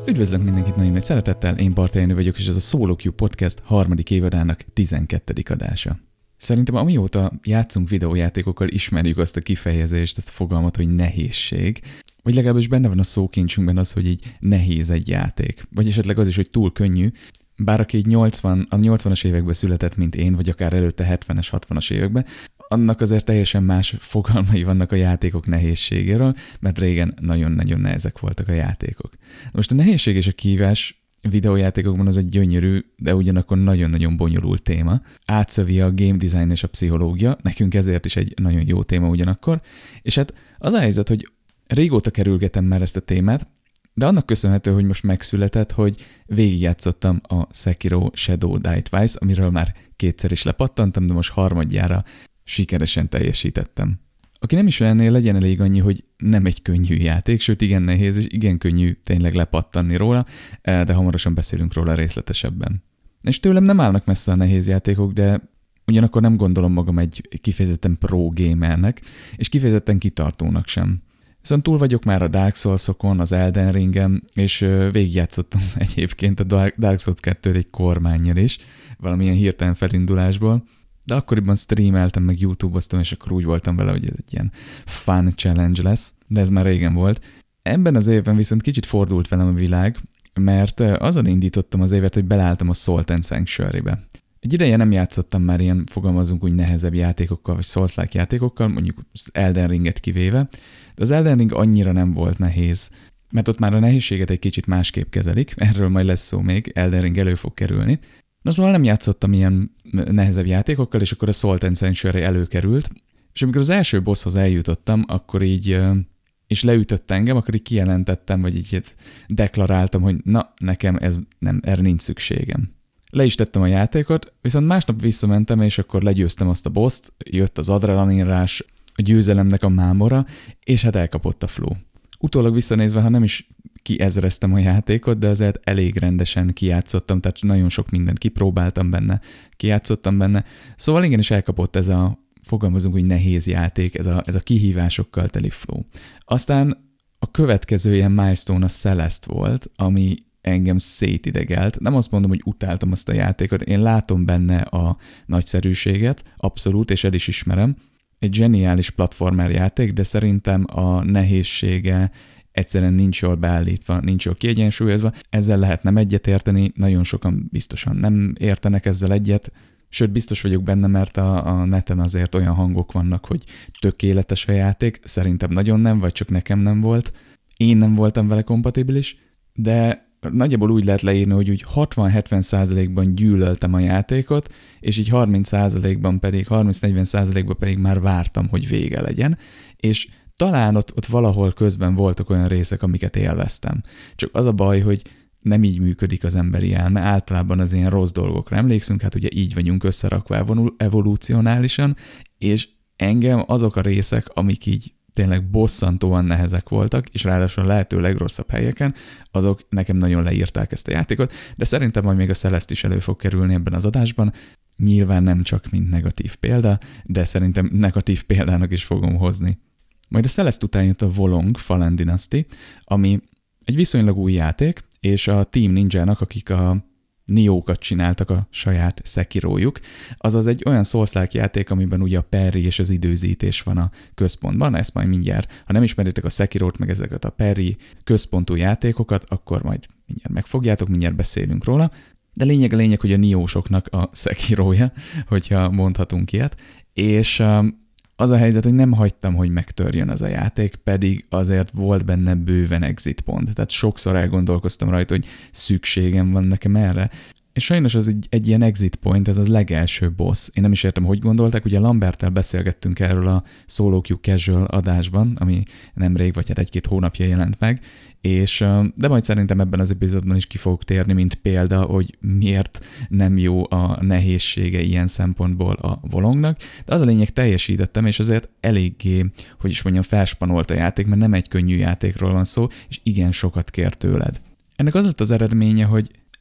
Üdvözlök mindenkit nagyon nagy szeretettel, én Barta Jenő vagyok, és ez a Solo Queue Podcast harmadik évadának 12. adása. Szerintem amióta játszunk videójátékokkal, ismerjük azt a kifejezést, azt a fogalmat, hogy nehézség, vagy legalábbis benne van a szókincsünkben az, hogy így nehéz egy játék, vagy esetleg az is, hogy túl könnyű, bár aki így a 80-as években született, mint én, vagy akár előtte 70-es, 60-as években, annak azért teljesen más fogalmai vannak a játékok nehézségéről, mert régen nagyon-nagyon nehezek voltak a játékok. Most a nehézség és a kihívás videójátékokban az egy gyönyörű, de ugyanakkor nagyon-nagyon bonyolult téma. Átszövi a game design és a pszichológia, nekünk ezért is egy nagyon jó téma ugyanakkor, és hát az a helyzet, hogy régóta kerülgetem már ezt a témát, de annak köszönhető, hogy most megszületett, hogy végigjátszottam a Sekiro Shadow Die Twice, amiről már kétszer is lepattantam, de most harmadjára sikeresen teljesítettem. Aki nem ismerné, legyen elég annyi, hogy nem egy könnyű játék, sőt igen nehéz, és igen könnyű tényleg lepattanni róla, de hamarosan beszélünk róla részletesebben. És tőlem nem állnak messze a nehéz játékok, de ugyanakkor nem gondolom magam egy kifejezetten pro gamernek, és kifejezetten kitartónak sem. Viszont túl vagyok már a Dark Souls-okon, az Elden Ringen, és végigjátszottam egyébként a Dark Souls 2-t egy kormánnyal is, valamilyen hirtelen felindulásból, de akkoriban streameltem, meg YouTube-oztam, és akkor úgy voltam vele, hogy ez egy ilyen fun challenge lesz, de ez már régen volt. Ebben az évben viszont kicsit fordult velem a világ, mert azon indítottam az évet, hogy beleálltam a Salt and Sanctuary-be. Egy ideje nem játszottam már ilyen, fogalmazunk úgy, nehezebb játékokkal, vagy Souls-like játékokkal, mondjuk az Elden Ringet kivéve, de az Elden Ring annyira nem volt nehéz, mert ott már a nehézséget egy kicsit másképp kezelik, erről majd lesz szó még, Elden Ring elő fog kerülni. Na szóval nem játszottam ilyen nehezebb játékokkal, és akkor a Salt and Sanctuary előkerült, és amikor az első bosshoz eljutottam, akkor így, és leütött engem, akkor így kijelentettem, vagy így deklaráltam, hogy na, nekem erre nincs szükségem. Le is tettem a játékot, viszont másnap visszamentem, és akkor legyőztem azt a bosst, jött az adrenalinrás, a győzelemnek a mámora, és hát elkapott a flow. Utólag visszanézve, ha nem is kiezreztem a játékot, de azért elég rendesen kijátszottam, tehát nagyon sok mindent kipróbáltam benne, kijátszottam benne. Szóval igenis elkapott ez a, fogalmazunk, hogy nehéz játék, ez a kihívásokkal teli flow. Aztán a következő ilyen milestone a Celeste volt, ami engem szétidegelt. Nem azt mondom, hogy utáltam azt a játékot, én látom benne a nagyszerűséget, abszolút, és el is ismerem. Egy zseniális platformer játék, de szerintem a nehézsége egyszerűen nincs jól beállítva, nincs jól kiegyensúlyozva. Ezzel lehet nem egyetérteni, nagyon sokan biztosan nem értenek ezzel egyet, sőt biztos vagyok benne, mert a neten azért olyan hangok vannak, hogy tökéletes a játék, szerintem nagyon nem, vagy csak nekem nem volt. Én nem voltam vele kompatibilis, de nagyjából úgy lehet leírni, hogy úgy 60-70%-ban gyűlöltem a játékot, és így 30%-ban pedig, 30-40%-ban pedig már vártam, hogy vége legyen, és talán ott valahol közben voltak olyan részek, amiket élveztem. Csak az a baj, hogy nem így működik az emberi elme, általában az ilyen rossz dolgokra emlékszünk, hát ugye így vagyunk összerakva evolúcionálisan, és engem azok a részek, amik így tényleg bosszantóan nehezek voltak, és ráadásul a lehető legrosszabb helyeken, azok nekem nagyon leírták ezt a játékot, de szerintem majd még a Celeste is elő fog kerülni ebben az adásban. Nyilván nem csak mint negatív példa, de szerintem negatív példának is fogom hozni. Majd a Celeste után jött a Wo Long Fallen Dynasty, ami egy viszonylag új játék, és a Team Ninja-nak, akik a Nioh-kat csináltak a saját Sekirójuk, azaz egy olyan Souls-like játék, amiben ugye a parry és az időzítés van a központban, ezt majd mindjárt, ha nem ismeritek a Sekirót, meg ezeket a parry központú játékokat, akkor majd mindjárt megfogjátok, mindjárt beszélünk róla, de lényeg, hogy a Nioh-soknak a Sekirója, hogyha mondhatunk ilyet, és az a helyzet, hogy nem hagytam, hogy megtörjön az a játék, pedig azért volt benne bőven exit pont. Tehát sokszor elgondolkoztam rajta, hogy szükségem van nekem erre. És sajnos az egy ilyen exit point, ez az legelső boss. Én nem is értem, hogy gondolták, ugye Lamberttel beszélgettünk erről a Solo Queue Casual adásban, ami nemrég, vagy hát egy-két hónapja jelent meg, és de majd szerintem ebben az epizódban is ki fogok térni, mint példa, hogy miért nem jó a nehézsége ilyen szempontból a Wo Longnak, de az a lényeg, teljesítettem, és azért eléggé, hogy is mondjam, felspanolt a játék, mert nem egy könnyű játékról van szó, és igen sokat kér tőled. Ennek az lett az eredménye, hogy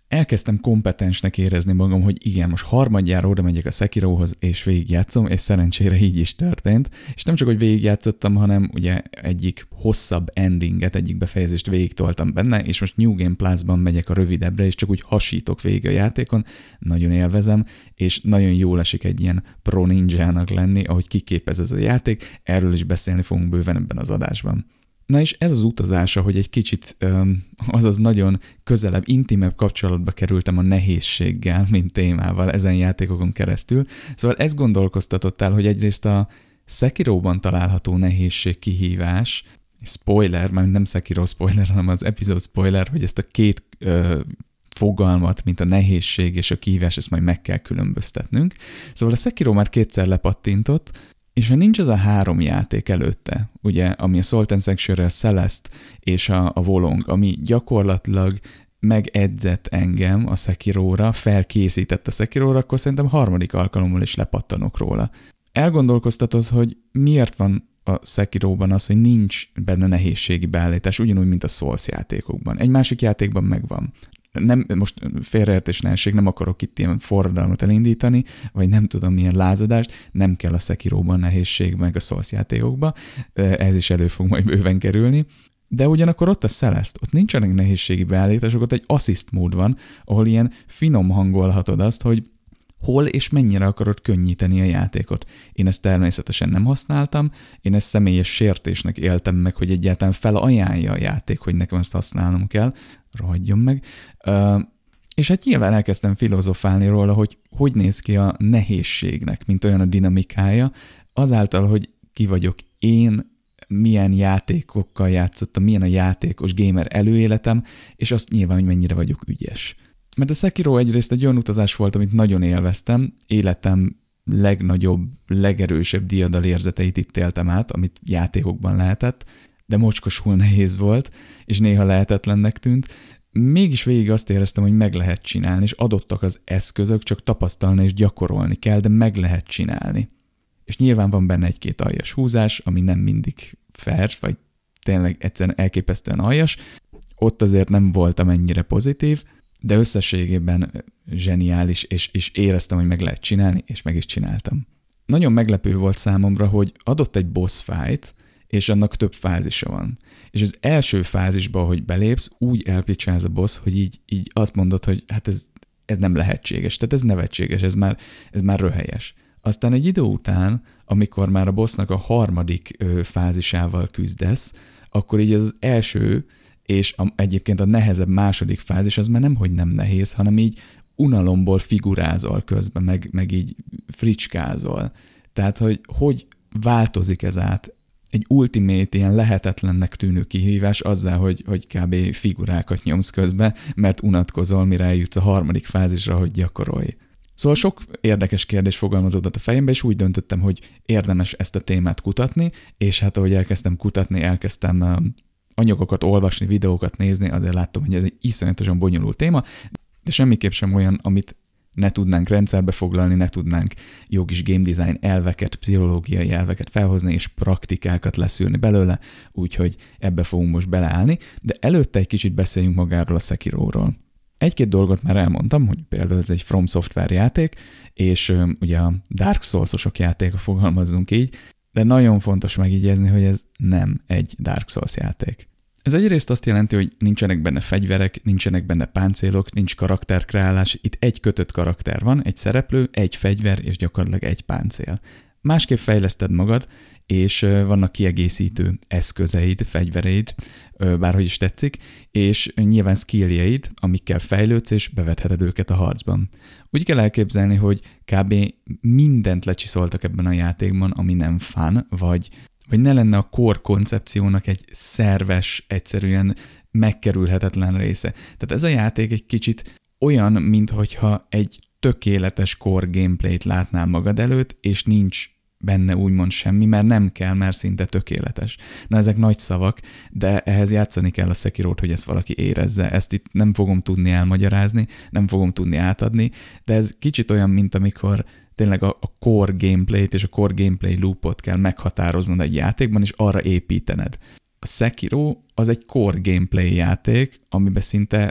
elkezdtem kompetensnek érezni magam, hogy igen, most harmadjára oda megyek a Sekirohoz, és végigjátszom, és szerencsére így is történt. És nem csak, hogy végigjátszottam, hanem ugye egyik hosszabb endinget, egyik befejezést végigtoltam benne, és most New Game Plus-ban megyek a rövidebbre, és csak úgy hasítok végig a játékon, nagyon élvezem, és nagyon jól esik egy ilyen pro ninjának lenni, ahogy kiképez ez a játék, erről is beszélni fogunk bőven ebben az adásban. Na és ez az utazása, hogy egy kicsit, azaz nagyon közelebb, intimebb kapcsolatba kerültem a nehézséggel, mint témával ezen játékokon keresztül. Szóval ez gondolkoztatott el, hogy egyrészt a Sekiroban található nehézség kihívás, spoiler, már nem Sekiro spoiler, hanem az epizód spoiler, hogy ezt a két fogalmat, mint a nehézség és a kihívás, ezt majd meg kell különböztetnünk. Szóval a Sekiro már kétszer lepattintott, és ha nincs az a 3 játék előtte, ugye, ami a Salt and Sanctuary, Celeste és a Wolong, ami gyakorlatilag megedzett engem a Sekiróra, felkészített a Sekiróra, akkor szerintem harmadik alkalommal is lepattanok róla. Elgondolkoztatod, hogy miért van a Sekiróban az, hogy nincs benne nehézségi beállítás, ugyanúgy, mint a Souls játékokban. Egy másik játékban megvan. Nem, most félreértés ne essék, nem akarok itt ilyen forradalmat elindítani, vagy nem tudom milyen lázadást, nem kell a Sekiróban nehézség meg a Souls játékokban, ez is elő fog majd bőven kerülni. De ugyanakkor ott a Celeste, ott nincsenek nehézségi beállítások, ott egy assist mód van, ahol ilyen finom hangolhatod azt, hogy hol és mennyire akarod könnyíteni a játékot. Én ezt természetesen nem használtam, én ezt személyes sértésnek éltem meg, hogy egyáltalán felajánlja a játék, hogy nekem ezt használnom kell, rohadjon meg. És hát nyilván elkezdtem filozofálni róla, hogy néz ki a nehézségnek, mint olyan a dinamikája, azáltal, hogy ki vagyok én, milyen játékokkal játszottam, milyen a játékos gamer előéletem, és azt nyilván, hogy mennyire vagyok ügyes. Mert a Sekiro egyrészt egy olyan utazás volt, amit nagyon élveztem, életem legnagyobb, legerősebb diadalérzeteit itt éltem át, amit játékokban lehetett, de mocskosul nehéz volt, és néha lehetetlennek tűnt. Mégis végig azt éreztem, hogy meg lehet csinálni, és adottak az eszközök, csak tapasztalni és gyakorolni kell, de meg lehet csinálni. És nyilván van benne egy-két aljas húzás, ami nem mindig fair, vagy tényleg egyszerűen elképesztően aljas. Ott azért nem voltam ennyire pozitív, de összességében zseniális, és éreztem, hogy meg lehet csinálni, és meg is csináltam. Nagyon meglepő volt számomra, hogy adott egy boss fight, és annak több fázisa van. És az első fázisba, hogy belépsz, úgy elpicsáz a boss, hogy így azt mondod, hogy hát ez nem lehetséges, tehát ez nevetséges, ez már röhelyes. Aztán egy idő után, amikor már a bossnak a harmadik fázisával küzdesz, akkor így az első, és egyébként a nehezebb második fázis, az már nemhogy nem nehéz, hanem így unalomból figurázol közben, meg így fricskázol. Tehát, hogy változik ez át egy ultimate, ilyen lehetetlennek tűnő kihívás azzal, hogy kb. Figurákat nyomsz közben, mert unatkozol, mire eljutsz a harmadik fázisra, hogy gyakorolj. Szóval sok érdekes kérdés fogalmazódott a fejembe, és úgy döntöttem, hogy érdemes ezt a témát kutatni, és hát ahogy elkezdtem kutatni, elkezdtem anyagokat olvasni, videókat nézni, azért láttam, hogy ez egy iszonyatosan bonyolult téma, de semmiképp sem olyan, amit ne tudnánk rendszerbe foglalni, ne tudnánk jó kis game design elveket, pszichológiai elveket felhozni, és praktikákat leszűrni belőle, úgyhogy ebbe fogunk most beleállni, de előtte egy kicsit beszéljünk magáról a Sekiróról. Egy-két dolgot már elmondtam, hogy például ez egy From Software játék, és ugye a Dark Souls-osok játéka, fogalmazzunk így, de nagyon fontos megjegyezni, hogy ez nem egy Dark Souls játék. Ez egyrészt azt jelenti, hogy nincsenek benne fegyverek, nincsenek benne páncélok, nincs karakterkreálás, itt egy kötött karakter van, egy szereplő, egy fegyver és gyakorlatilag egy páncél. Másképp fejleszted magad, és vannak kiegészítő eszközeid, fegyvereid, bárhogy is tetszik, és nyilván skilljeid, amikkel fejlődsz, és bevetheted őket a harcban. Úgy kell elképzelni, hogy kb. Mindent lecsiszoltak ebben a játékban, ami nem fun, vagy ne lenne a core koncepciónak egy szerves, egyszerűen megkerülhetetlen része. Tehát ez a játék egy kicsit olyan, minthogyha egy tökéletes core gameplayt látnál magad előtt, és nincs benne úgymond semmi, mert nem kell, mert szinte tökéletes. Na, ezek nagy szavak, de ehhez játszani kell a Sekirót, hogy ezt valaki érezze. Ezt itt nem fogom tudni elmagyarázni, nem fogom tudni átadni, de ez kicsit olyan, mint amikor tényleg a core gameplayt és a core gameplay loopot kell meghatároznod egy játékban, és arra építened. A Sekiro az egy core gameplay játék, amiben szinte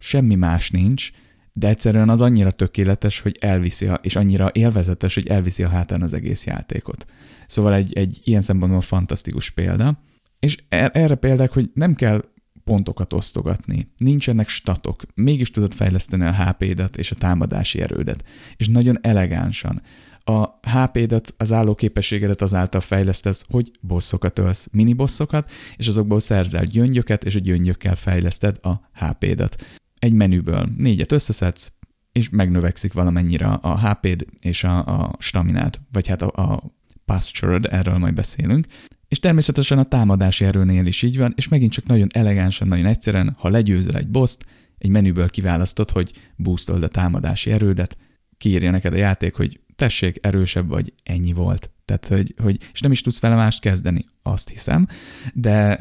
semmi más nincs, de egyszerűen az annyira tökéletes, hogy elviszi, és annyira élvezetes, hogy elviszi a hátán az egész játékot. Szóval egy ilyen szempontból fantasztikus példa. És erre példák, hogy nem kell pontokat osztogatni, nincsenek statok, mégis tudod fejleszteni a HP-dat és a támadási erődet. És nagyon elegánsan. A HP-dat, az állóképességedet azáltal fejlesztesz, hogy bosszokat ölsz, mini-bosszokat, és azokból szerzel gyöngyöket, és a gyöngyökkel fejleszted a HP-dat. Egy menüből 4-et összeszedsz, és megnövekszik valamennyire a HP-d és a staminád, vagy hát a postured, erről majd beszélünk. És természetesen a támadási erőnél is így van, és megint csak nagyon elegánsan, nagyon egyszerűen, ha legyőzel egy bosst, egy menüből kiválasztod, hogy boostold a támadási erődet, kiírja neked a játék, hogy tessék, erősebb vagy, ennyi volt. Tehát, hogy és nem is tudsz vele mást kezdeni, azt hiszem, de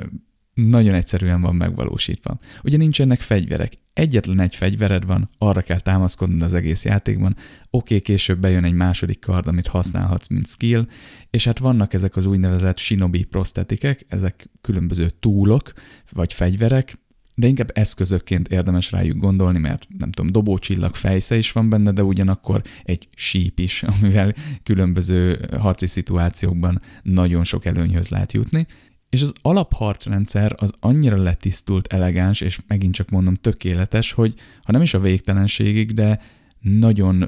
nagyon egyszerűen van megvalósítva. Ugye nincsenek fegyverek. Egyetlen egy fegyvered van, arra kell támaszkodnod az egész játékban. Oké, később bejön egy második kard, amit használhatsz, mint skill, és hát vannak ezek az úgynevezett shinobi prosztetikek, ezek különböző túlok, vagy fegyverek, de inkább eszközökként érdemes rájuk gondolni, mert nem tudom, dobócsillag fejsze is van benne, de ugyanakkor egy síp is, amivel különböző harci szituációkban nagyon sok előnyhöz lehet jutni. És az alapharcrendszer az annyira letisztult, elegáns, és megint csak mondom tökéletes, hogy ha nem is a végtelenségig, de nagyon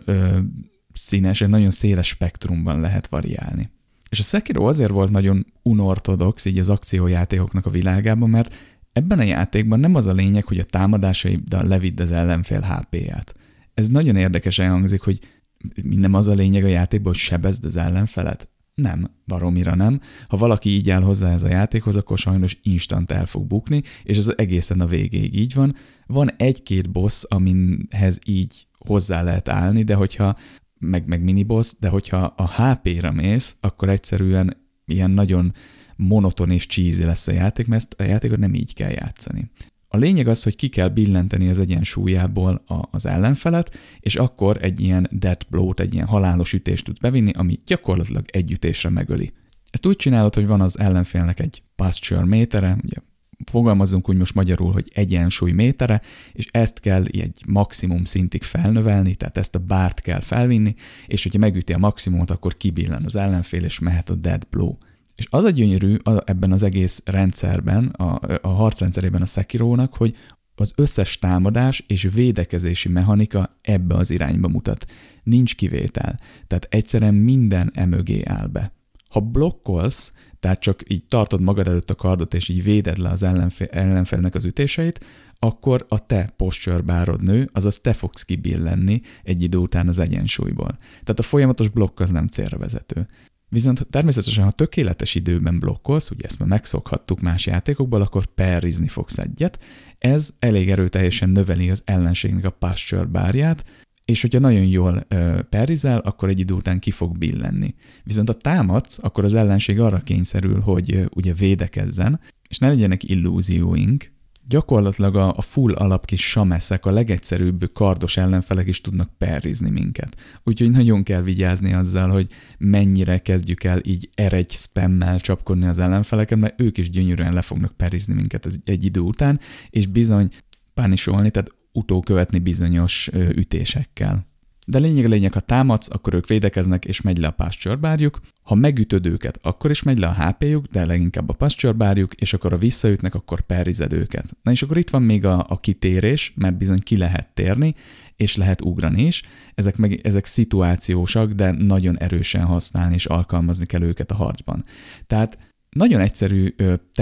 színes, egy nagyon széles spektrumban lehet variálni. És a Sekiro azért volt nagyon unorthodox így az akciójátékoknak a világában, mert ebben a játékban nem az a lényeg, hogy a támadásaiddal levidd az ellenfél HP-ját. Ez nagyon érdekesen hangzik, hogy nem az a lényeg a játékban, hogy sebezd az ellenfelet. Nem, baromira nem. Ha valaki így áll hozzá ez a játékhoz, akkor sajnos instant el fog bukni, és ez egészen a végéig így van. Van egy-két boss, aminhez így hozzá lehet állni, de hogyha, meg miniboss, de hogyha a HP-ra mész, akkor egyszerűen ilyen nagyon monoton és cheesy lesz a játék, mert ezt a játékot nem így kell játszani. A lényeg az, hogy ki kell billenteni az egyensúlyából az ellenfelet, és akkor egy ilyen death blow-t, egy ilyen halálos ütést tudsz bevinni, ami gyakorlatilag egy ütésre megöli. Ezt úgy csinálod, hogy van az ellenfélnek egy posture métere, ugye fogalmazunk úgy most magyarul, hogy egyensúly métere, és ezt kell egy maximum szintig felnövelni, tehát ezt a bárt kell felvinni, és hogyha megüti a maximumot, akkor kibillen az ellenfél, és mehet a death blow. És az a gyönyörű ebben az egész rendszerben, a harcrendszerében a Sekirónak, hogy az összes támadás és védekezési mechanika ebbe az irányba mutat. Nincs kivétel. Tehát egyszerűen minden emögé áll be. Ha blokkolsz, tehát csak így tartod magad előtt a kardot, és így véded le az ellenfélnek az ütéseit, akkor a te posture bárod nő, azaz te fogsz kibillenni egy idő után az egyensúlyból. Tehát a folyamatos blokk az nem célra vezető. Viszont természetesen, ha tökéletes időben blokkolsz, ugye ezt már megszokhattuk más játékokból, akkor parrizni fogsz egyet. Ez elég erőteljesen növeli az ellenségnek a posture bárját, és hogyha nagyon jól parrizel, akkor egy idő után ki fog billenni. Viszont ha támadsz, akkor az ellenség arra kényszerül, hogy ugye védekezzen, és ne legyenek illúzióink. Gyakorlatilag a full alap kis sameszek, a legegyszerűbb kardos ellenfelek is tudnak parrizni minket. Úgyhogy nagyon kell vigyázni azzal, hogy mennyire kezdjük el így eregy spammel csapkodni az ellenfeleket, mert ők is gyönyörűen le fognak parrizni minket egy idő után, és bizony pánisolni, tehát utókövetni bizonyos ütésekkel. De lényeg, ha támadsz, akkor ők védekeznek, és megy le a posture bárjuk. Ha megütöd őket, akkor is megy le a HP-juk, de leginkább a posture bárjuk, és akkor ha visszaütnek, akkor parrized őket. Na és akkor itt van még a kitérés, mert bizony ki lehet térni, és lehet ugrani is. Ezek szituációsak, de nagyon erősen használni és alkalmazni kell őket a harcban. Tehát nagyon egyszerű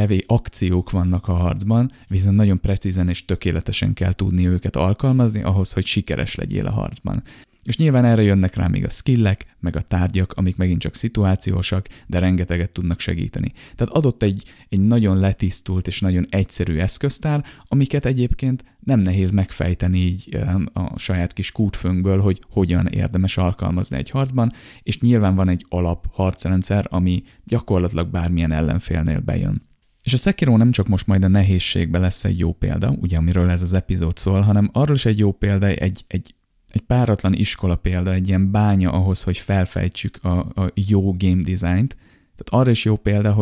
akciók vannak a harcban, viszont nagyon precízen és tökéletesen kell tudni őket alkalmazni ahhoz, hogy sikeres legyél a harcban. És nyilván erre jönnek rá még a skillek, meg a tárgyak, amik megint csak szituációsak, de rengeteget tudnak segíteni. Tehát adott egy nagyon letisztult és nagyon egyszerű eszköztár, amiket egyébként nem nehéz megfejteni így a saját kis kútfőnkből, hogy hogyan érdemes alkalmazni egy harcban, és nyilván van egy alap harcrendszer, ami gyakorlatilag bármilyen ellenfélnél bejön. És a Sekiro nem csak most majd a nehézségben lesz egy jó példa, ugye amiről ez az epizód szól, hanem arról is egy jó példa, egy páratlan iskola példa, egy ilyen bánya ahhoz, hogy felfejtsük a jó game designt. Tehát arra is jó példa, hogy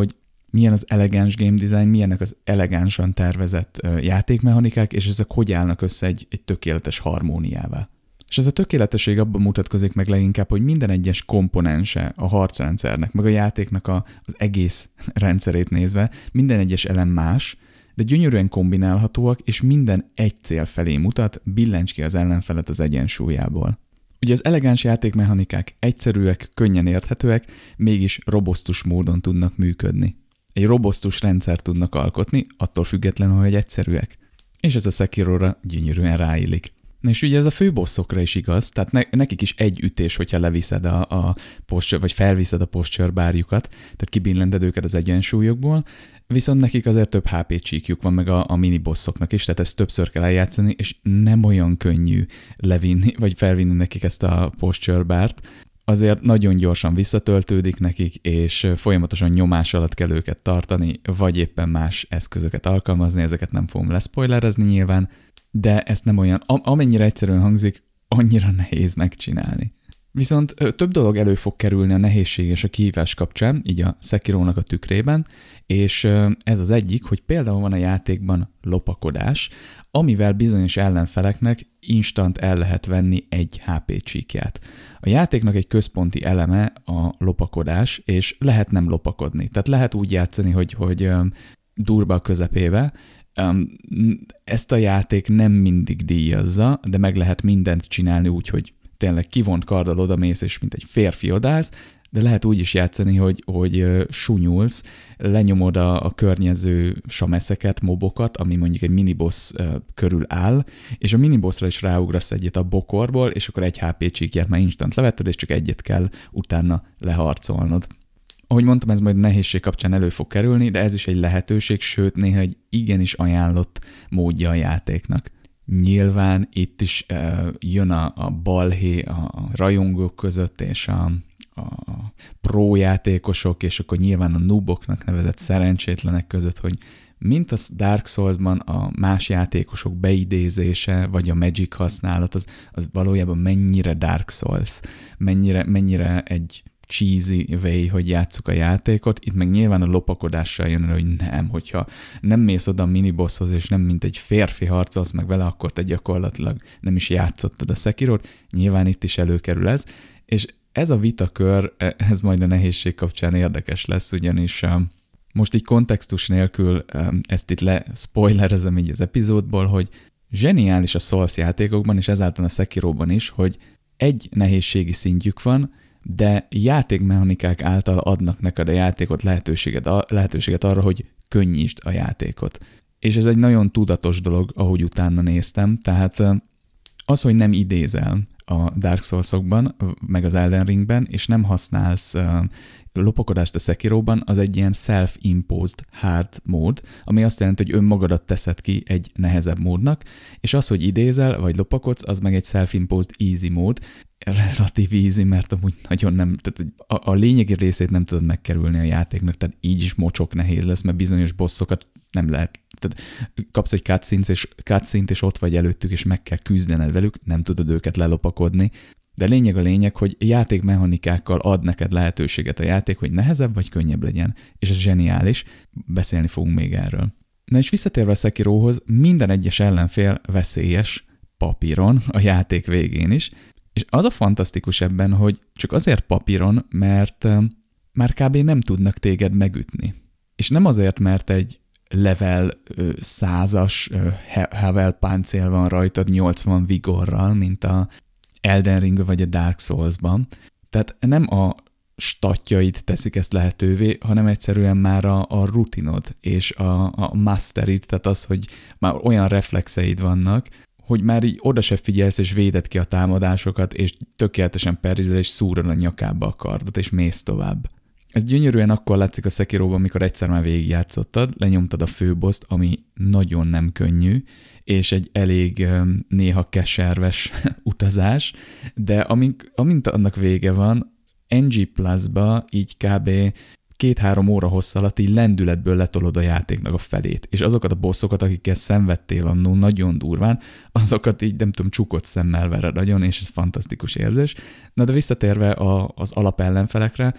milyen az elegáns game design, milyenek az elegánsan tervezett játékmechanikák, és ezek hogy állnak össze egy tökéletes harmóniává. És ez a tökéletesség abban mutatkozik meg leginkább, hogy minden egyes komponense a harcrendszernek, meg a játéknak az egész rendszerét nézve, minden egyes elem más, de gyönyörűen kombinálhatóak, és minden egy cél felé mutat, billencs ki az ellenfelet az egyensúlyából. Ugye az elegáns játékmechanikák egyszerűek, könnyen érthetőek, mégis robosztus módon tudnak működni. Egy robosztus rendszert tudnak alkotni, attól függetlenül, hogy egyszerűek. És ez a Sekiro-ra gyönyörűen ráillik. És ugye ez a főbosszokra is igaz, tehát nekik is egy ütés, hogyha leviszed a posture, vagy felviszed a posture bárjukat, tehát kibillented őket az egyensúlyokból, viszont nekik azért több HP csíkjuk van meg a minibosszoknak is, tehát ezt többször kell eljátszani, és nem olyan könnyű levinni, vagy felvinni nekik ezt a posture bárt. Azért nagyon gyorsan visszatöltődik nekik, és folyamatosan nyomás alatt kell őket tartani, vagy éppen más eszközöket alkalmazni, ezeket nem fogom leszpoilerezni nyilván, de ezt nem olyan, amennyire egyszerűen hangzik, annyira nehéz megcsinálni. Viszont több dolog elő fog kerülni a nehézség és a kihívás kapcsán, így a Sekirónak a tükrében, és ez az egyik, hogy például van a játékban lopakodás, amivel bizonyos ellenfeleknek instant el lehet venni egy HP csíkját. A játéknak egy központi eleme a lopakodás, és lehet nem lopakodni. Tehát lehet úgy játszani, hogy durva a közepébe. Ezt a játék nem mindig díjazza, de meg lehet mindent csinálni úgy, hogy tényleg kivont karddal odamész, és mint egy férfi odállsz, de lehet úgy is játszani, hogy sunyulsz, lenyomod a környező sameszeket, mobokat, ami mondjuk egy miniboss körül áll, és a minibossra is ráugrasz egyet a bokorból, és akkor egy HP csíkját már instant levetted, és csak egyet kell utána leharcolnod. Ahogy mondtam, ez majd nehézség kapcsán elő fog kerülni, de ez is egy lehetőség, sőt néha egy igenis ajánlott módja a játéknak. Nyilván itt is jön a balhé a rajongók között, és a pro játékosok, és akkor nyilván a nooboknak nevezett szerencsétlenek között, hogy mint a Dark Souls-ban a más játékosok beidézése, vagy a magic használat, az valójában mennyire Dark Souls, mennyire egy cheesy way, hogy játsszuk a játékot, itt meg nyilván a lopakodással jön elő, hogy nem, hogyha nem mész oda a minibosshoz, és nem mint egy férfi harcolsz meg vele, akkor te gyakorlatilag nem is játszottad a Sekirot, nyilván itt is előkerül ez, és ez a vitakör, ez majd a nehézség kapcsán érdekes lesz, ugyanis most így kontextus nélkül ezt itt spoilerezem így az epizódból, hogy zseniális a Souls játékokban, és ezáltal a Sekiroban is, hogy egy nehézségi szintjük van, de játékmechanikák által adnak neked a játékot lehetőséget arra, hogy könnyítsd a játékot. És ez egy nagyon tudatos dolog, ahogy utána néztem, tehát az, hogy nem idézel a Dark Souls-okban, meg az Elden Ringben, és nem használsz lopakodást a Sekiroban, az egy ilyen self-imposed hard mód, ami azt jelenti, hogy önmagadat teszed ki egy nehezebb módnak, és az, hogy idézel, vagy lopakodsz, az meg egy self-imposed easy mód, relatív easy, mert amúgy nagyon nem, tehát a lényegi részét nem tudod megkerülni a játéknak, tehát így is mocsok nehéz lesz, mert bizonyos bosszokat nem lehet, tehát kapsz egy cutscene-t, és ott vagy előttük, és meg kell küzdened velük, nem tudod őket lelopakodni, de lényeg a lényeg, hogy játékmechanikákkal ad neked lehetőséget a játék, hogy nehezebb vagy könnyebb legyen, és ez zseniális, beszélni fogunk még erről. Na és visszatérve a Sekirohoz, minden egyes ellenfél veszélyes papíron a játék végén is, és az a fantasztikus ebben, hogy csak azért papíron, mert már kb. Nem tudnak téged megütni. És nem azért, mert egy level 100-as Havel páncél van rajtad 80 vigorral, mint a Elden Ring vagy a Dark Souls-ban. Tehát nem a statjaid teszik ezt lehetővé, hanem egyszerűen már a rutinod és a masterid, tehát az, hogy már olyan reflexeid vannak, hogy már így oda se figyelsz, és véded ki a támadásokat, és tökéletesen perrizel, és szúrod a nyakába a kardot, és mész tovább. Ez gyönyörűen akkor látszik a Sekiroban, amikor egyszer már végigjátszottad, lenyomtad a főboszt, ami nagyon nem könnyű, és egy elég néha keserves utazás, de amint annak vége van, NG Plus-ba így kb. 2-3 óra hossz alatt így lendületből letolod a játéknak a felét, és azokat a bosszokat, akikkel szenvedtél annó nagyon durván, azokat így nem tudom, csukott szemmel vered agyon, és ez fantasztikus érzés. Na de visszatérve az alapellenfelekre,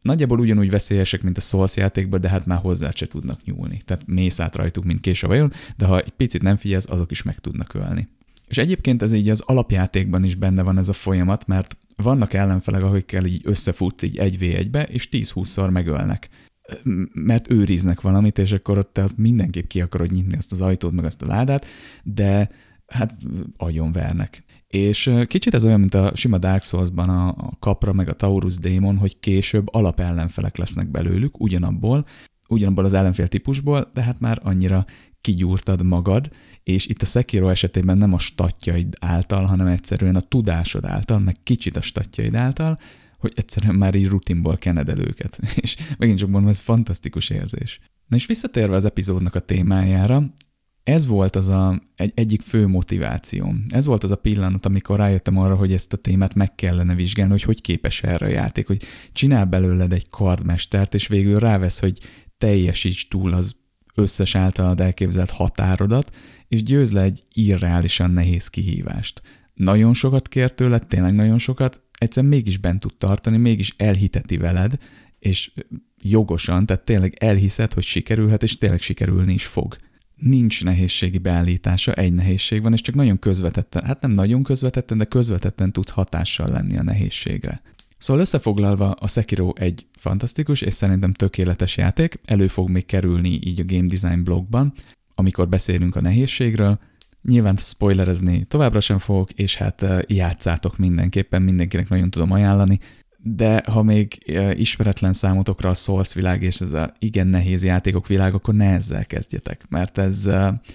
Nagyjából ugyanúgy veszélyesek, mint a Souls játékban, de hát már hozzá se tudnak nyúlni. Tehát mész át rajtuk, mint kés a vajon, de ha egy picit nem figyelsz, azok is meg tudnak ölni. És egyébként ez így az alapjátékban is benne van ez a folyamat, mert vannak ellenfelek, akikkel így összefutsz így 1v1-be, és 10-20-szor megölnek. Mert őriznek valamit, és akkor ott te azt mindenképp ki akarod nyitni azt az ajtót, meg azt a ládát, de hát agyonvernek. És kicsit ez olyan, mint a sima Dark Souls-ban a Capra meg a Taurus démon, hogy később alapellenfelek lesznek belőlük, ugyanabból az ellenfél típusból, de hát már annyira kigyúrtad magad, és itt a Sekiro esetében nem a statjaid által, hanem egyszerűen a tudásod által, meg kicsit a statjaid által, hogy egyszerűen már így rutinból kened el őket. És megint csak mondom, ez fantasztikus érzés. Na és visszatérve az epizódnak a témájára, ez volt az egyik fő motivációm. Ez volt az a pillanat, amikor rájöttem arra, hogy ezt a témát meg kellene vizsgálni, hogy képes erre a játék, hogy csinál belőled egy kardmestert, és végül rávesz, hogy teljesíts túl az összes általad elképzelt határodat, és győz le egy irreálisan nehéz kihívást. Nagyon sokat kér tőled, tényleg nagyon sokat, egyszerűen mégis bent tud tartani, mégis elhiteti veled, és jogosan, tehát tényleg elhiszed, hogy sikerülhet, és tényleg sikerülni is fog. Nincs nehézségi beállítása, egy nehézség van, és csak nagyon közvetetten, hát nem nagyon közvetetten, de közvetetten tudsz hatással lenni a nehézségre. Szóval összefoglalva, a Sekiro egy fantasztikus és szerintem tökéletes játék, elő fog még kerülni így a Game Design blogban, amikor beszélünk a nehézségről. Nyilván spoilerezni továbbra sem fogok, és hát játszátok mindenképpen, mindenkinek nagyon tudom ajánlani, de ha még ismeretlen számotokra a Souls világ és ez a igen nehéz játékok világ, akkor ne ezzel kezdjetek, mert ez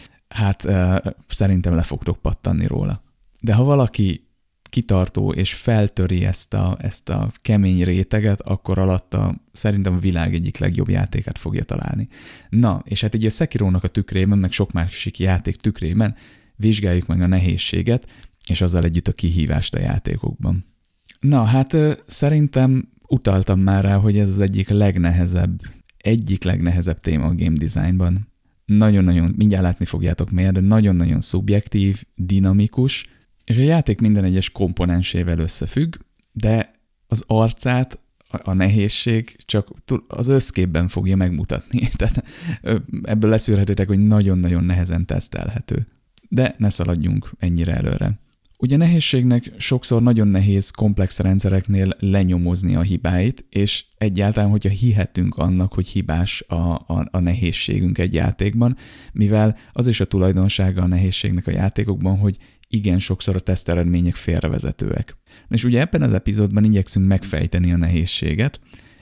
szerintem le fogtok pattanni róla. De ha valaki kitartó és feltöri ezt a kemény réteget, akkor alatta szerintem a világ egyik legjobb játékát fogja találni. Na, és hát így a Sekirónak a tükrében, meg sok másik játék tükrében vizsgáljuk meg a nehézséget, és azzal együtt a kihívást a játékokban. Na, hát szerintem utaltam már rá, hogy ez az egyik legnehezebb téma a game designban. Nagyon-nagyon, mindjárt látni fogjátok miért, de nagyon-nagyon szubjektív, dinamikus, és a játék minden egyes komponensével összefügg, de az arcát a nehézség csak az összképben fogja megmutatni. Tehát ebből leszűrhetitek, hogy nagyon-nagyon nehezen tesztelhető. De ne szaladjunk ennyire előre. Ugye a nehézségnek sokszor nagyon nehéz komplex rendszereknél lenyomozni a hibáit, és egyáltalán, hogyha hihetünk annak, hogy hibás a nehézségünk egy játékban, mivel az is a tulajdonsága a nehézségnek a játékokban, hogy igen sokszor a teszteredmények félrevezetőek. És ugye ebben az epizódban igyekszünk megfejteni a nehézséget,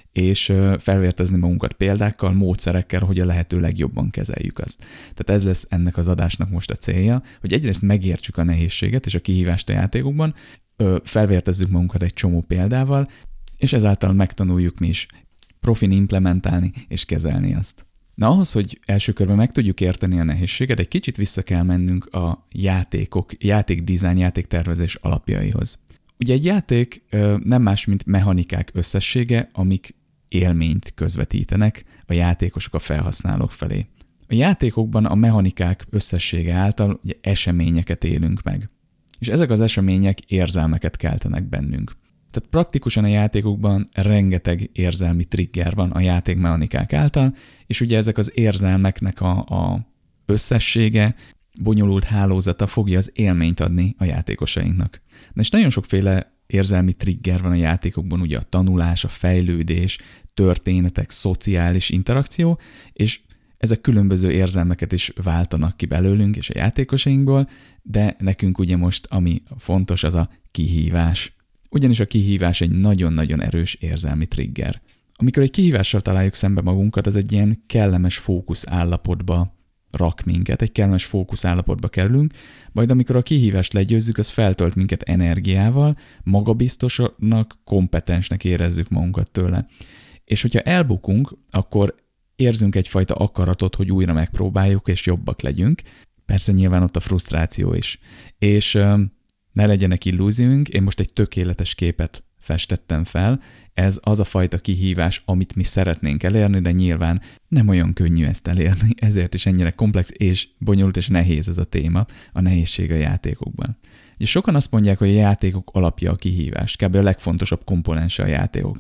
és felvértezni magunkat példákkal, módszerekkel, hogy a lehető legjobban kezeljük azt. Tehát ez lesz ennek az adásnak most a célja, hogy egyrészt megértsük a nehézséget és a kihívást a játékokban, felvértezzük magunkat egy csomó példával, és ezáltal megtanuljuk mi is profin implementálni és kezelni azt. Na ahhoz, hogy első körben meg tudjuk érteni a nehézséget, egy kicsit vissza kell mennünk a játékdesign, játéktervezés alapjaihoz. Ugye egy játék nem más, mint mechanikák összessége, amik élményt közvetítenek a játékosok a felhasználók felé. A játékokban a mechanikák összessége által ugye eseményeket élünk meg. És ezek az események érzelmeket keltenek bennünk. Tehát praktikusan a játékokban rengeteg érzelmi trigger van a játékmechanikák által, és ugye ezek az érzelmeknek a összessége, bonyolult hálózata fogja az élményt adni a játékosainknak. Na és nagyon sokféle érzelmi trigger van a játékokban, ugye a tanulás, a fejlődés, történetek, szociális interakció, és ezek különböző érzelmeket is váltanak ki belőlünk és a játékosainkból, de nekünk ugye most ami fontos, az a kihívás. Ugyanis a kihívás egy nagyon-nagyon erős érzelmi trigger. Amikor egy kihívással találjuk szembe magunkat, az egy ilyen kellemes fókusz állapotba rak minket, egy kellemes fókusz állapotba kerülünk, majd amikor a kihívást legyőzzük, az feltölt minket energiával, magabiztosnak, kompetensnek érezzük magunkat tőle. És hogyha elbukunk, akkor érzünk egyfajta akaratot, hogy újra megpróbáljuk és jobbak legyünk. Persze nyilván ott a frusztráció is. És ne legyenek illúzióink, én most egy tökéletes képet festettem fel, ez az a fajta kihívás, amit mi szeretnénk elérni, de nyilván nem olyan könnyű ezt elérni, ezért is ennyire komplex és bonyolult és nehéz ez a téma, a nehézség a játékokban. Ugye sokan azt mondják, hogy a játékok alapja a kihívás, kb. A legfontosabb komponense a játékoknak.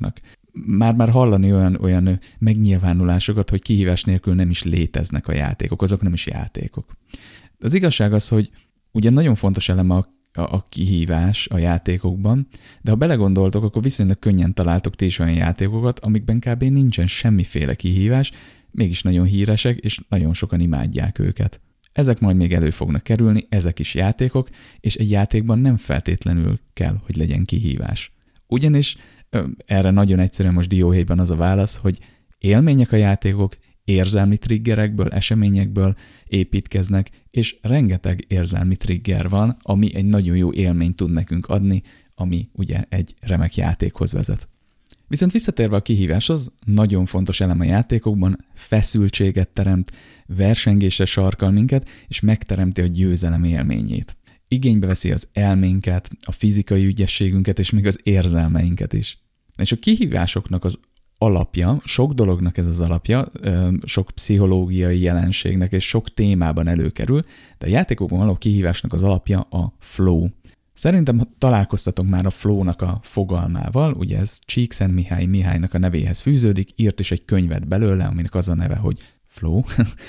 már hallani olyan megnyilvánulásokat, hogy kihívás nélkül nem is léteznek a játékok, azok nem is játékok. Az igazság az, hogy ugye nagyon fontos eleme a kihívás a játékokban, de ha belegondoltok, akkor viszonylag könnyen találtok ti is olyan játékokat, amikben kb. Nincsen semmiféle kihívás, mégis nagyon híresek, és nagyon sokan imádják őket. Ezek majd még elő fognak kerülni, ezek is játékok, és egy játékban nem feltétlenül kell, hogy legyen kihívás. Ugyanis erre nagyon egyszerűen most dióhéjban az a válasz, hogy élmények a játékok, érzelmi triggerekből, eseményekből építkeznek, és rengeteg érzelmi trigger van, ami egy nagyon jó élményt tud nekünk adni, ami ugye egy remek játékhoz vezet. Viszont visszatérve a kihíváshoz, nagyon fontos elem a játékokban, feszültséget teremt, versengésre sarkal minket, és megteremti a győzelem élményét. Igénybe veszi az elménket, a fizikai ügyességünket, és még az érzelmeinket is. És a kihívásoknak az alapja, sok dolognak ez az alapja, sok pszichológiai jelenségnek és sok témában előkerül, de a játékokban való kihívásnak az alapja a flow. Szerintem találkoztatok már a flow-nak a fogalmával, ugye ez Csíkszentmihalyi Mihálynak a nevéhez fűződik, írt is egy könyvet belőle, aminek az a neve, hogy Flow,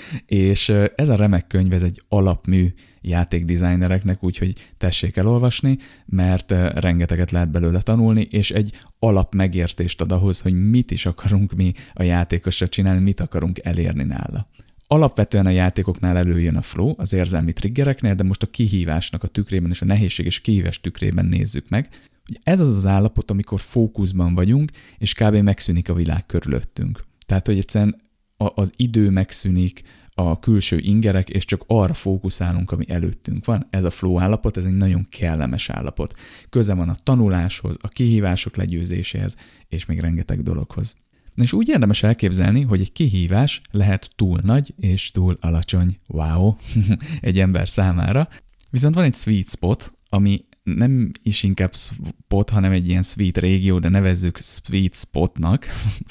és ez a remek könyv, ez egy alapmű játékdesignereknek, úgyhogy tessék elolvasni, mert rengeteget lehet belőle tanulni, és egy alap megértést ad ahhoz, hogy mit is akarunk mi a játékossal csinálni, mit akarunk elérni nála. Alapvetően a játékoknál előjön a flow, az érzelmi triggereknél, de most a kihívásnak a tükrében és a nehézség és kihívás tükrében nézzük meg, hogy ez az állapot, amikor fókuszban vagyunk, és kb. Megszűnik a világ körülöttünk. Tehát, hogy egyszerűen az idő megszűnik, a külső ingerek, és csak arra fókuszálunk, ami előttünk van. Ez a flow állapot, ez egy nagyon kellemes állapot. Köze van a tanuláshoz, a kihívások legyőzéséhez, és még rengeteg dologhoz. Na és úgy érdemes elképzelni, hogy egy kihívás lehet túl nagy és túl alacsony. Wow! Egy ember számára. Viszont van egy sweet spot, ami nem is inkább spot, hanem egy ilyen sweet régió, de nevezzük sweet spotnak.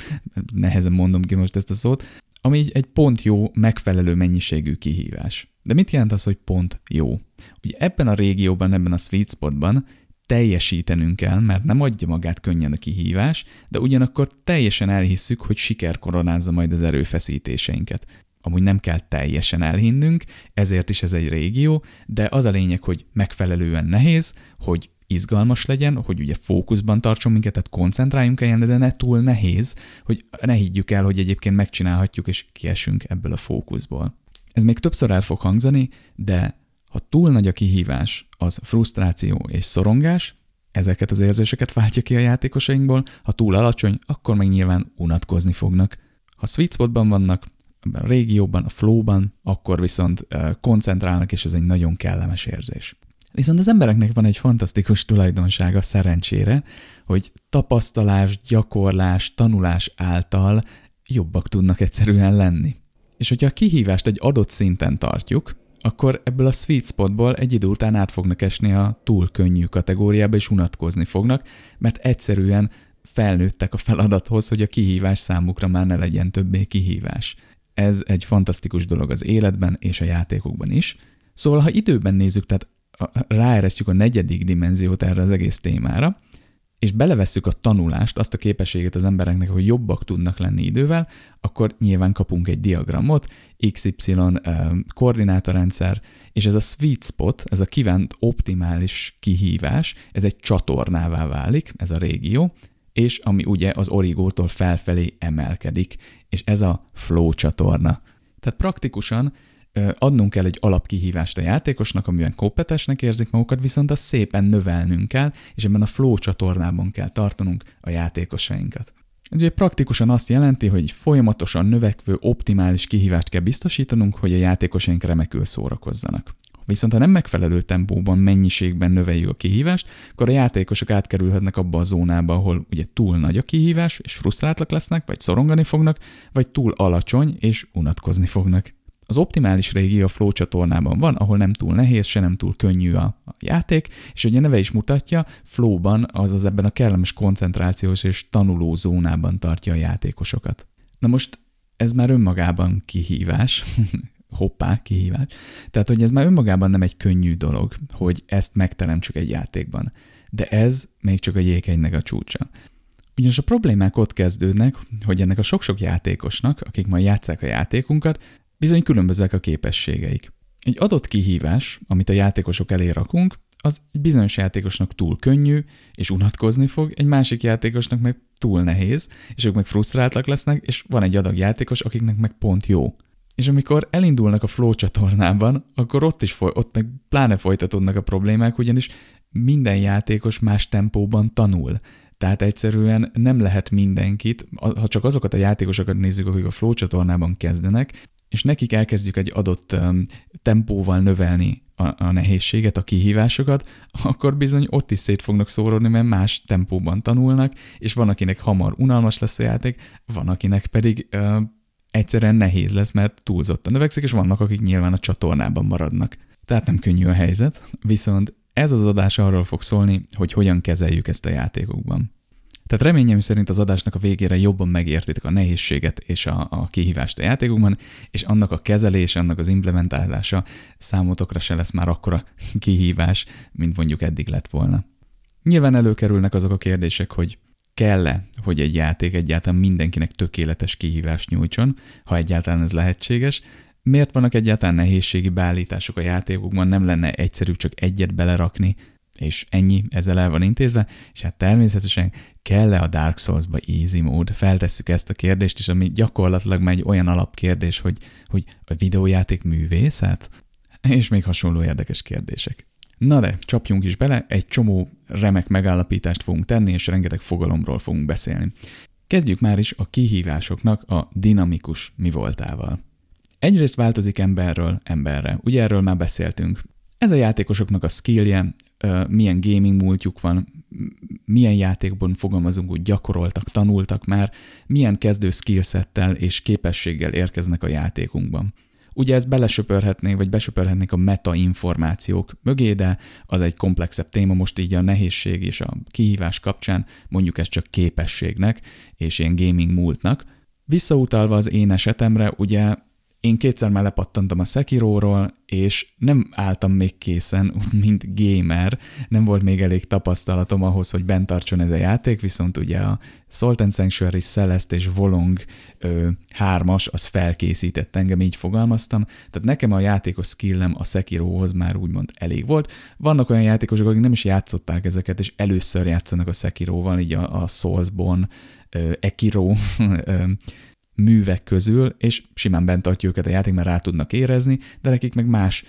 Nehezen mondom ki most ezt a szót. Ami egy pont jó, megfelelő mennyiségű kihívás. De mit jelent az, hogy pont jó? Ugye ebben a régióban, ebben a sweet spotban teljesítenünk kell, mert nem adja magát könnyen a kihívás, de ugyanakkor teljesen elhisszük, hogy siker koronázza majd az erőfeszítéseinket. Amúgy nem kell teljesen elhinnünk, ezért is ez egy régió, de az a lényeg, hogy megfelelően nehéz, hogy izgalmas legyen, hogy ugye fókuszban tartson minket, tehát koncentráljunk el, de ne túl nehéz, hogy ne higgyük el, hogy egyébként megcsinálhatjuk, és kiesünk ebből a fókuszból. Ez még többször el fog hangzani, de ha túl nagy a kihívás, az frusztráció és szorongás, ezeket az érzéseket váltja ki a játékosainkból, ha túl alacsony, akkor meg nyilván unatkozni fognak. Ha sweet spotban vannak, a régióban, a flowban, akkor viszont koncentrálnak, és ez egy nagyon kellemes érzés. Viszont az embereknek van egy fantasztikus tulajdonsága szerencsére, hogy tapasztalás, gyakorlás, tanulás által jobbak tudnak egyszerűen lenni. És hogyha a kihívást egy adott szinten tartjuk, akkor ebből a sweet spotból egy idő után át fognak esni a túl könnyű kategóriába, és unatkozni fognak, mert egyszerűen felnőttek a feladathoz, hogy a kihívás számukra már ne legyen többé kihívás. Ez egy fantasztikus dolog az életben és a játékokban is. Szóval, ha időben nézzük, tehát ráeresztjük a negyedik dimenziót erre az egész témára, és belevesszük a tanulást, azt a képességet az embereknek, hogy jobbak tudnak lenni idővel, akkor nyilván kapunk egy diagramot, XY koordinátorrendszer, és ez a sweet spot, ez a kívánt optimális kihívás, ez egy csatornává válik, ez a régió, és ami ugye az origótól felfelé emelkedik, és ez a flow csatorna. Tehát praktikusan adnunk kell egy alapkihívást a játékosnak, amiben kompetensnek érzik magukat, viszont azt szépen növelnünk kell, és ebben a flow csatornában kell tartanunk a játékosainkat. Ugye praktikusan azt jelenti, hogy folyamatosan növekvő, optimális kihívást kell biztosítanunk, hogy a játékosaink remekül szórakozzanak. Viszont ha nem megfelelő tempóban, mennyiségben növeljük a kihívást, akkor a játékosok átkerülhetnek abba a zónába, ahol ugye túl nagy a kihívás, és frusztráltak lesznek, vagy szorongani fognak, vagy túl alacsony, és unatkozni fognak. Az optimális régió a flow csatornában van, ahol nem túl nehéz, se nem túl könnyű a játék, és ugye a neve is mutatja, flowban, azaz ebben a kellemes koncentrációs és tanuló zónában tartja a játékosokat. Na most ez már önmagában kihívás, hoppá, kihívás. Tehát, hogy ez már önmagában nem egy könnyű dolog, hogy ezt megteremtsük egy játékban. De ez még csak a jéghegynek a csúcsa. Ugyanis a problémák ott kezdődnek, hogy ennek a sok-sok játékosnak, akik majd játsszák a játékunkat, bizony különbözőek a képességeik. Egy adott kihívás, amit a játékosok elé rakunk, az egy bizonyos játékosnak túl könnyű, és unatkozni fog, egy másik játékosnak meg túl nehéz, és ők meg frusztráltak lesznek, és van egy adag játékos, akiknek meg pont jó. És amikor elindulnak a Flow csatornában, akkor ott meg pláne folytatódnak a problémák, ugyanis minden játékos más tempóban tanul. Tehát egyszerűen nem lehet mindenkit, ha csak azokat a játékosokat nézzük, akik a Flow csatornában kezdenek, és nekik elkezdjük egy adott tempóval növelni a nehézséget, a kihívásokat, akkor bizony ott is szét fognak szóródni, mert más tempóban tanulnak, és van, akinek hamar unalmas lesz a játék, van, akinek pedig egyszerűen nehéz lesz, mert túlzottan növekszik, és vannak, akik nyilván a csatornában maradnak. Tehát nem könnyű a helyzet, viszont ez az adás arról fog szólni, hogy hogyan kezeljük ezt a játékokban. Tehát reményem szerint az adásnak a végére jobban megértitek a nehézséget és a kihívást a játékokban, és annak a kezelése, annak az implementálása számotokra se lesz már akkora kihívás, mint mondjuk eddig lett volna. Nyilván előkerülnek azok a kérdések, hogy kell-e, hogy egy játék egyáltalán mindenkinek tökéletes kihívást nyújtson, ha egyáltalán ez lehetséges. Miért vannak egyáltalán nehézségi beállítások a játékokban, nem lenne egyszerűbb csak egyet belerakni, és ennyi, ezzel el van intézve, és hát természetesen kell-e a Dark Souls-ba easy mód? Feltesszük ezt a kérdést, és ami gyakorlatilag már egy olyan alapkérdés, hogy a videójáték művészet? És még hasonló érdekes kérdések. Na de, csapjunk is bele, egy csomó remek megállapítást fogunk tenni, és rengeteg fogalomról fogunk beszélni. Kezdjük már is a kihívásoknak a dinamikus mi voltával. Egyrészt változik emberről emberre, ugye erről már beszéltünk. Ez a játékosoknak a skillje, milyen gaming múltjuk van, milyen játékban fogalmazunk, úgy gyakoroltak, tanultak már, milyen kezdő skillsettel és képességgel érkeznek a játékunkban. Ugye ezt besöpörhetnék a meta információk mögé, de az egy komplexebb téma, most így a nehézség és a kihívás kapcsán mondjuk ezt csak képességnek és ilyen gaming múltnak. Visszautalva az én esetemre, ugye én kétszer már lepattantam a Sekiróról, és nem álltam még készen, mint gamer, nem volt még elég tapasztalatom ahhoz, hogy bent tartson ez a játék, viszont ugye a Salt and Sanctuary, Celeste és Volong 3-as, az felkészített engem, így fogalmaztam, tehát nekem a játékos skillem a Sekiróhoz már úgymond elég volt. Vannak olyan játékosok, akik nem is játszották ezeket, és először játszanak a Sekiróval, így a Soulsborne, Ekiro művek közül, és simán bent tartja őket a játék, mert rá tudnak érezni, de nekik meg más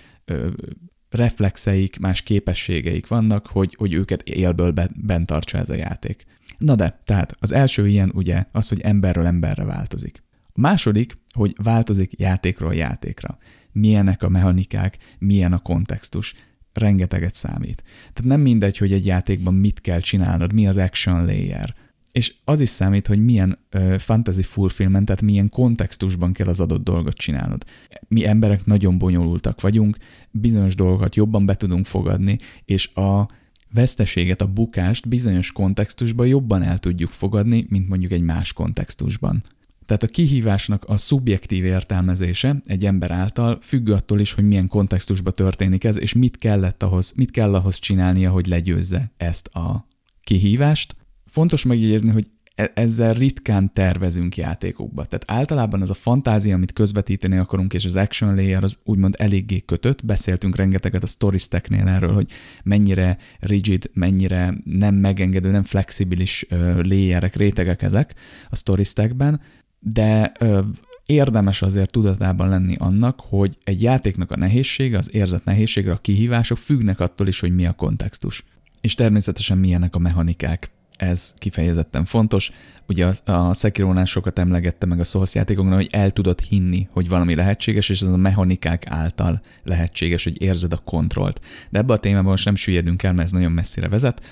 reflexeik, más képességeik vannak, hogy őket élből bent tartsa ez a játék. Na de, tehát az első ilyen ugye az, hogy emberről emberre változik. A második, hogy változik játékról játékra. Milyenek a mechanikák, milyen a kontextus, rengeteget számít. Tehát nem mindegy, hogy egy játékban mit kell csinálnod, mi az action layer. És az is számít, hogy milyen fantasy fulfillment, tehát milyen kontextusban kell az adott dolgot csinálnod. Mi emberek nagyon bonyolultak vagyunk, bizonyos dolgokat jobban be tudunk fogadni, és a veszteséget, a bukást bizonyos kontextusban jobban el tudjuk fogadni, mint mondjuk egy más kontextusban. Tehát a kihívásnak a szubjektív értelmezése egy ember által függ attól is, hogy milyen kontextusban történik ez, és mit kell ahhoz csinálnia, hogy legyőzze ezt a kihívást. Fontos megjegyezni, hogy ezzel ritkán tervezünk játékokba. Tehát általában az a fantázia, amit közvetíteni akarunk, és az action layer az úgymond eléggé kötött. Beszéltünk rengeteget a story stacknél erről, hogy mennyire rigid, mennyire nem megengedő, nem flexibilis layerek, rétegek ezek a story stackben, de érdemes azért tudatában lenni annak, hogy egy játéknak a nehézsége, az érzett nehézségre, a kihívások függnek attól is, hogy mi a kontextus. És természetesen milyenek a mechanikák. Ez kifejezetten fontos. Ugye a Sekirónál sokat emlegette meg a Souls játékoknál, hogy el tudod hinni, hogy valami lehetséges, és ez a mechanikák által lehetséges, hogy érzed a kontrollt. De ebbe a témában most nem süllyedünk el, mert ez nagyon messzire vezet.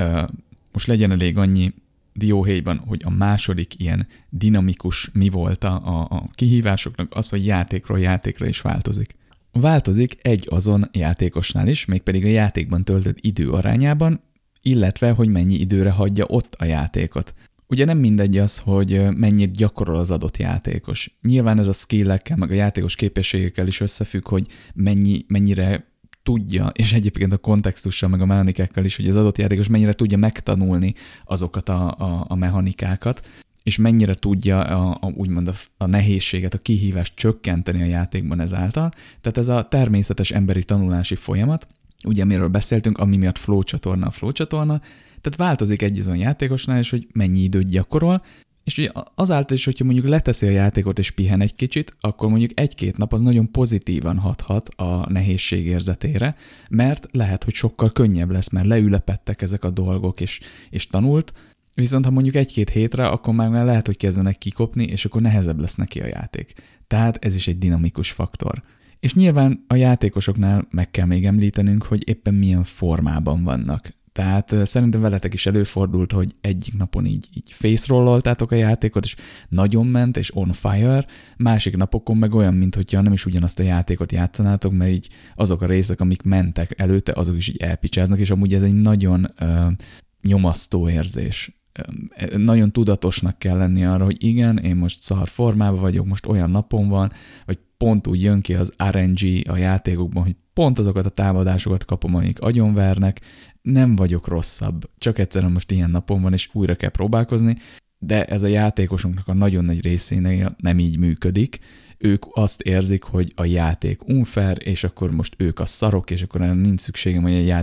Most legyen elég annyi dióhéjban, hogy a második ilyen dinamikus mi volt a kihívásoknak, az, hogy játékról játékra is változik. Változik egy azon játékosnál is, mégpedig a játékban töltött idő arányában, illetve, hogy mennyi időre hagyja ott a játékot. Ugye nem mindegy az, hogy mennyit gyakorol az adott játékos. Nyilván ez a skillekkel, meg a játékos képességekkel is összefügg, hogy mennyire tudja, és egyébként a kontextussal, meg a mechanikákkal is, hogy az adott játékos mennyire tudja megtanulni azokat a mechanikákat, és mennyire tudja úgymond a nehézséget, a kihívást csökkenteni a játékban ezáltal. Tehát ez a természetes emberi tanulási folyamat, ugye amiről beszéltünk, ami miatt flow csatorna, tehát változik egy azon játékosnál is, hogy mennyi időt gyakorol, és ugye azáltal is, hogyha mondjuk leteszi a játékot és pihen egy kicsit, akkor mondjuk 1-2 nap az nagyon pozitívan hathat a nehézség érzetére, mert lehet, hogy sokkal könnyebb lesz, mert leülepedtek ezek a dolgok és tanult, viszont ha mondjuk 1-2 hétre, akkor már lehet, hogy kezdenek kikopni, és akkor nehezebb lesz neki a játék. Tehát ez is egy dinamikus faktor. És nyilván a játékosoknál meg kell még említenünk, hogy éppen milyen formában vannak. Tehát szerintem veletek is előfordult, hogy egyik napon így face-rolloltátok a játékot, és nagyon ment, és on fire, másik napokon meg olyan, mintha nem is ugyanazt a játékot játszanátok, mert így azok a részek, amik mentek előtte, azok is így elpicsáznak, és amúgy ez egy nagyon nyomasztó érzés. Nagyon tudatosnak kell lenni arra, hogy igen, én most szar formában vagyok, most olyan napon van, vagy pont úgy jön ki az RNG a játékokban, hogy pont azokat a támadásokat kapom, amik agyonvernek, nem vagyok rosszabb, csak egyszerűen most ilyen napon van, és újra kell próbálkozni, de ez a játékosoknak a nagyon nagy részénél nem így működik. Ők azt érzik, hogy a játék unfair, és akkor most ők a szarok, és akkor nincs szükségem, hogy egy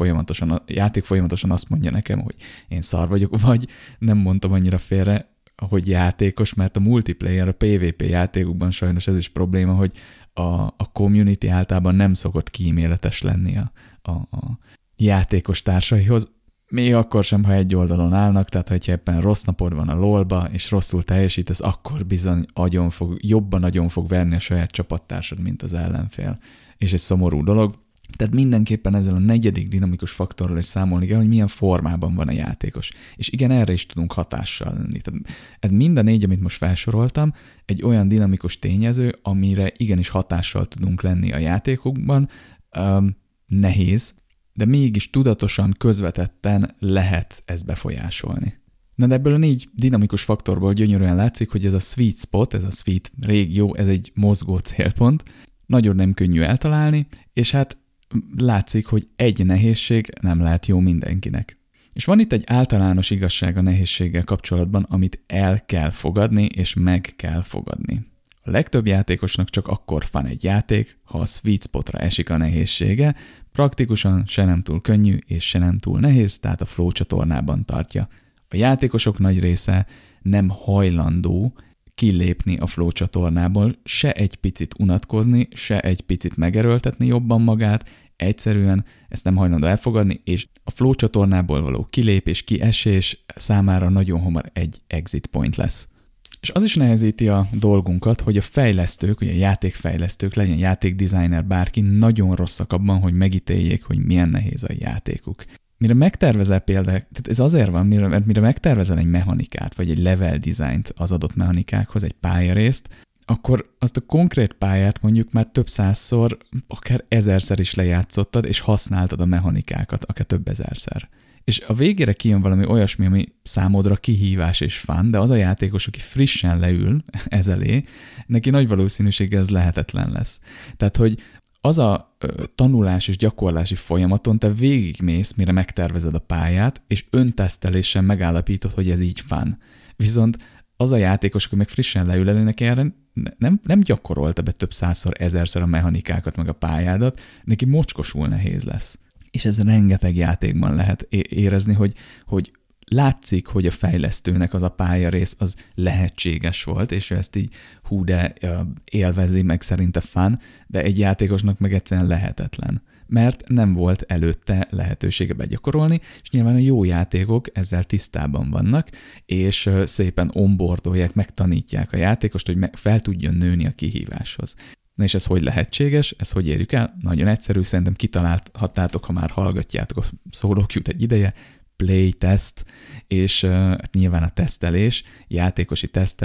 játék folyamatosan azt mondja nekem, hogy én szar vagyok, vagy nem mondtam annyira félre, hogy játékos, mert a multiplayer, a PvP játékokban sajnos ez is probléma, hogy a community általában nem szokott kíméletes lenni a játékos társaihoz, még akkor sem, ha egy oldalon állnak, tehát ha éppen rossz napod van a LoL-ba, és rosszul teljesítesz, akkor bizony jobban agyon fog verni a saját csapattársad, mint az ellenfél. És egy szomorú dolog. Tehát mindenképpen ezzel a negyedik dinamikus faktorral is számolni kell, hogy milyen formában van a játékos. És igen, erre is tudunk hatással lenni. Tehát ez mind a 4, amit most felsoroltam, egy olyan dinamikus tényező, amire igenis hatással tudunk lenni a játékokban. Nehéz, de mégis tudatosan, közvetetten lehet ezt befolyásolni. Na de ebből a 4 dinamikus faktorból gyönyörűen látszik, hogy ez a sweet spot, ez a sweet régió, ez egy mozgó célpont, nagyon nem könnyű eltalálni, és hát látszik, hogy egy nehézség nem lehet jó mindenkinek. És van itt egy általános igazság a nehézséggel kapcsolatban, amit el kell fogadni, és meg kell fogadni. A legtöbb játékosnak csak akkor van egy játék, ha a sweet spotra esik a nehézsége, praktikusan se nem túl könnyű, és se nem túl nehéz, tehát a flow csatornában tartja. A játékosok nagy része nem hajlandó kilépni a flow csatornából, se egy picit unatkozni, se egy picit megerőltetni jobban magát, egyszerűen ezt nem hajlandó elfogadni, és a flow csatornából való kilépés, kiesés számára nagyon hamar egy exit point lesz. És az is nehezíti a dolgunkat, hogy a fejlesztők, ugye a játékfejlesztők, legyen játékdesigner, bárki, nagyon rosszak abban, hogy megítéljék, hogy milyen nehéz a játékuk. Mire megtervezel például, tehát ez azért van, mire megtervezel egy mechanikát, vagy egy level designt az adott mechanikákhoz, egy pályarészt, akkor azt a konkrét pályát mondjuk már több százszor, akár 1000-szer is lejátszottad, és használtad a mechanikákat, akár több ezerszer. És a végére kijön valami olyasmi, ami számodra kihívás és fun, de az a játékos, aki frissen leül ez elé, neki nagy valószínűséggel ez lehetetlen lesz. Tehát, hogy az a tanulás és gyakorlási folyamaton te végigmész, mire megtervezed a pályát, és önteszteléssel megállapítod, hogy ez így fun. Viszont az a játékos, aki meg frissen leül elé, neki erre nem gyakorolta be több százszor, 1000-szer a mechanikákat, meg a pályádat, neki mocskosul nehéz lesz. És ez rengeteg játékban lehet érezni, hogy látszik, hogy a fejlesztőnek az a pályarész az lehetséges volt, és ő ezt így de élvezi, meg szerinte fun, de egy játékosnak meg egyszerűen lehetetlen. Mert nem volt előtte lehetősége begyakorolni, és nyilván a jó játékok ezzel tisztában vannak, és szépen onboardolják, megtanítják a játékost, hogy fel tudjon nőni a kihíváshoz. Na és ez hogy lehetséges, ez hogy érjük el? Nagyon egyszerű, szerintem kitalálhattátok, ha már hallgatjátok a Solo Queue-t egy ideje, playtest, és nyilván a tesztelés, játékosi tesztek,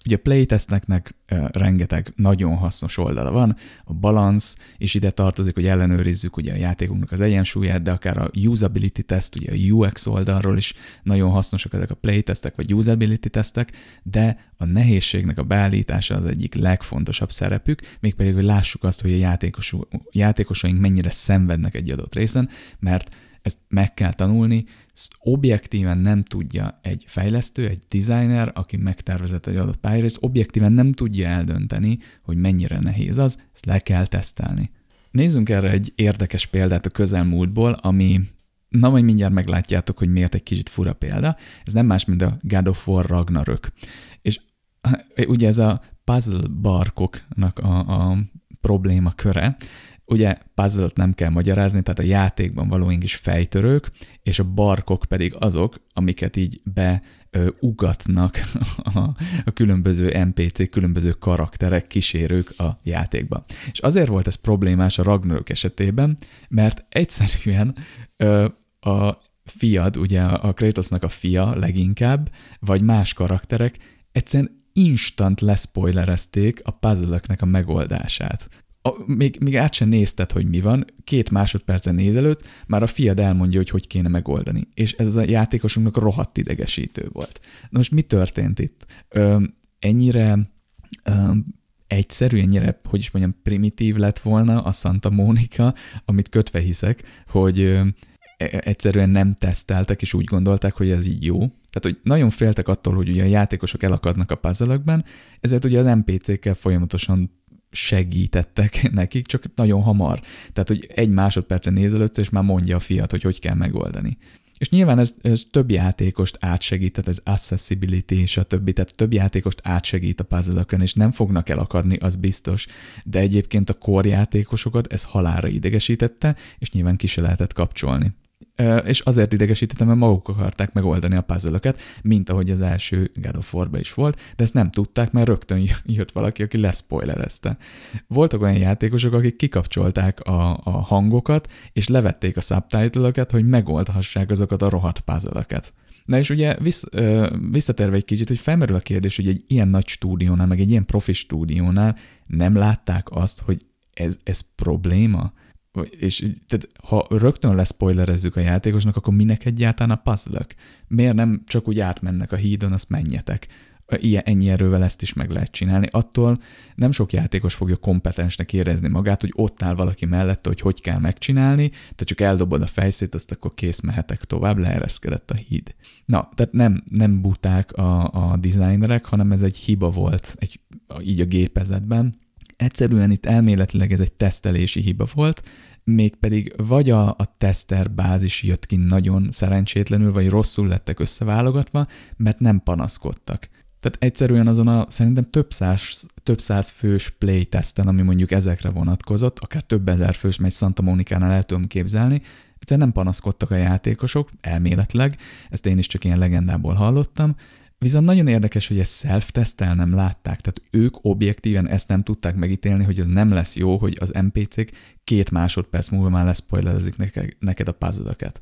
Ugye a playtestnek rengeteg nagyon hasznos oldala van, a balance is ide tartozik, hogy ellenőrizzük ugye a játékunknak az egyensúlyát, de akár a usability test, ugye a UX oldalról is nagyon hasznosak ezek a playtestek vagy usability testek, de a nehézségnek a beállítása az egyik legfontosabb szerepük, mégpedig, hogy lássuk azt, hogy a játékosaink mennyire szenvednek egy adott részen, mert ezt meg kell tanulni, ezt objektíven nem tudja egy fejlesztő, egy designer, aki megtervezett egy adott pályarészt, objektíven nem tudja eldönteni, hogy mennyire nehéz az, ezt le kell tesztelni. Nézzünk erre egy érdekes példát a közelmúltból, ami, na majd mindjárt meglátjátok, hogy miért egy kicsit fura példa. Ez nem más, mint a God of War Ragnarök. És ugye ez a puzzle barkoknak a probléma köre. Ugye puzzle-t nem kell magyarázni, tehát a játékban valóink is fejtörők, és a barkok pedig azok, amiket így beugatnak a különböző NPC, különböző karakterek, kísérők a játékba. És azért volt ez problémás a Ragnarök esetében, mert egyszerűen a fiad, ugye a Kratosnak a fia leginkább, vagy más karakterek egyszerűen instant leszpoilerezték a puzzle-öknek a megoldását. Még át sem nézted, hogy mi van, 2 másodpercen nézelőtt már a fiad elmondja, hogy kéne megoldani. És ez a játékosunknak rohadt idegesítő volt. Na most mi történt itt? Ennyire egyszerű, ennyire, hogy is mondjam, primitív lett volna a Santa Monica, amit kötve hiszek, hogy egyszerűen nem teszteltek, és úgy gondolták, hogy ez így jó. Tehát, hogy nagyon féltek attól, hogy ugye a játékosok elakadnak a puzzle-ökben, ezért ugye az NPC-kkel folyamatosan segítettek nekik, csak nagyon hamar. Tehát, hogy 1 másodpercen nézelődsz, és már mondja a fiat, hogy kell megoldani. És nyilván ez több játékost átsegít, ez accessibility és a többi, tehát több játékost átsegít a puzzle-ökön, és nem fognak elakadni, az biztos. De egyébként a core játékosokat ez halálra idegesítette, és nyilván ki se lehetett kapcsolni. És azért idegesítettem, mert maguk akarták megoldani a puzzle-öket, mint ahogy az első God of War-ban is volt, de ezt nem tudták, mert rögtön jött valaki, aki leszpoilerezte. Voltak olyan játékosok, akik kikapcsolták a hangokat, és levették a subtitle-öket, hogy megoldhassák azokat a rohadt puzzle-öket. Na és ugye visszatérve egy kicsit, hogy felmerül a kérdés, hogy egy ilyen nagy stúdiónál, meg egy ilyen profi stúdiónál nem látták azt, hogy ez probléma? És tehát, ha rögtön leszpoilerezzük a játékosnak, akkor minek egyáltalán a puzzle-ök? Miért nem csak úgy átmennek a hídon, azt menjetek? Ennyi erővel ezt is meg lehet csinálni. Attól nem sok játékos fogja kompetensnek érezni magát, hogy ott áll valaki mellette, hogy kell megcsinálni, te csak eldobod a fejszét, azt akkor kész, mehetek tovább, leereszkedett a híd. Na, tehát nem buták a designerek, hanem ez egy hiba volt így a gépezetben. Egyszerűen itt elméletileg ez egy tesztelési hiba volt, mégpedig vagy a teszter bázis jött ki nagyon szerencsétlenül, vagy rosszul lettek összeválogatva, mert nem panaszkodtak. Tehát egyszerűen azon szerintem több száz fős playtesten, ami mondjuk ezekre vonatkozott, akár több ezer fős, mert Santa Monicánál el tudom képzelni, egyszerűen nem panaszkodtak a játékosok, elméletileg, ezt én is csak ilyen legendából hallottam, viszont nagyon érdekes, hogy ezt self-tesztel nem látták, tehát ők objektíven ezt nem tudták megítélni, hogy ez nem lesz jó, hogy az NPC-k 2 másodperc múlva már leszpoilerezik neked a puzzle-öket.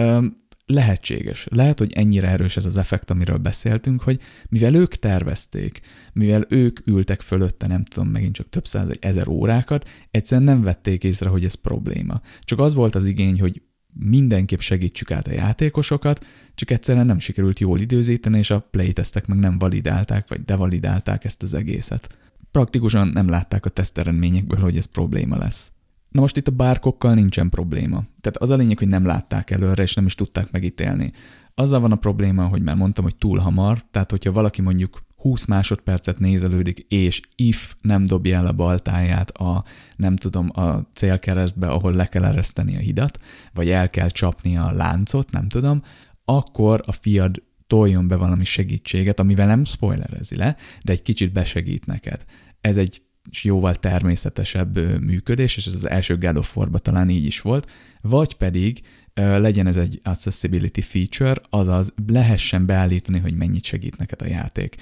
Lehetséges. Lehet, hogy ennyire erős ez az effekt, amiről beszéltünk, hogy mivel ők tervezték, mivel ők ültek fölötte, nem tudom, megint csak több száz, 1000 órákat, egyszerűen nem vették észre, hogy ez probléma. Csak az volt az igény, hogy mindenképp segítsük át a játékosokat, csak egyszerűen nem sikerült jól időzíteni, és a playtestek meg nem validálták, vagy devalidálták ezt az egészet. Praktikusan nem látták a teszteredményekből, hogy ez probléma lesz. Na most itt a bárkokkal nincsen probléma. Tehát az a lényeg, hogy nem látták előre, és nem is tudták megítélni. Azzal van a probléma, hogy már mondtam, hogy túl hamar, tehát hogyha valaki mondjuk 20 másodpercet nézelődik, és if nem dobja el a baltáját a célkeresztbe, ahol le kell ereszteni a hidat, vagy el kell csapni a láncot, nem tudom, akkor a fiad toljon be valami segítséget, amivel nem spoilerezi le, de egy kicsit besegít neked. Ez egy jóval természetesebb működés, és ez az első God of War-ban talán így is volt, vagy pedig legyen ez egy accessibility feature, azaz lehessen beállítani, hogy mennyit segít neked a játék.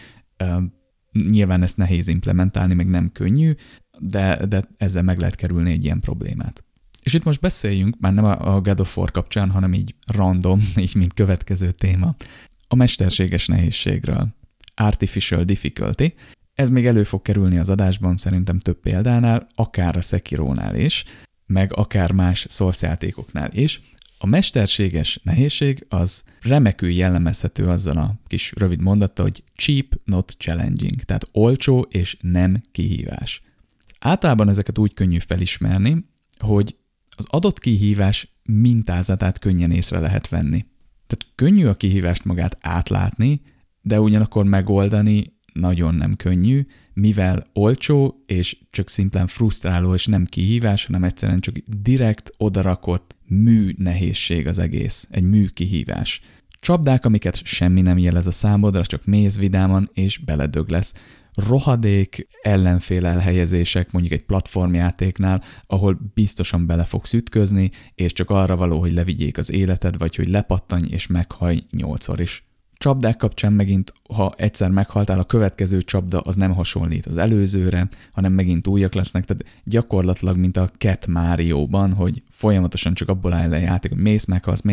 Nyilván ezt nehéz implementálni, meg nem könnyű, de ezzel meg lehet kerülni egy ilyen problémát. És itt most beszéljünk, már nem a God of War kapcsán, hanem így random, így mint következő téma, a mesterséges nehézségről. Artificial Difficulty. Ez még elő fog kerülni az adásban szerintem több példánál, akár a Sekirónál is, meg akár más Souls játékoknál is. A mesterséges nehézség az remekül jellemezhető azzal a kis rövid mondattal, hogy cheap, not challenging, tehát olcsó és nem kihívás. Általában ezeket úgy könnyű felismerni, hogy az adott kihívás mintázatát könnyen észre lehet venni. Tehát könnyű a kihívást magát átlátni, de ugyanakkor megoldani nagyon nem könnyű, mivel olcsó és csak szimplán frusztráló és nem kihívás, hanem egyszerűen csak direkt odarakott mű nehézség az egész, egy mű kihívás. Csapdák, amiket semmi nem jelez a számodra, csak mész vidáman és beledög lesz. Rohadék ellenfél elhelyezések, mondjuk egy platformjátéknál, ahol biztosan bele fogsz ütközni, és csak arra való, hogy levigyék az életed, vagy hogy lepattanj és meghaj 8-szor is. Csapdák kapcsán megint, ha egyszer meghaltál, a következő csapda az nem hasonlít az előzőre, hanem megint újak lesznek, tehát gyakorlatilag, mint a Cat Mario-ban, hogy folyamatosan csak abból áll a játék, hogy mész, meghalsz.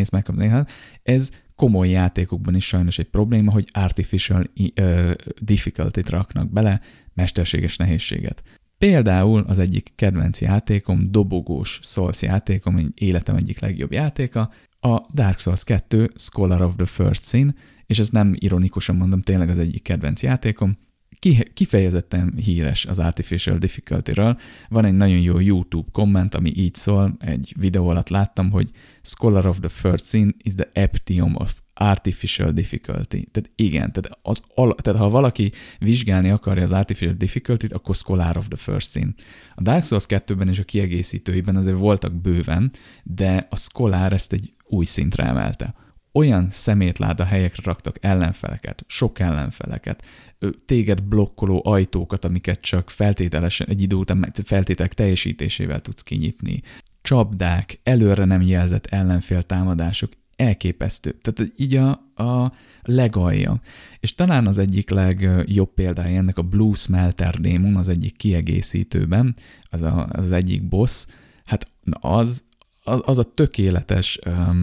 Ez komoly játékokban is sajnos egy probléma, hogy artificial difficulty-t raknak bele, mesterséges nehézséget. Például az egyik kedvenc játékom, dobogós Souls játékom, életem egyik legjobb játéka, a Dark Souls 2 Scholar of the First Sin, és ezt nem ironikusan mondom, tényleg az egyik kedvenc játékom. Kifejezetten híres az Artificial Difficulty-ről. Van egy nagyon jó YouTube komment, ami így szól, egy videó alatt láttam, hogy Scholar of the First Sin is the epitome of Artificial Difficulty. Tehát igen, tehát ha valaki vizsgálni akarja az Artificial Difficulty-t, akkor Scholar of the First Sin. A Dark Souls 2-ben és a kiegészítőiben azért voltak bőven, de a Scholar ezt egy új szintre emelte. Olyan szemétláda helyekre raktak ellenfeleket, sok ellenfeleket, téged blokkoló ajtókat, amiket csak feltételesen egy idő után feltételek teljesítésével tudsz kinyitni. Csapdák, előre nem jelzett ellenfél támadások, elképesztő. Tehát így a legalja. És talán az egyik legjobb példája ennek a Blue Smelter démon az egyik kiegészítőben, az egyik boss, hát az a tökéletes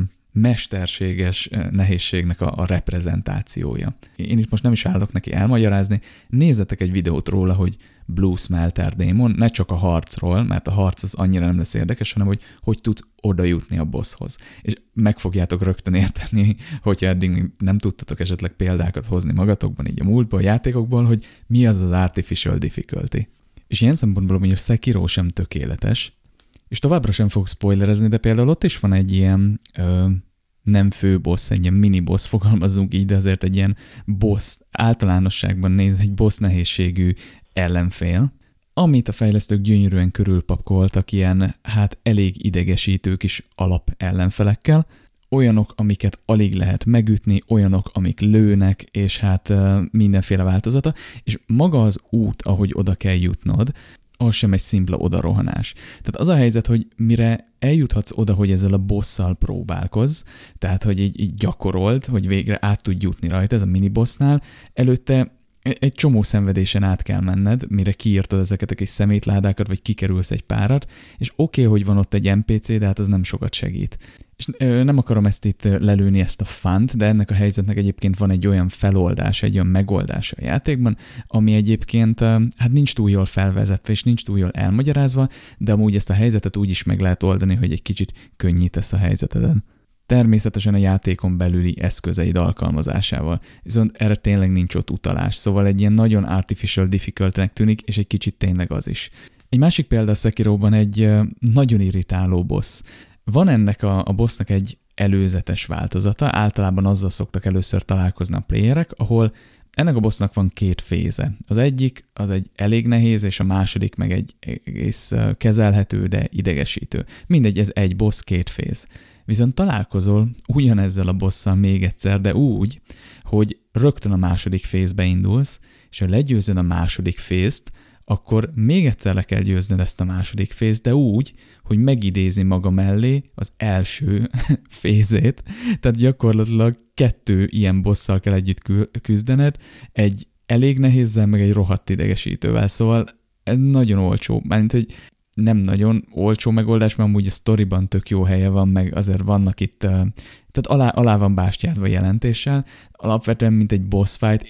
mesterséges nehézségnek a reprezentációja. Én itt most nem is állok neki elmagyarázni, nézzetek egy videót róla, hogy Blue Smelter Demon, ne csak a harcról, mert a harc az annyira nem lesz érdekes, hanem hogy tudsz oda jutni a bosshoz. És meg fogjátok rögtön érteni, hogyha eddig nem tudtatok esetleg példákat hozni magatokban, így a múltból, a játékokból, hogy mi az Artificial Difficulty. És ilyen szempontból, hogy a Sekiro sem tökéletes, és továbbra sem fogok spoilerezni, de például ott is van egy ilyen nem főbossz, egy ilyen mini-boss, fogalmazunk így, de azért egy ilyen boss, általánosságban nézve egy boss nehézségű ellenfél, amit a fejlesztők gyönyörűen körülpakoltak ilyen, hát elég idegesítő kis alap ellenfelekkel, olyanok, amiket alig lehet megütni, olyanok, amik lőnek, és hát mindenféle változata, és maga az út, ahogy oda kell jutnod, az sem egy szimpla odarohanás. Tehát az a helyzet, hogy mire eljuthatsz oda, hogy ezzel a bosszal próbálkozz, tehát hogy így gyakorold, hogy végre át tudj jutni rajta, ez a minibossnál, előtte egy csomó szenvedésen át kell menned, mire kiírtad ezeket a kis szemétládákat, vagy kikerülsz egy párat, és oké, hogy van ott egy NPC, de hát az nem sokat segít. És nem akarom ezt itt lelőni, ezt a fant, de ennek a helyzetnek egyébként van egy olyan feloldás, egy olyan megoldás a játékban, ami egyébként hát nincs túl jól felvezetve, és nincs túl jól elmagyarázva, de amúgy ezt a helyzetet úgy is meg lehet oldani, hogy egy kicsit könnyítesz a helyzeteden. Természetesen a játékon belüli eszközeid alkalmazásával, viszont erre tényleg nincs ott utalás, szóval egy ilyen nagyon artificial difficulty-nek tűnik, és egy kicsit tényleg az is. Egy másik példa a Sekiroban egy nagyon irritáló boss. Van ennek a bossnak egy előzetes változata, általában azzal szoktak először találkozni a playerek, ahol ennek a bossnak van két féze. Az egyik az egy elég nehéz, és a második meg egy egész kezelhető, de idegesítő. Mindegy, ez egy boss, két féz. Viszont találkozol ugyanezzel a bosszal még egyszer, de úgy, hogy rögtön a második fézbe indulsz, és ha legyőzöd a második fézt, akkor még egyszer le kell győznöd ezt a második fézt, de úgy, hogy megidézi maga mellé az első fézét, tehát gyakorlatilag 2 ilyen bosszal kell együtt küzdened, egy elég nehézzel, meg egy rohadt idegesítővel, szóval ez nagyon olcsó, mármint, hogy nem nagyon olcsó megoldás, mert amúgy a sztoriban tök jó helye van, meg azért vannak itt, tehát alá van bástyázva jelentéssel, alapvetően mint egy boss fight, én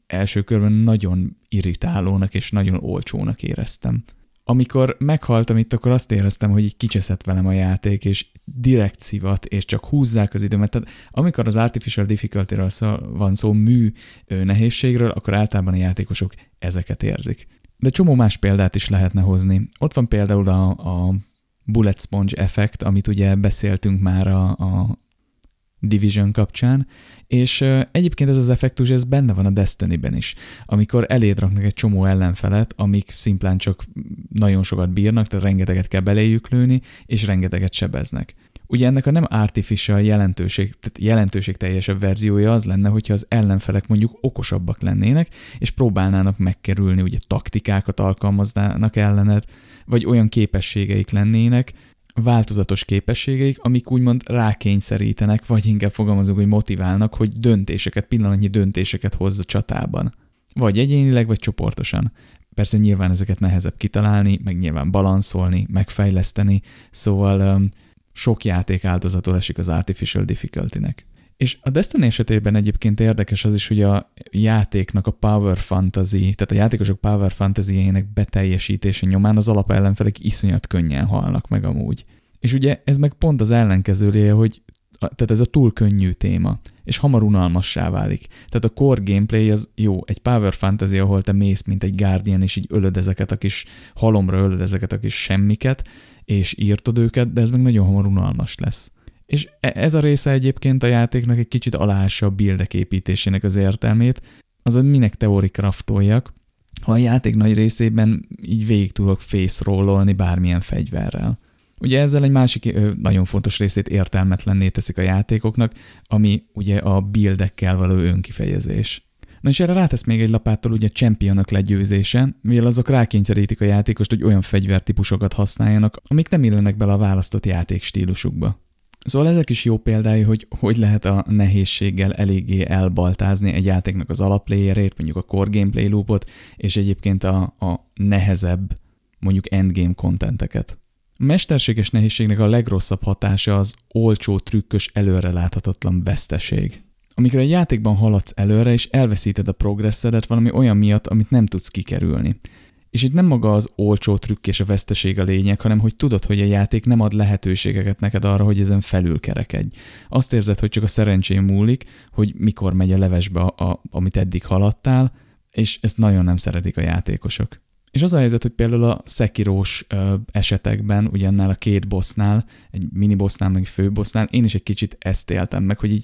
első körben nagyon irritálónak és nagyon olcsónak éreztem. Amikor meghaltam itt, akkor azt éreztem, hogy így kicseszett velem a játék, és direkt szivat, és csak húzzák az időmet. Tehát amikor az Artificial Difficulty-ről van szó, mű nehézségről, akkor általában a játékosok ezeket érzik. De csomó más példát is lehetne hozni. Ott van például a Bullet Sponge effekt, amit ugye beszéltünk már a Division kapcsán, és egyébként ez az effektus, ez benne van a Destiny-ben is, amikor eléd raknak egy csomó ellenfelet, amik szimplán csak nagyon sokat bírnak, tehát rengeteget kell beléjük lőni, és rengeteget sebeznek. Ugye ennek a nem artificial tehát jelentőségteljesebb verziója az lenne, hogyha az ellenfelek mondjuk okosabbak lennének, és próbálnának megkerülni, ugye taktikákat alkalmaznának ellened, vagy olyan képességeik lennének, változatos képességeik, amik úgymond rákényszerítenek, vagy inkább fogalmazunk, hogy motiválnak, hogy pillanatnyi döntéseket hozz a csatában. Vagy egyénileg, vagy csoportosan. Persze nyilván ezeket nehezebb kitalálni, meg nyilván balanszolni, megfejleszteni, szóval sok játék áldozatul esik az Artificial Difficulty-nek. És a Destiny esetében egyébként érdekes az is, hogy a játéknak a power fantasy, tehát a játékosok power fantasy-jének beteljesítése nyomán az alapellenfelek iszonyat könnyen halnak meg amúgy. És ugye ez meg pont az ellenkezője, hogy tehát ez a túl könnyű téma, és hamar unalmassá válik. Tehát a core gameplay az jó, egy power fantasy, ahol te mész, mint egy Guardian, és így ölöd ezeket a kis halomra, ölöd ezeket a kis semmiket, és írtod őket, de ez meg nagyon hamar unalmas lesz. És ez a része egyébként a játéknak egy kicsit aláássa a buildek építésének az értelmét, azaz minek teoricraftoljak, ha a játék nagy részében így végig tudok face-rollolni bármilyen fegyverrel. Ugye ezzel egy másik nagyon fontos részét értelmetlenné teszik a játékoknak, ami ugye a buildekkel való önkifejezés. Na és erre rátesz még egy lapáttal ugye championok legyőzése, mivel azok rákényszerítik a játékost, hogy olyan fegyvertípusokat használjanak, amik nem illenek bele a választott játékstílusukba. Szóval ezek is jó példái, hogy lehet a nehézséggel eléggé elbaltázni egy játéknak az alaplayerét, mondjuk a core gameplay loopot, és egyébként a nehezebb, mondjuk endgame contenteket. A mesterséges nehézségnek a legrosszabb hatása az olcsó, trükkös, előreláthatatlan veszteség. Amikor egy játékban haladsz előre, és elveszíted a progresszedet valami olyan miatt, amit nem tudsz kikerülni. És itt nem maga az olcsó trükk és a veszteség a lényeg, hanem hogy tudod, hogy a játék nem ad lehetőségeket neked arra, hogy ezen felülkerekedj. Azt érzed, hogy csak a szerencsém múlik, hogy mikor megy a levesbe, amit eddig haladtál, és ezt nagyon nem szeretik a játékosok. És az a helyzet, hogy például a Sekirós esetekben, ugye annál a két bossnál, egy minibossnál, meg egy főbossnál, én is egy kicsit ezt éltem meg, hogy így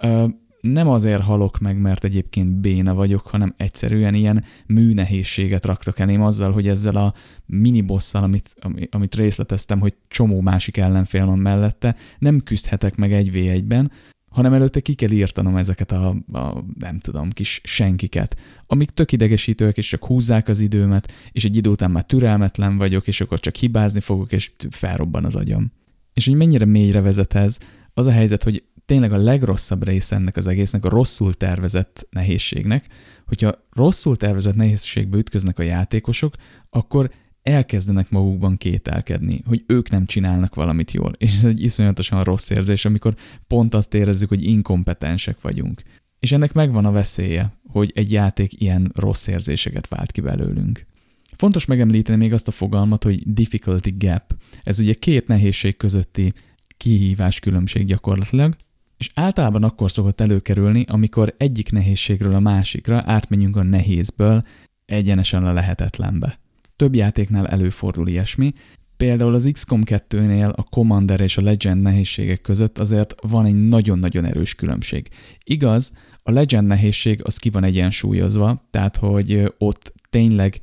nem azért halok meg, mert egyébként béna vagyok, hanem egyszerűen ilyen műnehézséget raktak elém azzal, hogy ezzel a minibosszal, amit részleteztem, hogy csomó másik ellenfél van mellette, nem küzdhetek meg 1v1-ben, hanem előtte ki kell írtanom ezeket a nem tudom, kis senkiket, amik tök idegesítőek, és csak húzzák az időmet, és egy idő után már türelmetlen vagyok, és akkor csak hibázni fogok, és felrobban az agyam. És hogy mennyire mélyre vezet ez, az a helyzet, hogy tényleg a legrosszabb része ennek az egésznek a rosszul tervezett nehézségnek, hogyha rosszul tervezett nehézségbe ütköznek a játékosok, akkor elkezdenek magukban kételkedni, hogy ők nem csinálnak valamit jól. És ez egy iszonyatosan rossz érzés, amikor pont azt érezzük, hogy inkompetensek vagyunk. És ennek megvan a veszélye, hogy egy játék ilyen rossz érzéseket vált ki belőlünk. Fontos megemlíteni még azt a fogalmat, hogy difficulty gap. Ez ugye két nehézség közötti kihívás különbség gyakorlatilag, és általában akkor szokott előkerülni, amikor egyik nehézségről a másikra átmenjünk a nehézből egyenesen a lehetetlenbe. Több játéknál előfordul ilyesmi, például az XCOM 2-nél a Commander és a Legend nehézségek között azért van egy nagyon-nagyon erős különbség. Igaz, a Legend nehézség az ki van egyensúlyozva, tehát hogy ott tényleg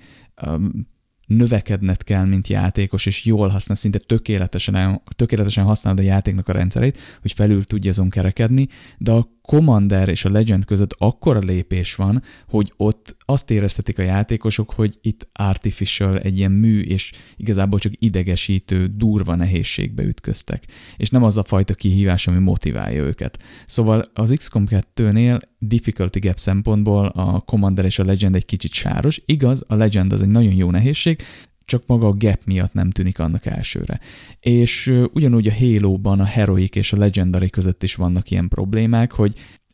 növekedned kell, mint játékos, és jól használ, szinte tökéletesen használod a játéknak a rendszerét, hogy felül tudj azon kerekedni, de a Commander és a Legend között akkora lépés van, hogy ott azt éreztetik a játékosok, hogy itt artificial, egy ilyen mű, és igazából csak idegesítő, durva nehézségbe ütköztek. És nem az a fajta kihívás, ami motiválja őket. Szóval az XCOM 2-nél difficulty gap szempontból a Commander és a Legend egy kicsit sáros. Igaz, a Legend az egy nagyon jó nehézség, csak maga a gap miatt nem tűnik annak elsőre. És ugyanúgy a Halo-ban a Heroic és a Legendary között is vannak ilyen problémák, hogy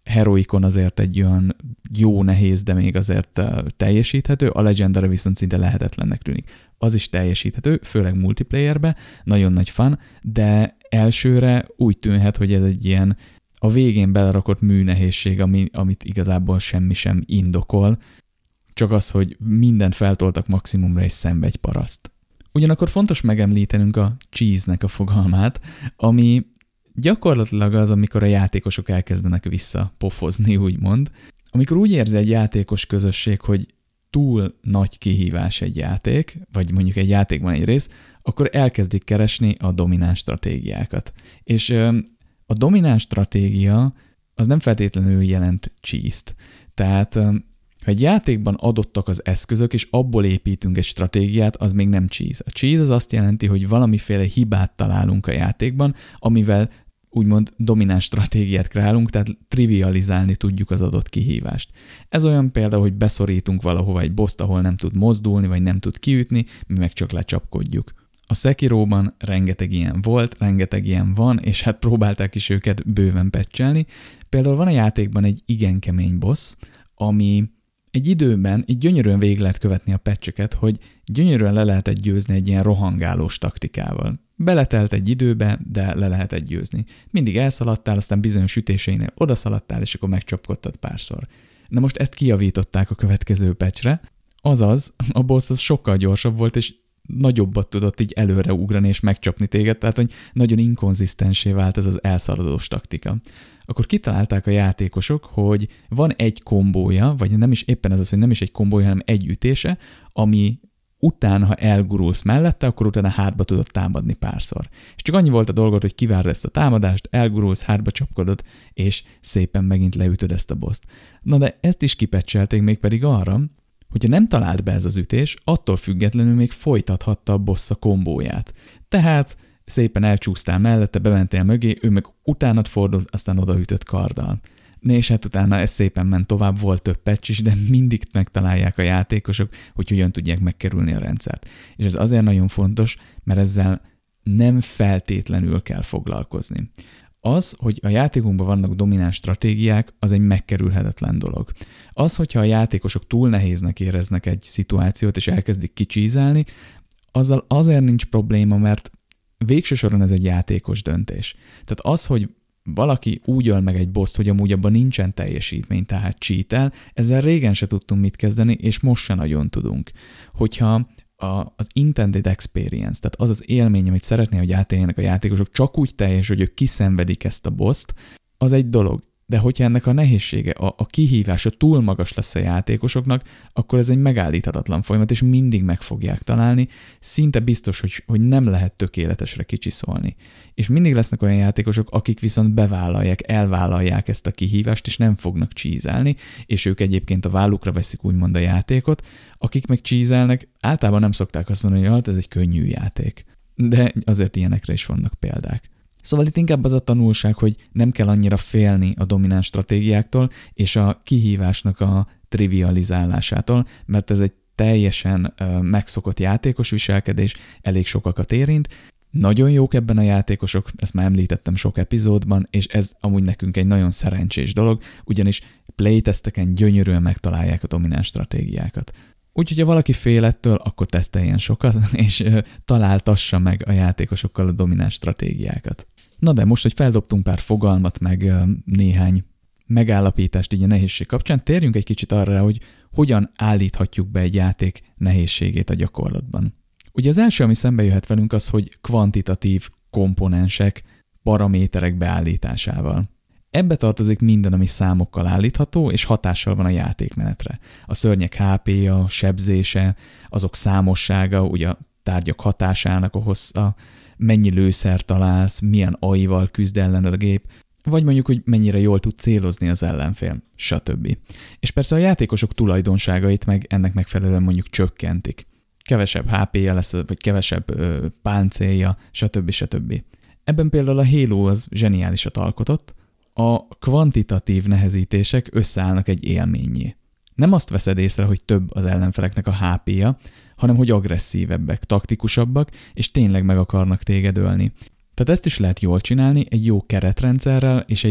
Heroikon azért egy olyan jó nehéz, de még azért teljesíthető, a Legendary viszont szinte lehetetlennek tűnik. Az is teljesíthető, főleg multiplayerbe, nagyon nagy fun, de elsőre úgy tűnhet, hogy ez egy ilyen a végén belerakott műnehézség, amit igazából semmi sem indokol, csak az, hogy mindent feltoltak maximumra és szenvedj paraszt. Ugyanakkor fontos megemlítenünk a cheese-nek a fogalmát, ami gyakorlatilag az, amikor a játékosok elkezdenek visszapofozni, úgymond. Amikor úgy érzi egy játékos közösség, hogy túl nagy kihívás egy játék, vagy mondjuk egy játékban egy rész, akkor elkezdik keresni a domináns stratégiákat. És a domináns stratégia az nem feltétlenül jelent cheese-t. Tehát ha egy játékban adottak az eszközök, és abból építünk egy stratégiát, az még nem cheese. A cheese az azt jelenti, hogy valamiféle hibát találunk a játékban, amivel úgymond domináns stratégiát kreálunk, tehát trivializálni tudjuk az adott kihívást. Ez olyan példa, hogy beszorítunk valahova egy boszt, ahol nem tud mozdulni, vagy nem tud kiütni, mi meg csak lecsapkodjuk. A Sekiroban rengeteg ilyen volt, rengeteg ilyen van, és hát próbálták is őket bőven patchelni. Például van a játékban egy igen kemény boss, ami egy időben így gyönyörűen végig lehet követni a patcheket, hogy gyönyörűen le lehetett győzni egy ilyen rohangálós taktikával. Beletelt egy időbe, de le lehetett győzni. Mindig elszaladtál, aztán bizonyos ütéseinél odaszaladtál, és akkor megcsapkodtad párszor. Na most ezt kijavították a következő patchre, azaz a boss az sokkal gyorsabb volt, és nagyobbat tudott így előre ugrani és megcsapni téged, tehát hogy nagyon inkonzisztensé vált ez az elszaladós taktika. Akkor kitalálták a játékosok, hogy van egy kombója, vagy nem is éppen ez az, hogy nem is egy kombója, hanem egy ütése, ami utána, ha elgurulsz mellette, akkor utána hátba tudod támadni párszor. És csak annyi volt a dolgod, hogy kivárd ezt a támadást, elgurulsz, hátba csapkodod, és szépen megint leütöd ezt a boszt. Na de ezt is kipecselték még pedig arra, hogyha nem talált be ez az ütés, attól függetlenül még folytathatta a boss a kombóját. Tehát szépen elcsúsztál mellette, bementél mögé, ő meg utánad fordult, aztán odaütött karddal. És hát utána ez szépen ment tovább, volt több patch is, de mindig megtalálják a játékosok, hogy hogyan tudják megkerülni a rendszert. És ez azért nagyon fontos, mert ezzel nem feltétlenül kell foglalkozni. Az, hogy a játékunkban vannak domináns stratégiák, az egy megkerülhetetlen dolog. Az, hogyha a játékosok túl nehéznek éreznek egy szituációt, és elkezdik kicsízelni, azzal azért nincs probléma, mert végső soron ez egy játékos döntés. Tehát az, hogy valaki úgy öl meg egy boszt, hogy amúgy abban nincsen teljesítmény, tehát cheatel, ezzel régen se tudtunk mit kezdeni, és most se nagyon tudunk. Hogyha az intended experience, tehát az az élmény, amit szeretné, hogy átéljenek a játékosok, csak úgy teljes, hogy ők kiszenvedik ezt a boszt, az egy dolog. De hogyha ennek a nehézsége, a kihívása túl magas lesz a játékosoknak, akkor ez egy megállíthatatlan folyamat, és mindig meg fogják találni. Szinte biztos, hogy nem lehet tökéletesre kicsiszolni. És mindig lesznek olyan játékosok, akik viszont bevállalják, elvállalják ezt a kihívást, és nem fognak csízelni, és ők egyébként a vállukra veszik úgymond a játékot. Akik meg csízelnek, általában nem szokták azt mondani, hogy hát ez egy könnyű játék. De azért ilyenekre is vannak példák. Szóval itt inkább az a tanulság, hogy nem kell annyira félni a domináns stratégiáktól és a kihívásnak a trivializálásától, mert ez egy teljesen megszokott játékos viselkedés, elég sokakat érint. Nagyon jók ebben a játékosok, ezt már említettem sok epizódban, és ez amúgy nekünk egy nagyon szerencsés dolog, ugyanis playtesteken gyönyörűen megtalálják a domináns stratégiákat. Úgyhogy ha valaki fél ettől, akkor teszteljen sokat, és találtassa meg a játékosokkal a domináns stratégiákat. Na de most, hogy feldobtunk pár fogalmat, meg néhány megállapítást így a nehézség kapcsán, térjünk egy kicsit arra, hogy hogyan állíthatjuk be egy játék nehézségét a gyakorlatban. Ugye az első, ami szembe jöhet velünk, az, hogy kvantitatív komponensek, paraméterek beállításával. Ebbe tartozik minden, ami számokkal állítható, és hatással van a játékmenetre. A szörnyek HP-ja, sebzése, azok számossága, ugye a tárgyak hatásának a hossza, mennyi lőszer találsz, milyen AI-val küzd ellened a gép, vagy mondjuk, hogy mennyire jól tud célozni az ellenfél, stb. És persze a játékosok tulajdonságait meg ennek megfelelően mondjuk csökkentik. Kevesebb HP-ja lesz, vagy kevesebb páncélja, stb. Ebben például a Halo az zseniálisat alkotott, a kvantitatív nehezítések összeállnak egy élménnyé. Nem azt veszed észre, hogy több az ellenfeleknek a HP-ja, hanem hogy agresszívebbek, taktikusabbak, és tényleg meg akarnak téged ölni. Tehát ezt is lehet jól csinálni egy jó keretrendszerrel és egy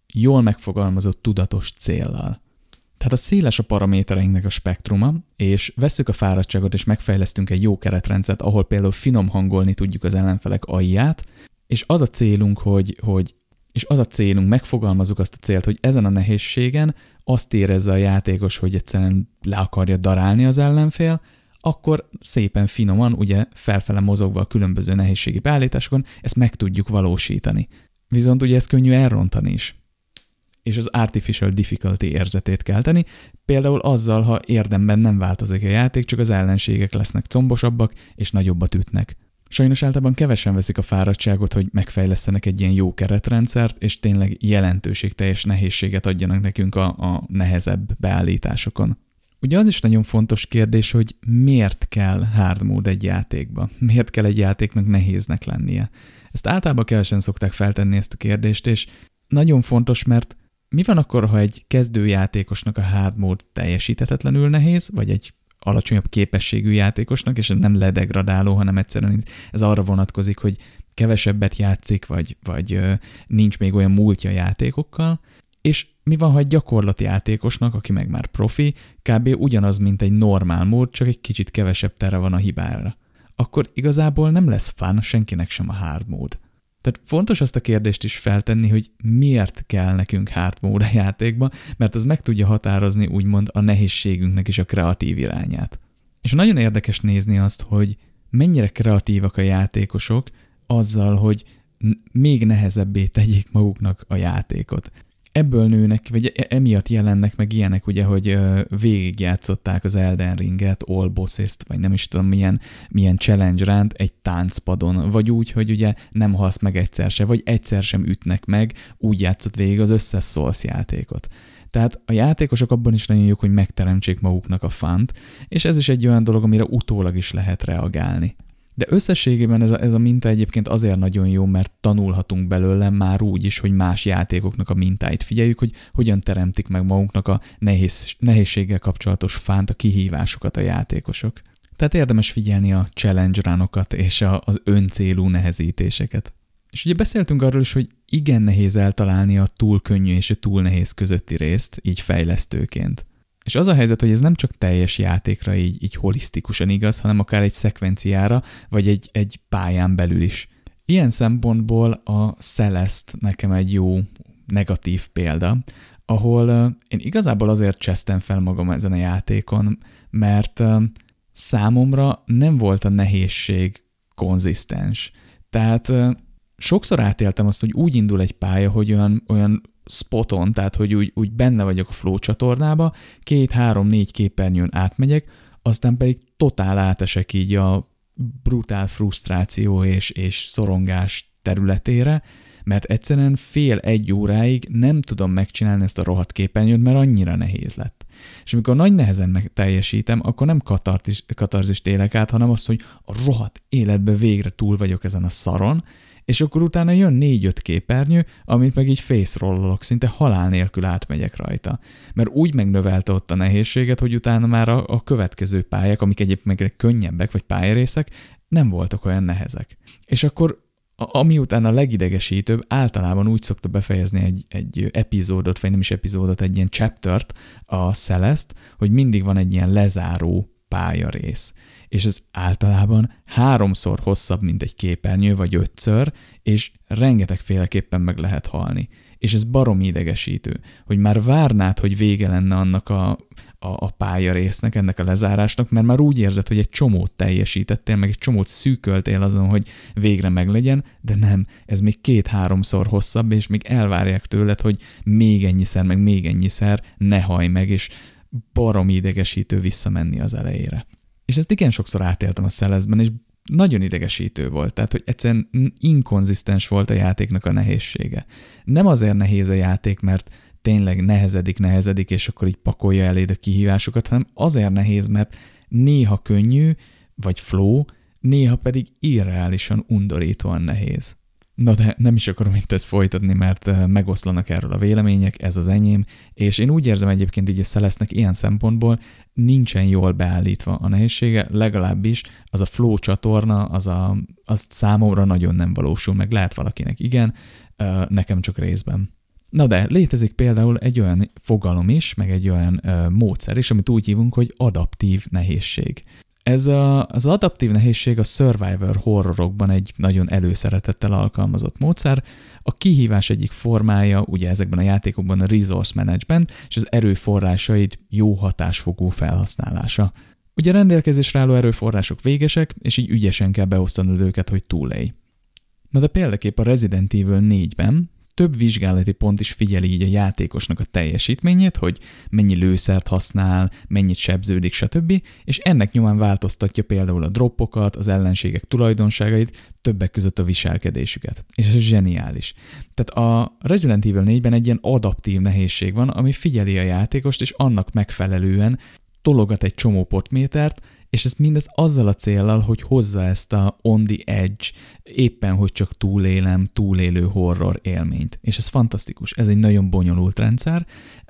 jól megfogalmazott tudatos céllal. Tehát a széles a paramétereinknek a spektruma, és vesszük a fáradtságot, és megfejlesztünk egy jó keretrendszert, ahol például finom hangolni tudjuk az ellenfelek alját, és az a célunk, megfogalmazzuk azt a célt, hogy ezen a nehézségen azt érezze a játékos, hogy egyszerűen le akarja darálni az ellenfél, akkor szépen finoman, ugye felfele mozogva a különböző nehézségi beállításokon ezt meg tudjuk valósítani. Viszont ugye ez könnyű elrontani is. És az artificial difficulty érzetét kelteni, például azzal, ha érdemben nem változik a játék, csak az ellenségek lesznek combosabbak és nagyobbat ütnek. Sajnos általában kevesen veszik a fáradtságot, hogy megfejlesztenek egy ilyen jó keretrendszert, és tényleg jelentőségteljes nehézséget adjanak nekünk a nehezebb beállításokon. Ugye az is nagyon fontos kérdés, hogy miért kell hard mode egy játékba? Miért kell egy játéknak nehéznek lennie? Ezt általában kevesen szokták feltenni ezt a kérdést, és nagyon fontos, mert mi van akkor, ha egy kezdőjátékosnak a hard mode teljesíthetetlenül nehéz, vagy egy alacsonyabb képességű játékosnak, és ez nem ledegradáló, hanem egyszerűen ez arra vonatkozik, hogy kevesebbet játszik, vagy nincs még olyan múltja játékokkal, és mi van, ha egy gyakorlati játékosnak, aki meg már profi, kb. Ugyanaz, mint egy normál mód, csak egy kicsit kevesebb tere van a hibára. Akkor igazából nem lesz fun senkinek sem a hard mode. Tehát fontos azt a kérdést is feltenni, hogy miért kell nekünk hard mode a játékba, mert az meg tudja határozni úgymond a nehézségünknek is a kreatív irányát. És nagyon érdekes nézni azt, hogy mennyire kreatívak a játékosok azzal, hogy még nehezebbé tegyék maguknak a játékot. Ebből nőnek, vagy emiatt jelennek meg ilyenek, ugye, hogy végigjátszották az Elden Ringet, All Bossest, vagy nem is tudom milyen challenge ránt egy táncpadon, vagy úgy, hogy ugye nem halsz meg egyszer se, vagy egyszer sem ütnek meg, úgy játszott végig az összes Souls játékot. Tehát a játékosok abban is nagyon jók, hogy megteremtsék maguknak a fant, és ez is egy olyan dolog, amire utólag is lehet reagálni. De összességében ez a minta egyébként azért nagyon jó, mert tanulhatunk belőle már úgy is, hogy más játékoknak a mintáit figyeljük, hogy hogyan teremtik meg magunknak a nehézséggel kapcsolatos fánt, a kihívásokat a játékosok. Tehát érdemes figyelni a challenge runokat és az öncélú nehezítéseket. És ugye beszéltünk arról is, hogy igen nehéz eltalálni a túl könnyű és a túl nehéz közötti részt, így fejlesztőként. És az a helyzet, hogy ez nem csak teljes játékra így holisztikusan igaz, hanem akár egy szekvenciára, vagy egy pályán belül is. Ilyen szempontból a Celeste nekem egy jó negatív példa, ahol én igazából azért csesztem fel magam ezen a játékon, mert számomra nem volt a nehézség konzisztens. Tehát sokszor átéltem azt, hogy úgy indul egy pálya, hogy olyan spoton, tehát hogy úgy benne vagyok a flow csatornába, 2-3-4 képernyőn átmegyek, aztán pedig totál átesek így a brutál frusztráció és szorongás területére, mert egyszerűen fél-egy óráig nem tudom megcsinálni ezt a rohadt képernyőt, mert annyira nehéz lett. És amikor nagy nehezen teljesítem, akkor nem katarzist élek át, hanem azt, hogy a rohadt életben végre túl vagyok ezen a szaron, és akkor utána jön 4-5 képernyő, amit meg így face-rollolok, szinte halál nélkül átmegyek rajta. Mert úgy megnövelte ott a nehézséget, hogy utána már a következő pályák, amik egyébként meg könnyebbek, vagy pályarészek, nem voltak olyan nehezek. És akkor ami utána a legidegesítőbb, általában úgy szokta befejezni egy epizódot, vagy nem is epizódot, egy ilyen chaptert a Celeste, hogy mindig van egy ilyen lezáró pályarész. És ez általában 3-szor hosszabb, mint egy képernyő, vagy 5-ször, és rengetegféleképpen meg lehet halni. És ez baromi idegesítő, hogy már várnád, hogy vége lenne annak a pályarésznek, ennek a lezárásnak, mert már úgy érzed, hogy egy csomót teljesítettél, meg egy csomót szűköltél azon, hogy végre meglegyen, de nem, ez még 2-3-szor hosszabb, és még elvárják tőled, hogy még ennyiszer, meg még ennyiszer ne hajj meg, és baromi idegesítő visszamenni az elejére. És ezt igen sokszor átéltem a Celeste-ben, és nagyon idegesítő volt, tehát hogy egyszerűen inkonzisztens volt a játéknak a nehézsége. Nem azért nehéz a játék, mert tényleg nehezedik, és akkor így pakolja eléd a kihívásokat, hanem azért nehéz, mert néha könnyű, vagy flow, néha pedig irreálisan undorítóan nehéz. Na de nem is akarom itt ezt folytatni, mert megoszlanak erről a vélemények, ez az enyém, és én úgy érzem egyébként így a Celeste-nek ilyen szempontból nincsen jól beállítva a nehézsége, legalábbis az a flow csatorna, az számomra nagyon nem valósul meg, lehet valakinek igen, nekem csak részben. Na de létezik például egy olyan fogalom is, meg egy olyan módszer is, amit úgy hívunk, hogy adaptív nehézség. Az adaptív nehézség a survivor horrorokban egy nagyon előszeretettel alkalmazott módszer. A kihívás egyik formája ugye ezekben a játékokban a resource management és az erőforrásaid jó hatásfokú felhasználása. Ugye rendelkezésre álló erőforrások végesek, és így ügyesen kell beosztanod őket, hogy túlélj. Na de példaképp a Resident Evil 4-ben több vizsgálati pont is figyeli így a játékosnak a teljesítményét, hogy mennyi lőszert használ, mennyit sebződik, stb. És ennek nyomán változtatja például a droppokat, az ellenségek tulajdonságait, többek között a viselkedésüket. És ez zseniális. Tehát a Resident Evil 4-ben egy ilyen adaptív nehézség van, ami figyeli a játékost, és annak megfelelően tologat egy csomó portmétert, és ez mindez azzal a céllal, hogy hozza ezt a on the edge, éppen hogy csak túlélő horror élményt. És ez fantasztikus, ez egy nagyon bonyolult rendszer,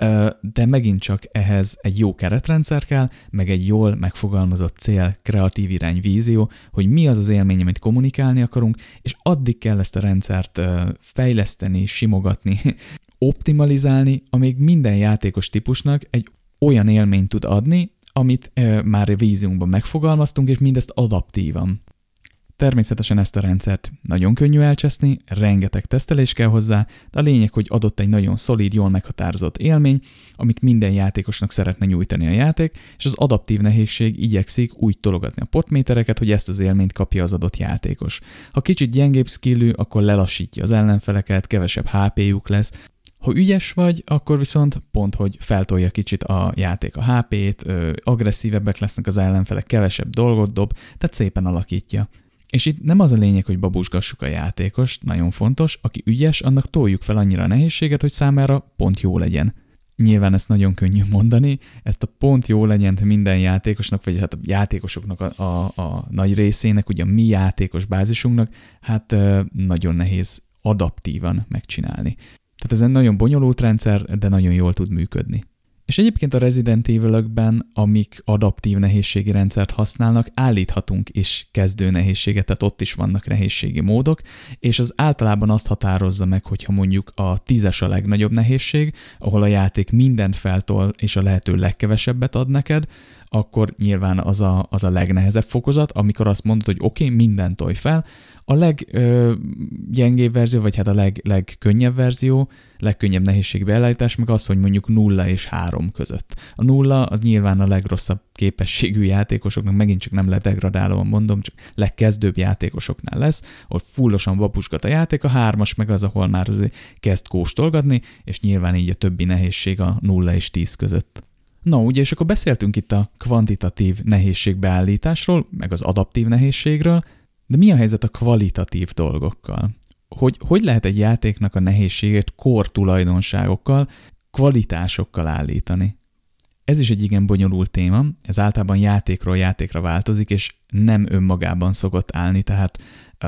de megint csak ehhez egy jó keretrendszer kell, meg egy jól megfogalmazott cél, kreatív irány, vízió, hogy mi az az élmény, amit kommunikálni akarunk, és addig kell ezt a rendszert fejleszteni, simogatni, optimalizálni, amíg minden játékos típusnak egy olyan élményt tud adni, amit már a víziunkban megfogalmaztunk, és mindezt adaptívan. Természetesen ezt a rendszert nagyon könnyű elcseszni, rengeteg tesztelés kell hozzá, de a lényeg, hogy adott egy nagyon szolid, jól meghatározott élmény, amit minden játékosnak szeretne nyújtani a játék, és az adaptív nehézség igyekszik úgy tologatni a portmétereket, hogy ezt az élményt kapja az adott játékos. Ha kicsit gyengébb skillű, akkor lelassítja az ellenfeleket, kevesebb HP-juk lesz. Ha ügyes vagy, akkor viszont pont, hogy feltolja kicsit a játék a HP-t, agresszívebbek lesznek az ellenfelek, kevesebb dolgot dob, tehát szépen alakítja. És itt nem az a lényeg, hogy babusgassuk a játékost, nagyon fontos, aki ügyes, annak toljuk fel annyira a nehézséget, hogy számára pont jó legyen. Nyilván ezt nagyon könnyű mondani, ezt a pont jó legyen minden játékosnak, vagy hát a játékosoknak a nagy részének, ugye a mi játékos bázisunknak, hát nagyon nehéz adaptívan megcsinálni. Tehát ez egy nagyon bonyolult rendszer, de nagyon jól tud működni. És egyébként a Resident Evil-ökben, amik adaptív nehézségi rendszert használnak, állíthatunk is kezdő nehézséget, tehát ott is vannak nehézségi módok, és az általában azt határozza meg, hogyha mondjuk a 10-es a legnagyobb nehézség, ahol a játék mindent feltol, és a lehető legkevesebbet ad neked, akkor nyilván az a legnehezebb fokozat, amikor azt mondod, hogy oké, mindent tolj fel. A leggyengébb verzió, vagy hát a legkönnyebb verzió, legkönnyebb nehézség beállítás, meg az, hogy mondjuk 0 és 3 között. A 0 az nyilván a legrosszabb képességű játékosoknak, megint csak nem ledegradálóan mondom, csak legkezdőbb játékosoknál lesz, ahol fullosan babusgat a játék, a 3-as meg az, ahol már azért kezd kóstolgatni, és nyilván így a többi nehézség a 0 és 10 között. Na ugye, és akkor beszéltünk itt a kvantitatív nehézségbeállításról, meg az adaptív nehézségről, de mi a helyzet a kvalitatív dolgokkal? Hogy lehet egy játéknak a nehézségét core tulajdonságokkal, kvalitásokkal állítani? Ez is egy igen bonyolult téma, ez általában játékról játékra változik, és nem önmagában szokott állni, tehát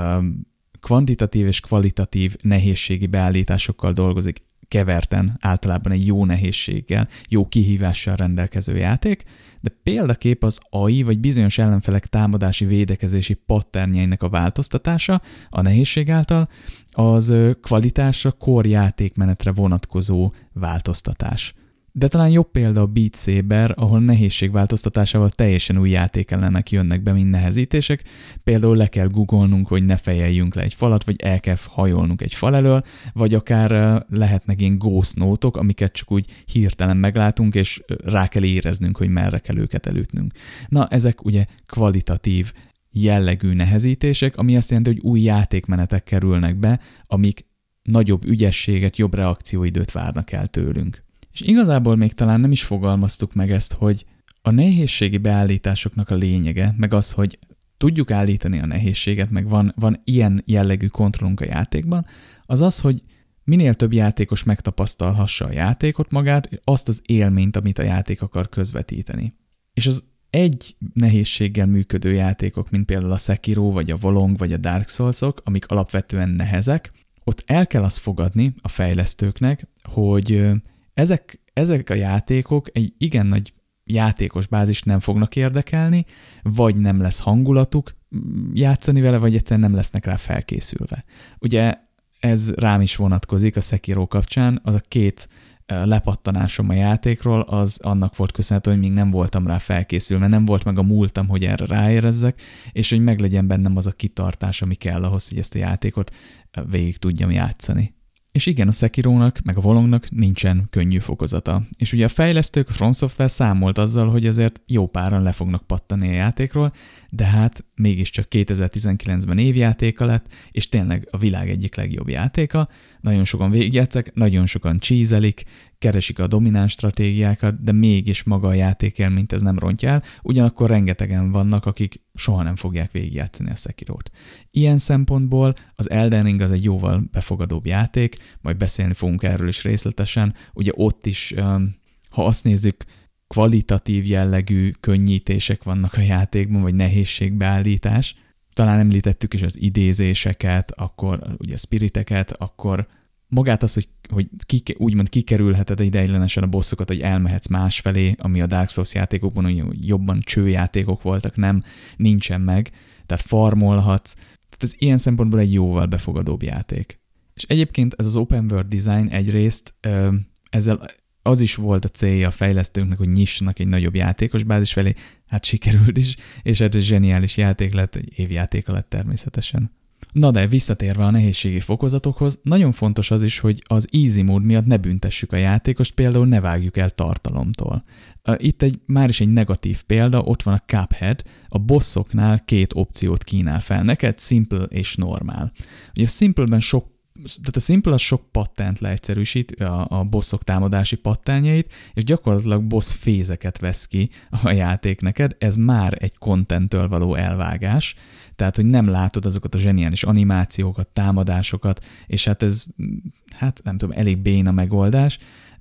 kvantitatív és kvalitatív nehézségi beállításokkal dolgozik keverten általában egy jó nehézséggel, jó kihívással rendelkező játék, de példaképp az AI vagy bizonyos ellenfelek támadási védekezési patternjeinek a változtatása a nehézség által az kvalitásra, core játékmenetre vonatkozó változtatás. De talán jobb példa a Beat Saber, ahol nehézség változtatásával teljesen új játékelemek jönnek be, mint nehezítések. Például le kell googolnunk, hogy ne fejeljünk le egy falat, vagy el kell hajolnunk egy fal elől, vagy akár lehetnek ilyen ghost note-ok, amiket csak úgy hirtelen meglátunk, és rá kell éreznünk, hogy merre kell őket elütnünk. Na, ezek ugye kvalitatív jellegű nehezítések, ami azt jelenti, hogy új játékmenetek kerülnek be, amik nagyobb ügyességet, jobb reakcióidőt várnak el tőlünk. És igazából még talán nem is fogalmaztuk meg ezt, hogy a nehézségi beállításoknak a lényege, meg az, hogy tudjuk állítani a nehézséget, meg van ilyen jellegű kontrollunk a játékban, az az, hogy minél több játékos megtapasztalhassa a játékot magát, azt az élményt, amit a játék akar közvetíteni. És az egy nehézséggel működő játékok, mint például a Sekiro, vagy a Wolong, vagy a Dark Souls-ok, amik alapvetően nehezek, ott el kell azt fogadni a fejlesztőknek, hogy ezek a játékok egy igen nagy játékos bázist nem fognak érdekelni, vagy nem lesz hangulatuk játszani vele, vagy egyszerűen nem lesznek rá felkészülve. Ugye ez rám is vonatkozik a Sekiro kapcsán, az a 2 lepattanásom a játékról, az annak volt köszönhető, hogy még nem voltam rá felkészülve, nem volt meg a múltam, hogy erre ráérezzek, és hogy meglegyen bennem az a kitartás, ami kell ahhoz, hogy ezt a játékot végig tudjam játszani. És igen, a Sekirónak, meg a Wolongnak nincsen könnyű fokozata. És ugye a fejlesztők, a From Software számolt azzal, hogy azért jó páran le fognak pattani a játékról, de hát mégiscsak 2019-ben évjátéka lett, és tényleg a világ egyik legjobb játéka. Nagyon sokan végigjátszák, nagyon sokan cheezelik, keresik a domináns stratégiákat, de mégis maga a játékélményt ez nem rontja el, ugyanakkor rengetegen vannak, akik soha nem fogják végigjátszani a Sekirót. Ilyen szempontból az Elden Ring az egy jóval befogadóbb játék, majd beszélni fogunk erről is részletesen, ugye ott is, ha azt nézzük, kvalitatív jellegű könnyítések vannak a játékban, vagy nehézségbeállítás. Talán említettük is az idézéseket, akkor ugye a spiriteket, akkor magát az, hogy úgymond kikerülheted ideiglenesen a bosszokat, hogy elmehetsz másfelé, ami a Dark Souls játékokban jobban csőjátékok voltak, nincsen meg, tehát farmolhatsz. Tehát ez ilyen szempontból egy jóval befogadóbb játék. És egyébként ez az open world design egyrészt ezzel az is volt a célja a fejlesztőknek, hogy nyissanak egy nagyobb játékos bázis felé, hát sikerült is, és hát egy zseniális játék lett, egy évjátéka lett természetesen. Na de visszatérve a nehézségi fokozatokhoz, nagyon fontos az is, hogy az easy mód miatt ne büntessük a játékost, például ne vágjuk el tartalomtól. Itt már is egy negatív példa, ott van a Cuphead, a bossoknál 2 opciót kínál fel neked, simple és normál. Ugye a simpleben tehát a simple az sok pattent leegyszerűsít, a bosszok támadási pattányait, és gyakorlatilag boss fézeket vesz ki a játék neked, ez már egy contenttől való elvágás, tehát hogy nem látod azokat a zseniális animációkat, támadásokat, és hát ez, nem tudom, elég béna megoldás,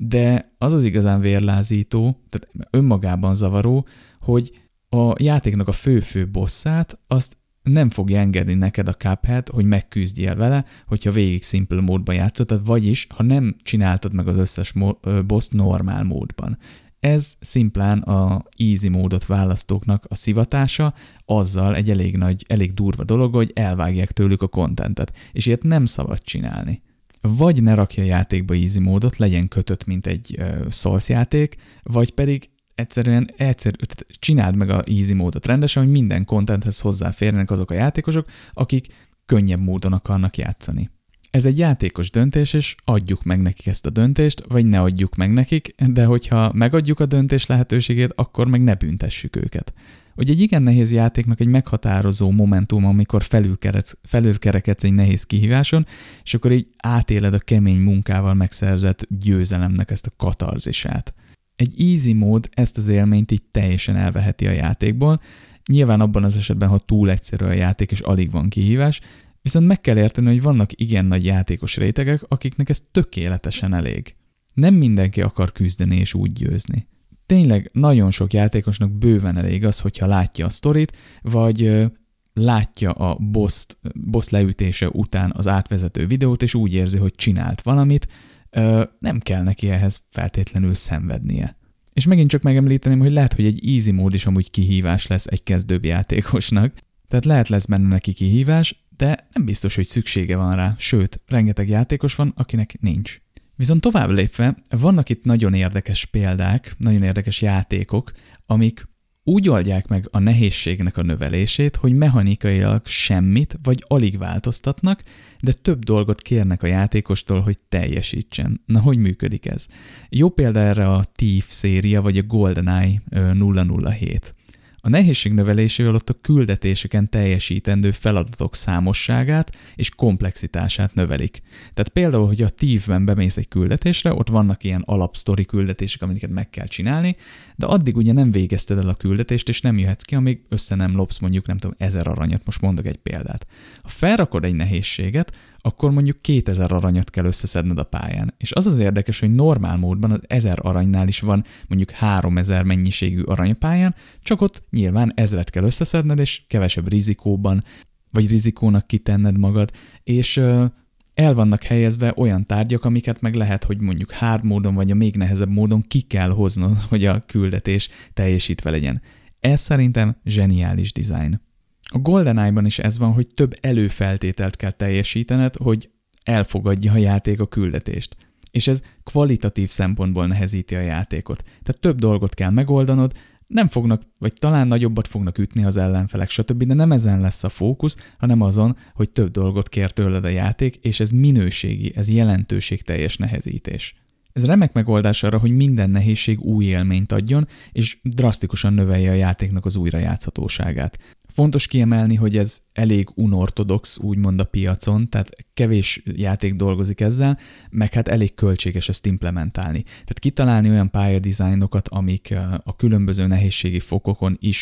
de az az igazán vérlázító, tehát önmagában zavaró, hogy a játéknak a fő bosszát azt nem fogja engedni neked a Cuphead, hogy megküzdjél vele, hogyha végig simple módban játszottad, vagyis, ha nem csináltad meg az összes boss normál módban. Ez szimplán a easy módot választóknak a szivatása, azzal egy elég durva dolog, hogy elvágják tőlük a contentet, és ilyet nem szabad csinálni. Vagy ne rakja a játékba easy módot, legyen kötött, mint egy Souls játék, vagy pedig egyszerűen csináld meg a easy módot rendesen, hogy minden contenthez hozzáférjenek azok a játékosok, akik könnyebb módon akarnak játszani. Ez egy játékos döntés, és adjuk meg nekik ezt a döntést, vagy ne adjuk meg nekik, de hogyha megadjuk a döntés lehetőségét, akkor meg ne büntessük őket. Ugye egy igen nehéz játéknak egy meghatározó momentum, amikor felülkerekedsz egy nehéz kihíváson, és akkor így átéled a kemény munkával megszerzett győzelemnek ezt a katarzisát. Egy easy mód ezt az élményt így teljesen elveheti a játékból, nyilván abban az esetben, ha túl egyszerű a játék és alig van kihívás, viszont meg kell érteni, hogy vannak igen nagy játékos rétegek, akiknek ez tökéletesen elég. Nem mindenki akar küzdeni és úgy győzni. Tényleg nagyon sok játékosnak bőven elég az, hogyha látja a sztorit, vagy látja a boss leütése után az átvezető videót, és úgy érzi, hogy csinált valamit, nem kell neki ehhez feltétlenül szenvednie. És megint csak megemlíteném, hogy lehet, hogy egy easy mód is amúgy kihívás lesz egy kezdőbb játékosnak, tehát lesz benne neki kihívás, de nem biztos, hogy szüksége van rá, sőt, rengeteg játékos van, akinek nincs. Viszont tovább lépve, vannak itt nagyon érdekes példák, nagyon érdekes játékok, amik úgy oldják meg a nehézségnek a növelését, hogy mechanikailag semmit vagy alig változtatnak, de több dolgot kérnek a játékostól, hogy teljesítsen. Na, hogy működik ez? Jó példa erre a Thief széria, vagy a GoldenEye 007. A nehézség növelésével ott a küldetéseken teljesítendő feladatok számosságát és komplexitását növelik. Tehát például, hogy a Thiefben bemész egy küldetésre, ott vannak ilyen alapsztori küldetések, amiket meg kell csinálni, de addig ugye nem végezted el a küldetést, és nem jöhetsz ki, amíg össze nem lopsz mondjuk, 1000 aranyat, most mondok egy példát. Ha felrakod egy nehézséget, akkor mondjuk 2000 aranyat kell összeszedned a pályán. És az az érdekes, hogy normál módban az 1000 aranynál is van mondjuk 3000 mennyiségű arany a pályán, csak ott nyilván 1000-et kell összeszedned, és kevesebb rizikóban, vagy rizikónak kitenned magad, és el vannak helyezve olyan tárgyak, amiket meg lehet, hogy mondjuk hard módon, vagy a még nehezebb módon ki kell hoznod, hogy a küldetés teljesítve legyen. Ez szerintem zseniális design. A GoldenEye-ban is ez van, hogy több előfeltételt kell teljesítened, hogy elfogadja a játék a küldetést. És ez kvalitatív szempontból nehezíti a játékot. Tehát több dolgot kell megoldanod, nem fognak, vagy talán nagyobbat fognak ütni az ellenfelek, stb., de nem ezen lesz a fókusz, hanem azon, hogy több dolgot kér tőled a játék, és ez minőségi, ez jelentőségteljes nehezítés. Ez remek megoldás arra, hogy minden nehézség új élményt adjon, és drasztikusan növelje a játéknak az újrajátszhatóságát. Fontos kiemelni, hogy ez elég unortodox, úgymond a piacon, tehát kevés játék dolgozik ezzel, meg hát elég költséges ezt implementálni. Tehát kitalálni olyan pályadizájnokat, amik a különböző nehézségi fokokon is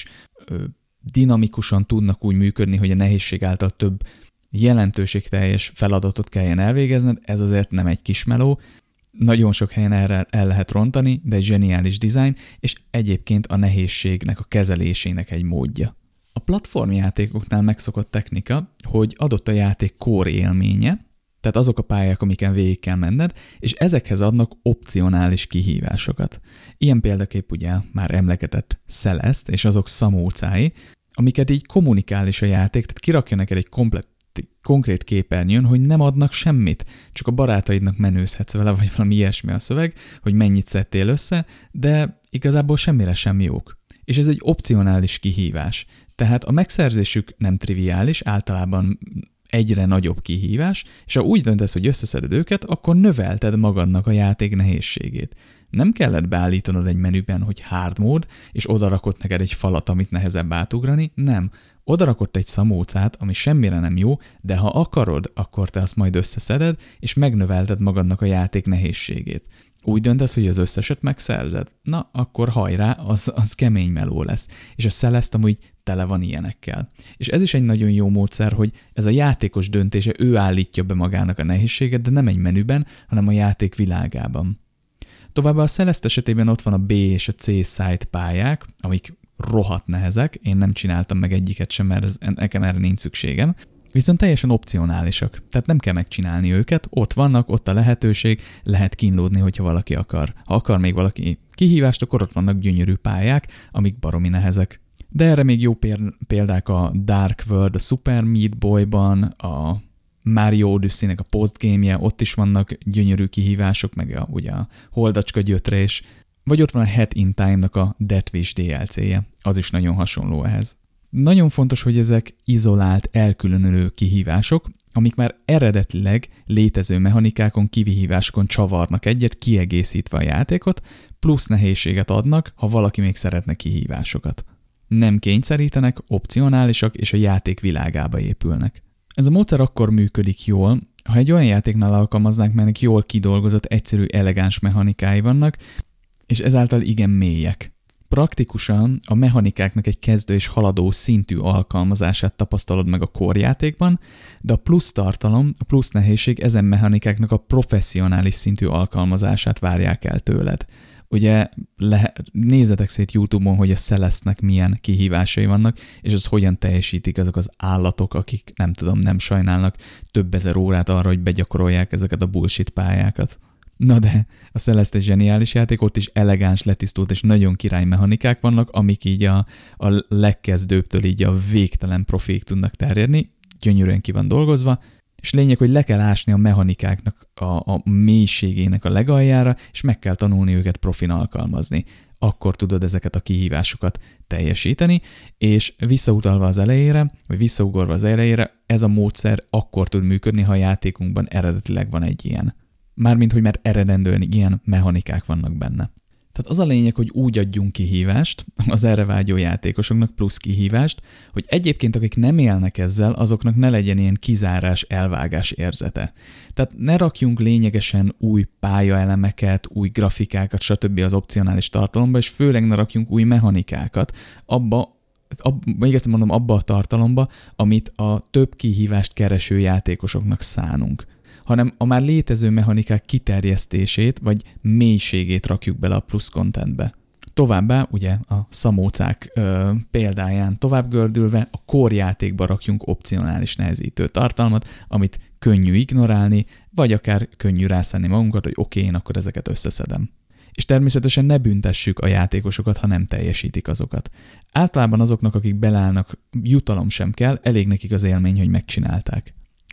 dinamikusan tudnak úgy működni, hogy a nehézség által több jelentőségteljes feladatot kelljen elvégezned, ez azért nem egy kis meló. Nagyon sok helyen erre el lehet rontani, de egy zseniális dizájn, és egyébként a nehézségnek a kezelésének egy módja. A platformjátékoknál megszokott technika, hogy adott a játék core élménye, tehát azok a pályák, amiken végig kell menned, és ezekhez adnak opcionális kihívásokat. Ilyen példaképp ugye már emlegetett Celeste és azok szamócái, amiket így kommunikál is a játék, tehát kirakja neked egy konkrét képernyőn, hogy nem adnak semmit, csak a barátaidnak menőzhetsz vele, vagy valami ilyesmi a szöveg, hogy mennyit szedtél össze, de igazából semmire sem jók. És ez egy opcionális kihívás. Tehát a megszerzésük nem triviális, általában egyre nagyobb kihívás, és ha úgy döntesz, hogy összeszeded őket, akkor növelted magadnak a játék nehézségét. Nem kellett beállítanod egy menüben, hogy hard mód, és odarakott neked egy falat, amit nehezebb átugrani, nem. Odarakott egy szamócát, ami semmire nem jó, de ha akarod, akkor te azt majd összeszeded, és megnövelted magadnak a játék nehézségét. Úgy döntesz, hogy az összeset megszerzed? Na, akkor hajrá, az kemény meló lesz. És a Celeste amúgy tele van ilyenekkel. És ez is egy nagyon jó módszer, hogy ez a játékos döntése, ő állítja be magának a nehézséget, de nem egy menüben, hanem a játék világában. Továbbá a Celeste esetében ott van a B és a C side pályák, amik rohadt nehezek, én nem csináltam meg egyiket sem, mert nekem erre nincs szükségem, viszont teljesen opcionálisak, tehát nem kell megcsinálni őket, ott vannak, ott a lehetőség, lehet kínlódni, hogyha valaki akar. Ha akar még valaki kihívást, akkor ott vannak gyönyörű pályák, amik baromi nehezek. De erre még jó példák a Dark World, a Super Meat Boy-ban, a Mario Odyssey-nek a postgame-je, ott is vannak gyönyörű kihívások, meg ugye a Holdacska gyötrés, vagy ott van a Hat in Time-nak a Death Wish DLC-je, az is nagyon hasonló ehhez. Nagyon fontos, hogy ezek izolált, elkülönülő kihívások, amik már eredetileg létező mechanikákon, kihívásokon csavarnak egyet, kiegészítve a játékot, plusz nehézséget adnak, ha valaki még szeretne kihívásokat. Nem kényszerítenek, opcionálisak és a játék világába épülnek. Ez a módszer akkor működik jól, ha egy olyan játéknál alkalmaznánk, melynek jól kidolgozott, egyszerű, elegáns mechanikái vannak, és ezáltal igen mélyek. Praktikusan a mechanikáknak egy kezdő és haladó szintű alkalmazását tapasztalod meg a core játékban, de a plusz tartalom, a plusz nehézség ezen mechanikáknak a professzionális szintű alkalmazását várják el tőled. Ugye nézzetek szét YouTube-on, hogy a Celeste-nek milyen kihívásai vannak, és az hogyan teljesítik ezek az állatok, akik nem sajnálnak több ezer órát arra, hogy begyakorolják ezeket a bullshit pályákat. Na de a Celeste egy zseniális játék, ott is elegáns, letisztult és nagyon király mechanikák vannak, amik így a legkezdőbbtől így a végtelen proféig tudnak terjedni, gyönyörűen ki van dolgozva, és lényeg, hogy le kell ásni a mechanikáknak a mélységének a legaljára, és meg kell tanulni őket profin alkalmazni. Akkor tudod ezeket a kihívásokat teljesíteni, és visszautalva az elejére, vagy visszaugorva az elejére, ez a módszer akkor tud működni, ha a játékunkban eredetileg van egy ilyen. Mármint, hogy már eredendően ilyen mechanikák vannak benne. Tehát az a lényeg, hogy úgy adjunk kihívást az erre vágyó játékosoknak, plusz kihívást, hogy egyébként akik nem élnek ezzel, azoknak ne legyen ilyen kizárás, elvágás érzete. Tehát ne rakjunk lényegesen új pályaelemeket, új grafikákat, stb. Az opcionális tartalomba, és főleg ne rakjunk új mechanikákat még egyszer mondom, abba a tartalomba, amit a több kihívást kereső játékosoknak szánunk, hanem a már létező mechanikák kiterjesztését vagy mélységét rakjuk bele a plusz contentbe. Továbbá ugye a szamócák példáján tovább gördülve a core játékba rakjunk opcionális nehezítő tartalmat, amit könnyű ignorálni, vagy akár könnyű rászánni magunkat, hogy oké, én akkor ezeket összeszedem. És természetesen ne büntessük a játékosokat, ha nem teljesítik azokat. Általában azoknak, akik beleállnak, jutalom sem kell, elég nekik az élmény, hogy megcsinálták.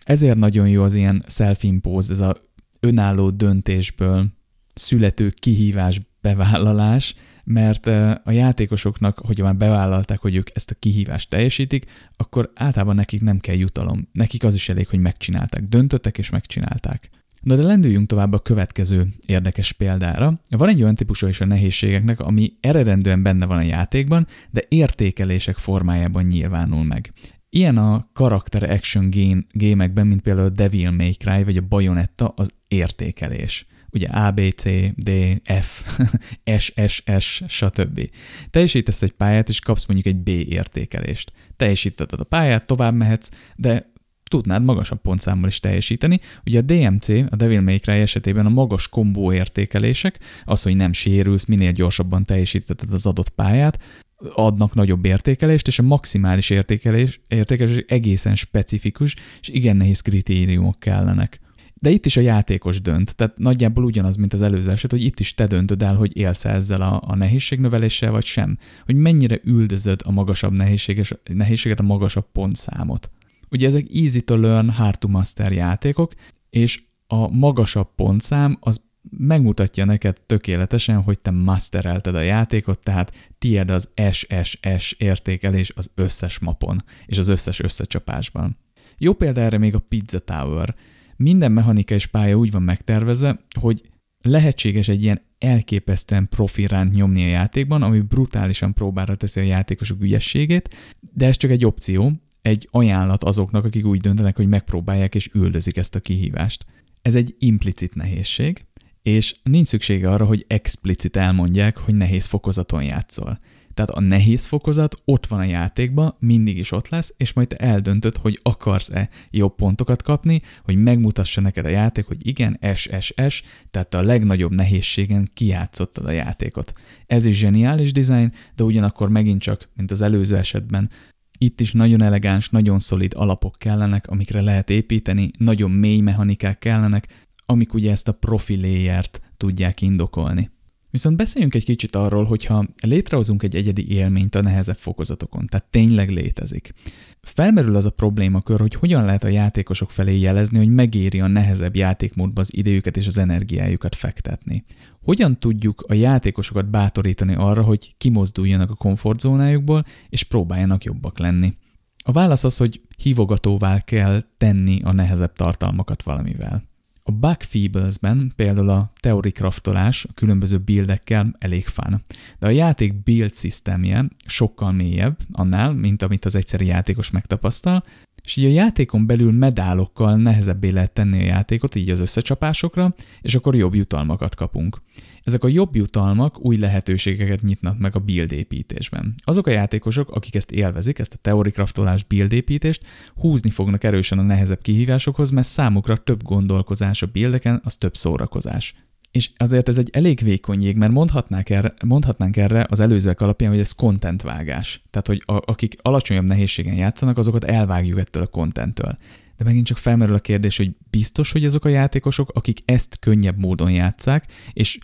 Ezért nagyon jó az ilyen self-imposed, ez a önálló döntésből születő kihívás bevállalás, mert a játékosoknak, hogyha már bevállalták, hogy ők ezt a kihívást teljesítik, akkor általában nekik nem kell jutalom. Nekik az is elég, hogy megcsinálták. Döntöttek és megcsinálták. Na de lendüljünk tovább a következő érdekes példára. Van egy olyan típusa is a nehézségeknek, ami eredendően benne van a játékban, de értékelések formájában nyilvánul meg. Ilyen a karakter action gémekben, mint például a Devil May Cry vagy a Bayonetta, az értékelés. Ugye A, B, C, D, F, S, S, S, stb. Teljesítesz egy pályát, és kapsz mondjuk egy B értékelést. Teljesítetted a pályát, tovább mehetsz, de tudnád magasabb pontszámmal is teljesíteni. Ugye a DMC, a Devil May Cry esetében a magas kombó értékelések, az, hogy nem sérülsz, minél gyorsabban teljesítetted az adott pályát, adnak nagyobb értékelést, és a maximális értékelés egészen specifikus, és igen nehéz kritériumok kellenek. De itt is a játékos dönt, tehát nagyjából ugyanaz, mint az előző eset, hogy itt is te döntöd el, hogy élsz ezzel a nehézségnöveléssel, vagy sem. Hogy mennyire üldözöd a magasabb nehézséget, a magasabb pontszámot. Ugye ezek easy to learn, hard to master játékok, és a magasabb pontszám az megmutatja neked tökéletesen, hogy te masterelted a játékot, tehát tied az SSS értékelés az összes mapon, és az összes összecsapásban. Jó példa erre még a Pizza Tower. Minden mechanika és pálya úgy van megtervezve, hogy lehetséges egy ilyen elképesztően profi ránt nyomni a játékban, ami brutálisan próbára teszi a játékosok ügyességét, de ez csak egy opció, egy ajánlat azoknak, akik úgy döntenek, hogy megpróbálják és üldözik ezt a kihívást. Ez egy implicit nehézség, és nincs szüksége arra, hogy explicit elmondják, hogy nehéz fokozaton játszol. Tehát a nehéz fokozat ott van a játékban, mindig is ott lesz, és majd te eldöntöd, hogy akarsz-e jobb pontokat kapni, hogy megmutassa neked a játék, hogy igen, SSS, tehát a legnagyobb nehézségen kijátszottad a játékot. Ez is zseniális design, de ugyanakkor megint csak, mint az előző esetben, itt is nagyon elegáns, nagyon szolid alapok kellenek, amikre lehet építeni, nagyon mély mechanikák kellenek, amik ugye ezt a profi layert tudják indokolni. Viszont beszéljünk egy kicsit arról, hogyha létrehozunk egy egyedi élményt a nehezebb fokozatokon, tehát tényleg létezik. Felmerül az a problémakör, hogy hogyan lehet a játékosok felé jelezni, hogy megéri a nehezebb játékmódba az idejüket és az energiájukat fektetni. Hogyan tudjuk a játékosokat bátorítani arra, hogy kimozduljanak a komfortzónájukból, és próbáljanak jobbak lenni? A válasz az, hogy hívogatóvá kell tenni a nehezebb tartalmakat valamivel. A Bug Feebles-ben például a theory craftolás a különböző buildekkel elég fun, de a játék build szisztemje sokkal mélyebb annál, mint amit az egyszeri játékos megtapasztal, és így a játékon belül medálokkal nehezebbé lehet tenni a játékot, így az összecsapásokra, és akkor jobb jutalmakat kapunk. Ezek a jobb jutalmak új lehetőségeket nyitnak meg a build építésben. Azok a játékosok, akik ezt élvezik, ezt a theory craftolás build építést, húzni fognak erősen a nehezebb kihívásokhoz, mert számukra több gondolkozás a buildeken, az több szórakozás. És azért ez egy elég vékony jég, mert mondhatnánk erre az előzőek alapján, hogy ez content vágás. Tehát, hogy akik alacsonyabb nehézségen játszanak, azokat elvágjuk ettől a contenttől. De megint csak felmerül a kérdés, hogy biztos, hogy azok a játékosok, akik ezt könnyebb módon játsszák, és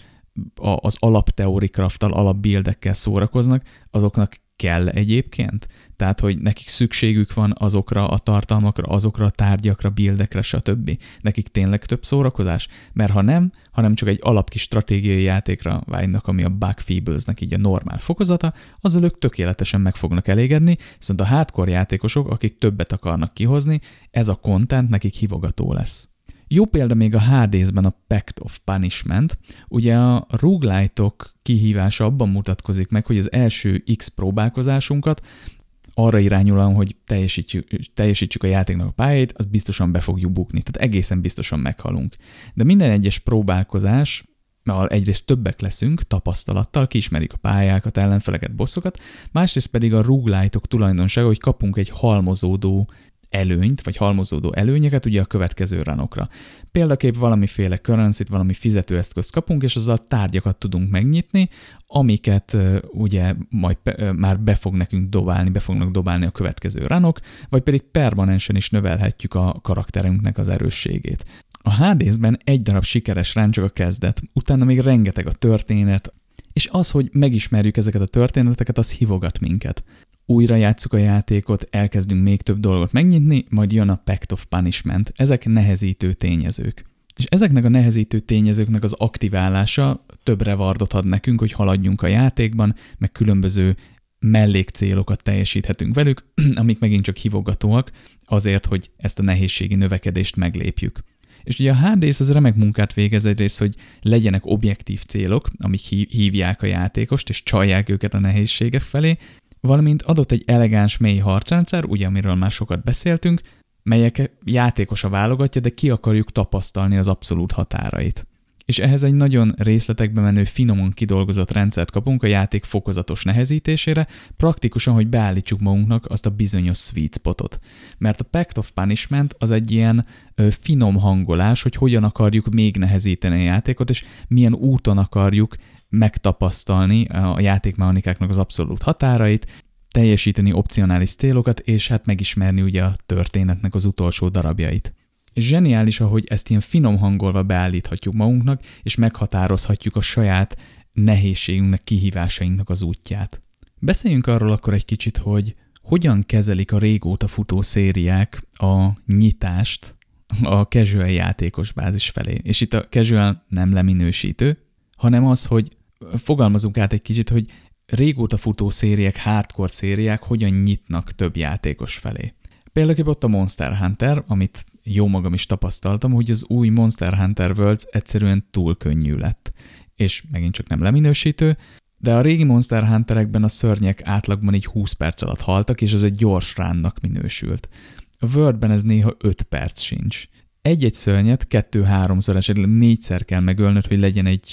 az alapteoricrafttal, alapbuildekkel szórakoznak, azoknak kell egyébként? Tehát, hogy nekik szükségük van azokra a tartalmakra, azokra a tárgyakra, buildekre, stb. Nekik tényleg több szórakozás? Mert ha nem, hanem csak egy alapkis stratégiai játékra vágynak, ami a Bug Feebles-nek így a normál fokozata, azzal ők tökéletesen meg fognak elégedni, viszont a hardcore játékosok, akik többet akarnak kihozni, ez a content nekik hívogató lesz. Jó példa még a Hadesben a Pact of Punishment. Ugye a roguelite-ok kihívása abban mutatkozik meg, hogy az első X próbálkozásunkat arra irányulóan, hogy teljesítsük a játéknak a pályait, az biztosan be fogjuk bukni, tehát egészen biztosan meghalunk. De minden egyes próbálkozás, egyrészt többek leszünk tapasztalattal, kiismerjük a pályákat, ellenfeleket, bosszokat, másrészt pedig a roguelite-ok tulajdonsága, hogy kapunk egy halmozódó előnyt, vagy halmozódó előnyeket ugye a következő runokra. Példaképp valamiféle currency-t, valami fizetőeszközt kapunk, és azzal tárgyakat tudunk megnyitni, amiket ugye majd már be fognak dobálni a következő runok, vagy pedig permanensen is növelhetjük a karakterünknek az erősségét. A Hadesben egy darab sikeres run csak a kezdet, utána még rengeteg a történet, és az, hogy megismerjük ezeket a történeteket, az hívogat minket. újra játsszuk a játékot, elkezdünk még több dolgot megnyitni, majd jön a Pact of Punishment. Ezek nehezítő tényezők. És ezeknek a nehezítő tényezőknek az aktiválása több rewardot ad nekünk, hogy haladjunk a játékban, meg különböző mellékcélokat teljesíthetünk velük, amik megint csak hívogatóak azért, hogy ezt a nehézségi növekedést meglépjük. És ugye a Hades az remek munkát végez egyrészt, hogy legyenek objektív célok, amik hívják a játékost, és csalják őket a nehézségek felé, valamint adott egy elegáns mély harcrendszer, ugye amiről már sokat beszéltünk, melyek játékosa válogatja, de ki akarjuk tapasztalni az abszolút határait. És ehhez egy nagyon részletekbe menő, finoman kidolgozott rendszert kapunk a játék fokozatos nehezítésére, praktikusan, hogy beállítsuk magunknak azt a bizonyos sweet spotot. Mert a Pact of Punishment az egy ilyen finom hangolás, hogy hogyan akarjuk még nehezíteni a játékot, és milyen úton akarjuk megtapasztalni a játékmechanikáknak az abszolút határait, teljesíteni opcionális célokat, és hát megismerni ugye a történetnek az utolsó darabjait. És zseniális, ahogy ezt ilyen finom hangolva beállíthatjuk magunknak, és meghatározhatjuk a saját nehézségünknek, kihívásainknak az útját. Beszéljünk arról akkor egy kicsit, hogy hogyan kezelik a régóta futó szériák a nyitást a casual játékos bázis felé. És itt a casual nem leminősítő, hanem az, hogy fogalmazunk át egy kicsit, hogy régóta futó szériák, hardcore szériák hogyan nyitnak több játékos felé. Például ott a Monster Hunter, amit jó magam is tapasztaltam, hogy az új Monster Hunter Worlds egyszerűen túl könnyű lett. És megint csak nem leminősítő, de a régi Monster Hunterekben a szörnyek átlagban így 20 perc alatt haltak, és ez egy gyors ránnak minősült. A Worldben ez néha 5 perc sincs. Egy-egy szörnyet 2-3-szor, esetleg 4-szer kell megölnöd, hogy legyen egy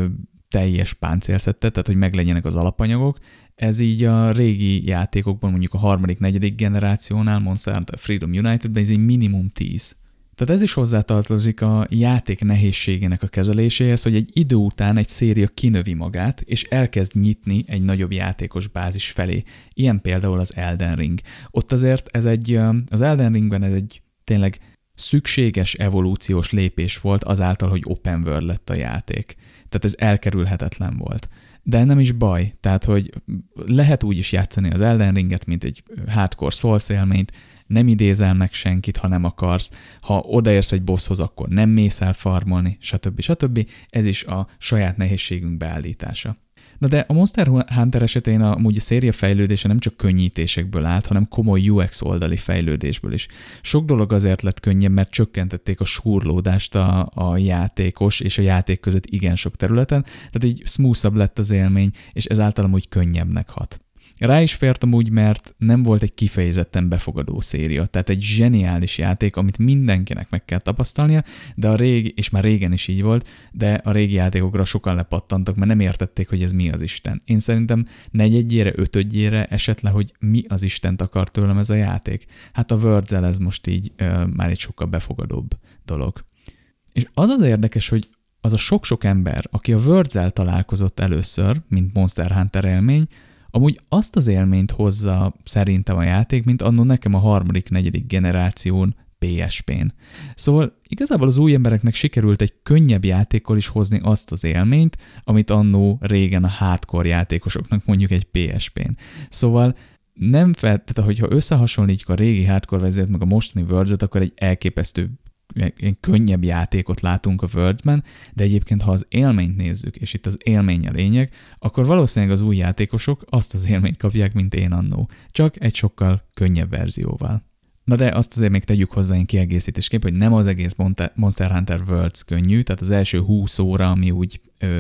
teljes páncélszette, tehát hogy meglegyenek az alapanyagok. Ez így a régi játékokban, mondjuk a 3.-4. generációnál, Monster Hunter Freedom Unitedben ez egy minimum 10. Tehát ez is hozzátartozik a játék nehézségének a kezeléséhez, hogy egy idő után egy széria kinövi magát, és elkezd nyitni egy nagyobb játékos bázis felé. Ilyen például az Elden Ring. Ott azért az Elden Ringben ez egy tényleg szükséges evolúciós lépés volt azáltal, hogy open world lett a játék. Tehát ez elkerülhetetlen volt. De nem is baj, tehát hogy lehet úgy is játszani az Elden Ringet, mint egy hardcore Souls élményt, nem idézel meg senkit, ha nem akarsz, ha odaérsz egy bosshoz, akkor nem mész el farmolni, stb. Ez is a saját nehézségünk beállítása. Na de a Monster Hunter esetén amúgy a széria fejlődése nem csak könnyítésekből állt, hanem komoly UX oldali fejlődésből is. Sok dolog azért lett könnyebb, mert csökkentették a súrlódást a játékos és a játék között igen sok területen, tehát így smoothabb lett az élmény, és ezáltal amúgy könnyebbnek hat. Rá is fértem úgy, mert nem volt egy kifejezetten befogadó széria, tehát egy zseniális játék, amit mindenkinek meg kell tapasztalnia, de a régi, és már régen is így volt, de a régi játékokra sokan lepattantak, mert nem értették, hogy ez mi az Isten. Én szerintem 4-1-ére, 5-1-ére esett le, hogy mi az Istent akar tőlem ez a játék. Hát a Words-el ez most így már egy sokkal befogadóbb dolog. És az érdekes, hogy az a sok-sok ember, aki a Words-el találkozott először, mint Monster Hunter élmény, amúgy azt az élményt hozza szerintem a játék, mint annó nekem a 3.-4. generáción PSP-n. Szóval igazából az új embereknek sikerült egy könnyebb játékkal is hozni azt az élményt, amit annó régen a hardcore játékosoknak mondjuk egy PSP-n. Szóval nem feltétlenül, hogyha összehasonlítjuk a régi hardcore verziót meg a mostani Words-et, akkor egy elképesztő egy könnyebb játékot látunk a Words-ben, de egyébként ha az élményt nézzük, és itt az élmény a lényeg, akkor valószínűleg az új játékosok azt az élményt kapják, mint én annó, csak egy sokkal könnyebb verzióval. Na de azt azért még tegyük hozzá én kiegészítésképp, hogy nem az egész Monster Hunter Worlds könnyű, tehát az első 20 óra, ami úgy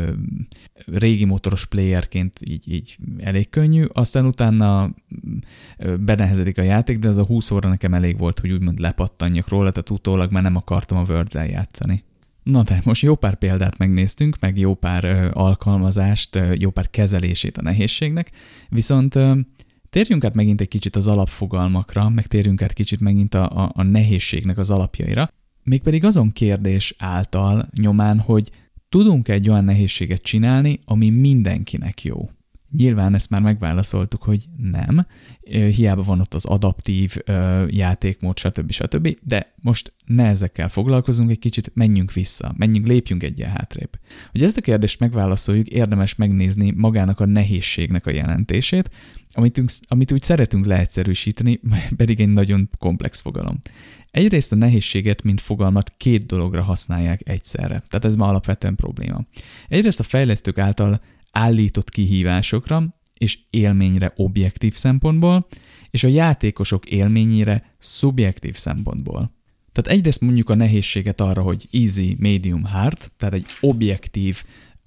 régi motoros playerként így elég könnyű, aztán utána benehezedik a játék, de ez a 20 óra nekem elég volt, hogy úgymond lepattanjak róla, tehát utólag már nem akartam a Words-el játszani. Na de most jó pár példát megnéztünk, meg jó pár alkalmazást, jó pár kezelését a nehézségnek, viszont térjünk át megint egy kicsit az alapfogalmakra, meg térjünk át kicsit megint a nehézségnek az alapjaira, mégpedig azon kérdés által nyomán, hogy tudunk egy olyan nehézséget csinálni, ami mindenkinek jó. Nyilván ezt már megválaszoltuk, hogy nem, hiába van ott az adaptív játékmód, stb. De most ne ezekkel foglalkozunk, egy kicsit menjünk vissza, lépjünk egyen hátrébb. Hogy ezt a kérdést megválaszoljuk, érdemes megnézni magának a nehézségnek a jelentését, amit úgy szeretünk leegyszerűsíteni, pedig egy nagyon komplex fogalom. Egyrészt a nehézséget, mint fogalmat 2 dologra használják egyszerre, tehát ez már alapvetően probléma. Egyrészt a fejlesztők által állított kihívásokra és élményre objektív szempontból, és a játékosok élményére szubjektív szempontból. Tehát egyrészt mondjuk a nehézséget arra, hogy easy, medium, hard, tehát egy objektív,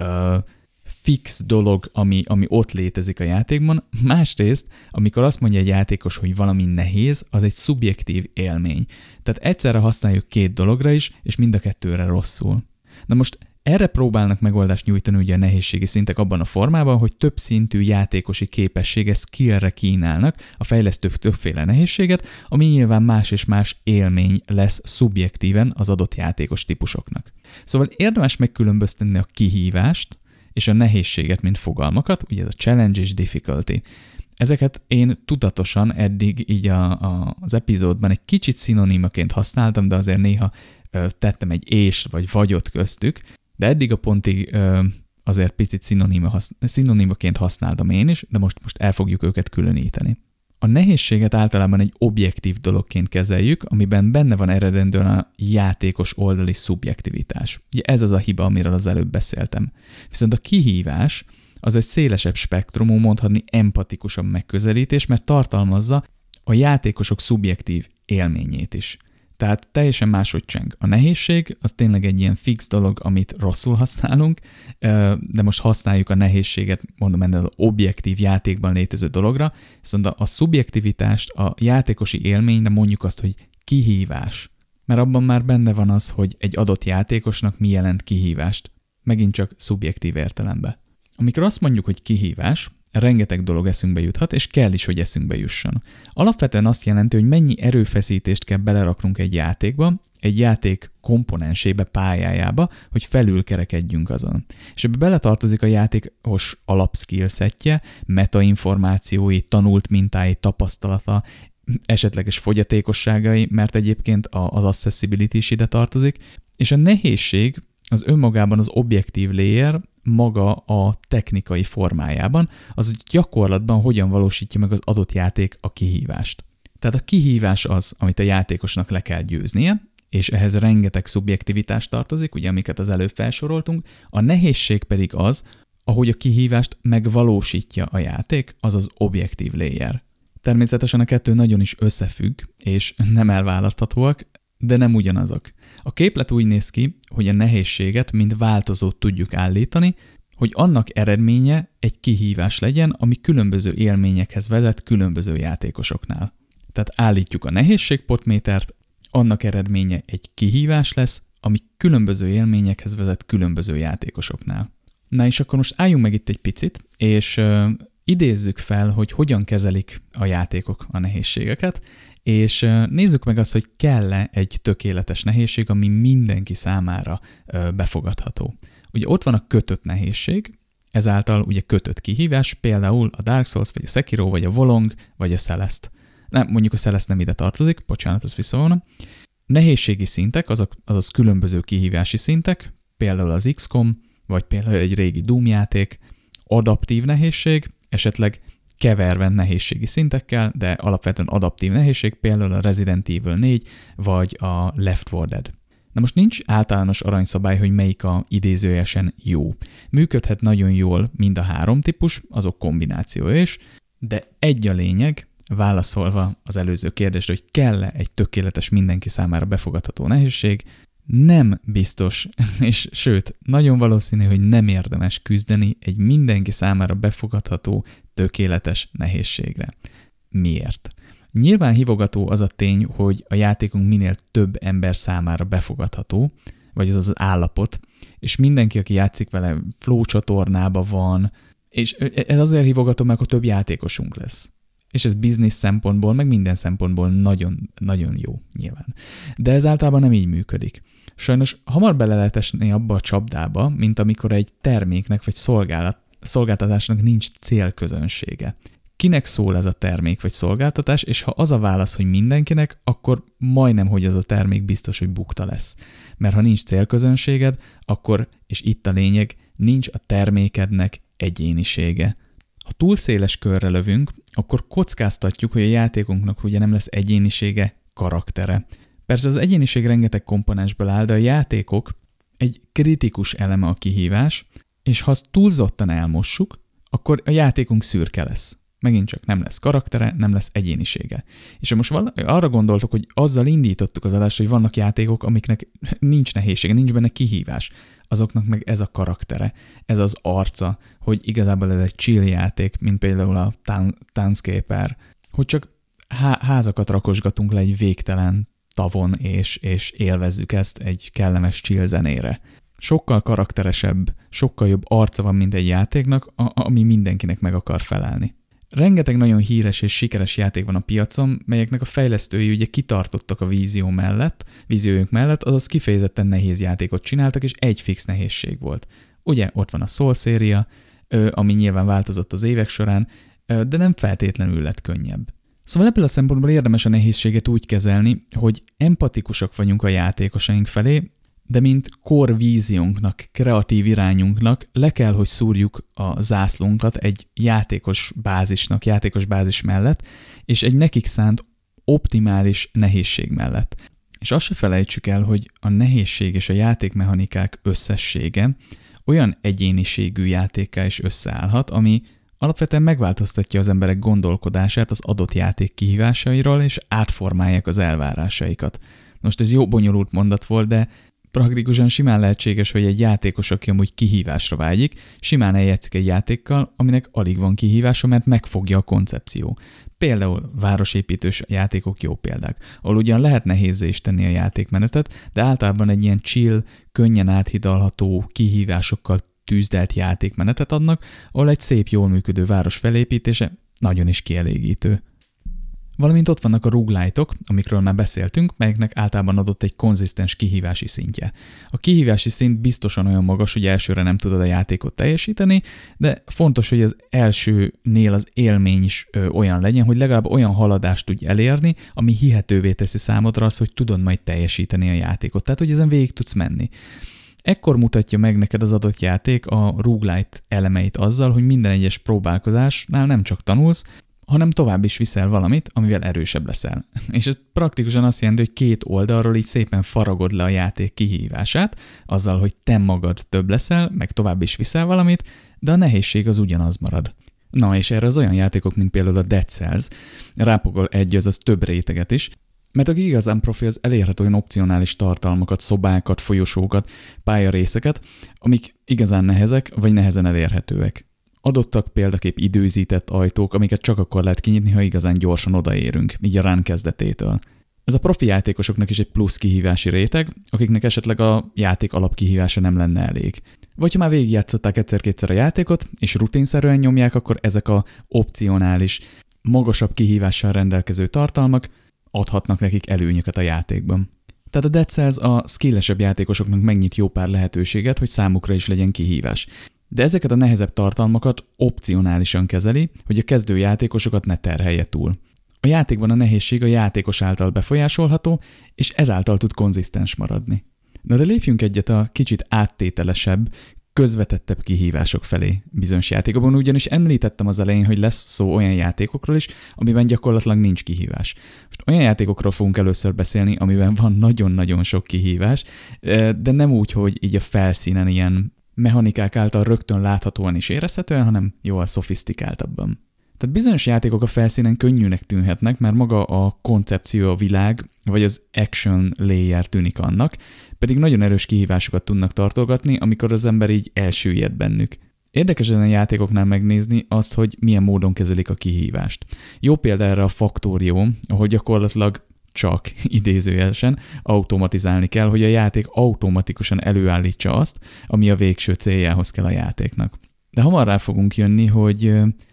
fix dolog, ami ott létezik a játékban. Másrészt, amikor azt mondja egy játékos, hogy valami nehéz, az egy szubjektív élmény. Tehát egyszerre használjuk 2 dologra is, és mind a 2-re rosszul. Na most erre próbálnak megoldást nyújtani ugye a nehézségi szintek abban a formában, hogy több szintű játékosi képessége, skillre kínálnak a fejlesztők többféle nehézséget, ami nyilván más és más élmény lesz szubjektíven az adott játékos típusoknak. Szóval érdemes megkülönböztetni a kihívást és a nehézséget, mint fogalmakat, ugye ez a challenge és difficulty. Ezeket én tudatosan eddig így az epizódban egy kicsit szinonimaként használtam, de azért néha tettem egy és vagy vagyot köztük, de eddig a pontig azért picit szinonimaként használtam én is, de most el fogjuk őket különíteni. A nehézséget általában egy objektív dologként kezeljük, amiben benne van eredendően a játékos oldali szubjektivitás. Ugye ez az a hiba, amiről az előbb beszéltem. Viszont a kihívás az egy szélesebb spektrumú, mondhatni empatikusabb megközelítés, mert tartalmazza a játékosok szubjektív élményét is. Tehát teljesen máshogy cseng. A nehézség az tényleg egy ilyen fix dolog, amit rosszul használunk, de most használjuk a nehézséget, mondom, ennél az objektív játékban létező dologra, viszont a szubjektivitást, a játékosi élményre mondjuk azt, hogy kihívás. Mert abban már benne van az, hogy egy adott játékosnak mi jelent kihívást. Megint csak szubjektív értelemben. Amikor azt mondjuk, hogy kihívás, rengeteg dolog eszünkbe juthat, és kell is, hogy eszünkbe jusson. Alapvetően azt jelenti, hogy mennyi erőfeszítést kell beleraknunk egy játékba, egy játék komponensébe, pályájába, hogy felülkerekedjünk azon. És ebbe beletartozik a játékos alapskillsetje, metainformációi, tanult mintái, tapasztalata, esetleges fogyatékosságai, mert egyébként az accessibility is ide tartozik, és a nehézség az önmagában az objektív layer, maga a technikai formájában, az gyakorlatban hogyan valósítja meg az adott játék a kihívást. Tehát a kihívás az, amit a játékosnak le kell győznie, és ehhez rengeteg szubjektivitás tartozik, ugye amiket az előbb felsoroltunk, a nehézség pedig az, ahogy a kihívást megvalósítja a játék, az az objektív layer. Természetesen a 2 nagyon is összefügg, és nem elválaszthatóak, de nem ugyanazok. A képlet úgy néz ki, hogy a nehézséget mind változót tudjuk állítani, hogy annak eredménye egy kihívás legyen, ami különböző élményekhez vezet különböző játékosoknál. Tehát állítjuk a nehézségportmétert, annak eredménye egy kihívás lesz, ami különböző élményekhez vezet különböző játékosoknál. Na és akkor most álljunk meg itt egy picit, és idézzük fel, hogy hogyan kezelik a játékok a nehézségeket, és nézzük meg azt, hogy kell-e egy tökéletes nehézség, ami mindenki számára befogadható. Ugye ott van a kötött nehézség, ezáltal ugye kötött kihívás, például a Dark Souls, vagy a Sekiro, vagy a Wolong, vagy a Celeste. Nem, mondjuk a Celeste nem ide tartozik, bocsánat, ezt visszavonom. Nehézségi szintek, azaz különböző kihívási szintek, például az XCOM, vagy például egy régi Doom játék, adaptív nehézség, esetleg keverve nehézségi szintekkel, de alapvetően adaptív nehézség, például a Resident Evil 4, vagy a Left 4 Dead. Na most nincs általános aranyszabály, hogy melyik a idézőjesen jó. Működhet nagyon jól mind a 3 típus, azok kombinációja is, de egy a lényeg, válaszolva az előző kérdésre, hogy kell-e egy tökéletes, mindenki számára befogadható nehézség, nem biztos, és sőt, nagyon valószínű, hogy nem érdemes küzdeni egy mindenki számára befogadható, tökéletes nehézségre. Miért? Nyilván hívogató az a tény, hogy a játékunk minél több ember számára befogadható, vagy az az állapot, és mindenki, aki játszik vele, flow csatornában van, és ez azért hívogató, mert akkor több játékosunk lesz. És ez biznisz szempontból, meg minden szempontból nagyon, nagyon jó, nyilván. De ez általában nem így működik. Sajnos hamar bele lehet esni abba a csapdába, mint amikor egy terméknek vagy szolgáltatásnak nincs célközönsége. Kinek szól ez a termék vagy szolgáltatás, és ha az a válasz, hogy mindenkinek, akkor majdnem, hogy ez a termék biztos, hogy bukta lesz. Mert ha nincs célközönséged, akkor, és itt a lényeg, nincs a termékednek egyénisége. Ha túl széles körre lövünk, akkor kockáztatjuk, hogy a játékunknak ugye nem lesz egyénisége, karaktere. Persze az egyéniség rengeteg komponensből áll, de a játékok egy kritikus eleme a kihívás, és ha azt túlzottan elmossuk, akkor a játékunk szürke lesz. Megint csak nem lesz karaktere, nem lesz egyénisége. És ha most arra gondoltok, hogy azzal indítottuk az adást, hogy vannak játékok, amiknek nincs nehézsége, nincs benne kihívás, azoknak meg ez a karaktere, ez az arca, hogy igazából ez egy chill játék, mint például a Townscaper, hogy csak házakat rakosgatunk le egy végtelen tavon, és élvezzük ezt egy kellemes chill zenére. Sokkal karakteresebb, sokkal jobb arca van, mint egy játéknak, ami mindenkinek meg akar felelni. Rengeteg nagyon híres és sikeres játék van a piacon, melyeknek a fejlesztői ugye kitartottak a víziójuk mellett, azaz kifejezetten nehéz játékot csináltak, és egy fix nehézség volt. Ugye ott van a Soul széria, ami nyilván változott az évek során, de nem feltétlenül lett könnyebb. Szóval ebből a szempontból érdemes a nehézséget úgy kezelni, hogy empatikusak vagyunk a játékosaink felé, de mint core víziónknak, kreatív irányunknak le kell, hogy szúrjuk a zászlónkat egy játékos bázis mellett, és egy nekik szánt optimális nehézség mellett. És azt se felejtsük el, hogy a nehézség és a játékmechanikák összessége olyan egyéniségű játékká is összeállhat, ami alapvetően megváltoztatja az emberek gondolkodását az adott játék kihívásairól, és átformálják az elvárásaikat. Most ez jó bonyolult mondat volt, de praktikusan simán lehetséges, hogy egy játékos, aki amúgy kihívásra vágyik, simán eljátszik egy játékkal, aminek alig van kihívása, mert megfogja a koncepció. Például városépítős játékok jó példák, ahol ugyan lehet nehézzé is tenni a játékmenetet, de általában egy ilyen chill, könnyen áthidalható kihívásokkal tűzdelt játékmenetet adnak, ahol egy szép, jól működő város felépítése nagyon is kielégítő. Valamint ott vannak a roguelite-ok, amikről már beszéltünk, melyeknek általában adott egy konzisztens kihívási szintje. A kihívási szint biztosan olyan magas, hogy elsőre nem tudod a játékot teljesíteni, de fontos, hogy az elsőnél az élmény is olyan legyen, hogy legalább olyan haladást tudj elérni, ami hihetővé teszi számodra az, hogy tudod majd teljesíteni a játékot, tehát hogy ezen végig tudsz menni. Ekkor mutatja meg neked az adott játék a roguelite elemeit azzal, hogy minden egyes próbálkozásnál nem csak tanulsz, hanem tovább is viszel valamit, amivel erősebb leszel. És ez praktikusan azt jelenti, hogy két oldalról így szépen faragod le a játék kihívását, azzal, hogy te magad több leszel, meg tovább is viszel valamit, de a nehézség az ugyanaz marad. Na, és erre az olyan játékok, mint például a Dead Cells, rápogol azaz több réteget is, mert aki igazán profi, az elérhet olyan opcionális tartalmakat, szobákat, folyosókat, pályarészeket, amik igazán nehezek, vagy nehezen elérhetőek. Adottak példaképp időzített ajtók, amiket csak akkor lehet kinyitni, ha igazán gyorsan odaérünk, így a run kezdetétől. Ez a profi játékosoknak is egy plusz kihívási réteg, akiknek esetleg a játék alapkihívása nem lenne elég. Vagy ha már végigjátszották egyszer-kétszer a játékot, és rutinszerűen nyomják, akkor ezek a opcionális, magasabb kihívással rendelkező tartalmak adhatnak nekik előnyöket a játékban. Tehát a Dead Cells a skillesebb játékosoknak megnyit jó pár lehetőséget, hogy számukra is legyen kihívás. De ezeket a nehezebb tartalmakat opcionálisan kezeli, hogy a kezdő játékosokat ne terhelje túl. A játékban a nehézség a játékos által befolyásolható, és ezáltal tud konzisztens maradni. Na de lépjünk egyet a kicsit áttételesebb, közvetettebb kihívások felé bizonyos játékokban, ugyanis említettem az elején, hogy lesz szó olyan játékokról is, amiben gyakorlatilag nincs kihívás. Most olyan játékokról fogunk először beszélni, amiben van nagyon-nagyon sok kihívás, de nem úgy, hogy így a felszínen ilyen mechanikák által rögtön láthatóan is érezhetően, hanem jóval szofisztikáltabban. Tehát bizonyos játékok a felszínen könnyűnek tűnhetnek, mert maga a koncepció, a világ, vagy az action layer tűnik annak, pedig nagyon erős kihívásokat tudnak tartogatni, amikor az ember így elsüllyed bennük. Érdekes ezen a játékoknál megnézni azt, hogy milyen módon kezelik a kihívást. Jó példa erre a Factorio, ahol gyakorlatilag csak idézőjelesen automatizálni kell, hogy a játék automatikusan előállítsa azt, ami a végső céljához kell a játéknak. De hamar rá fogunk jönni, hogy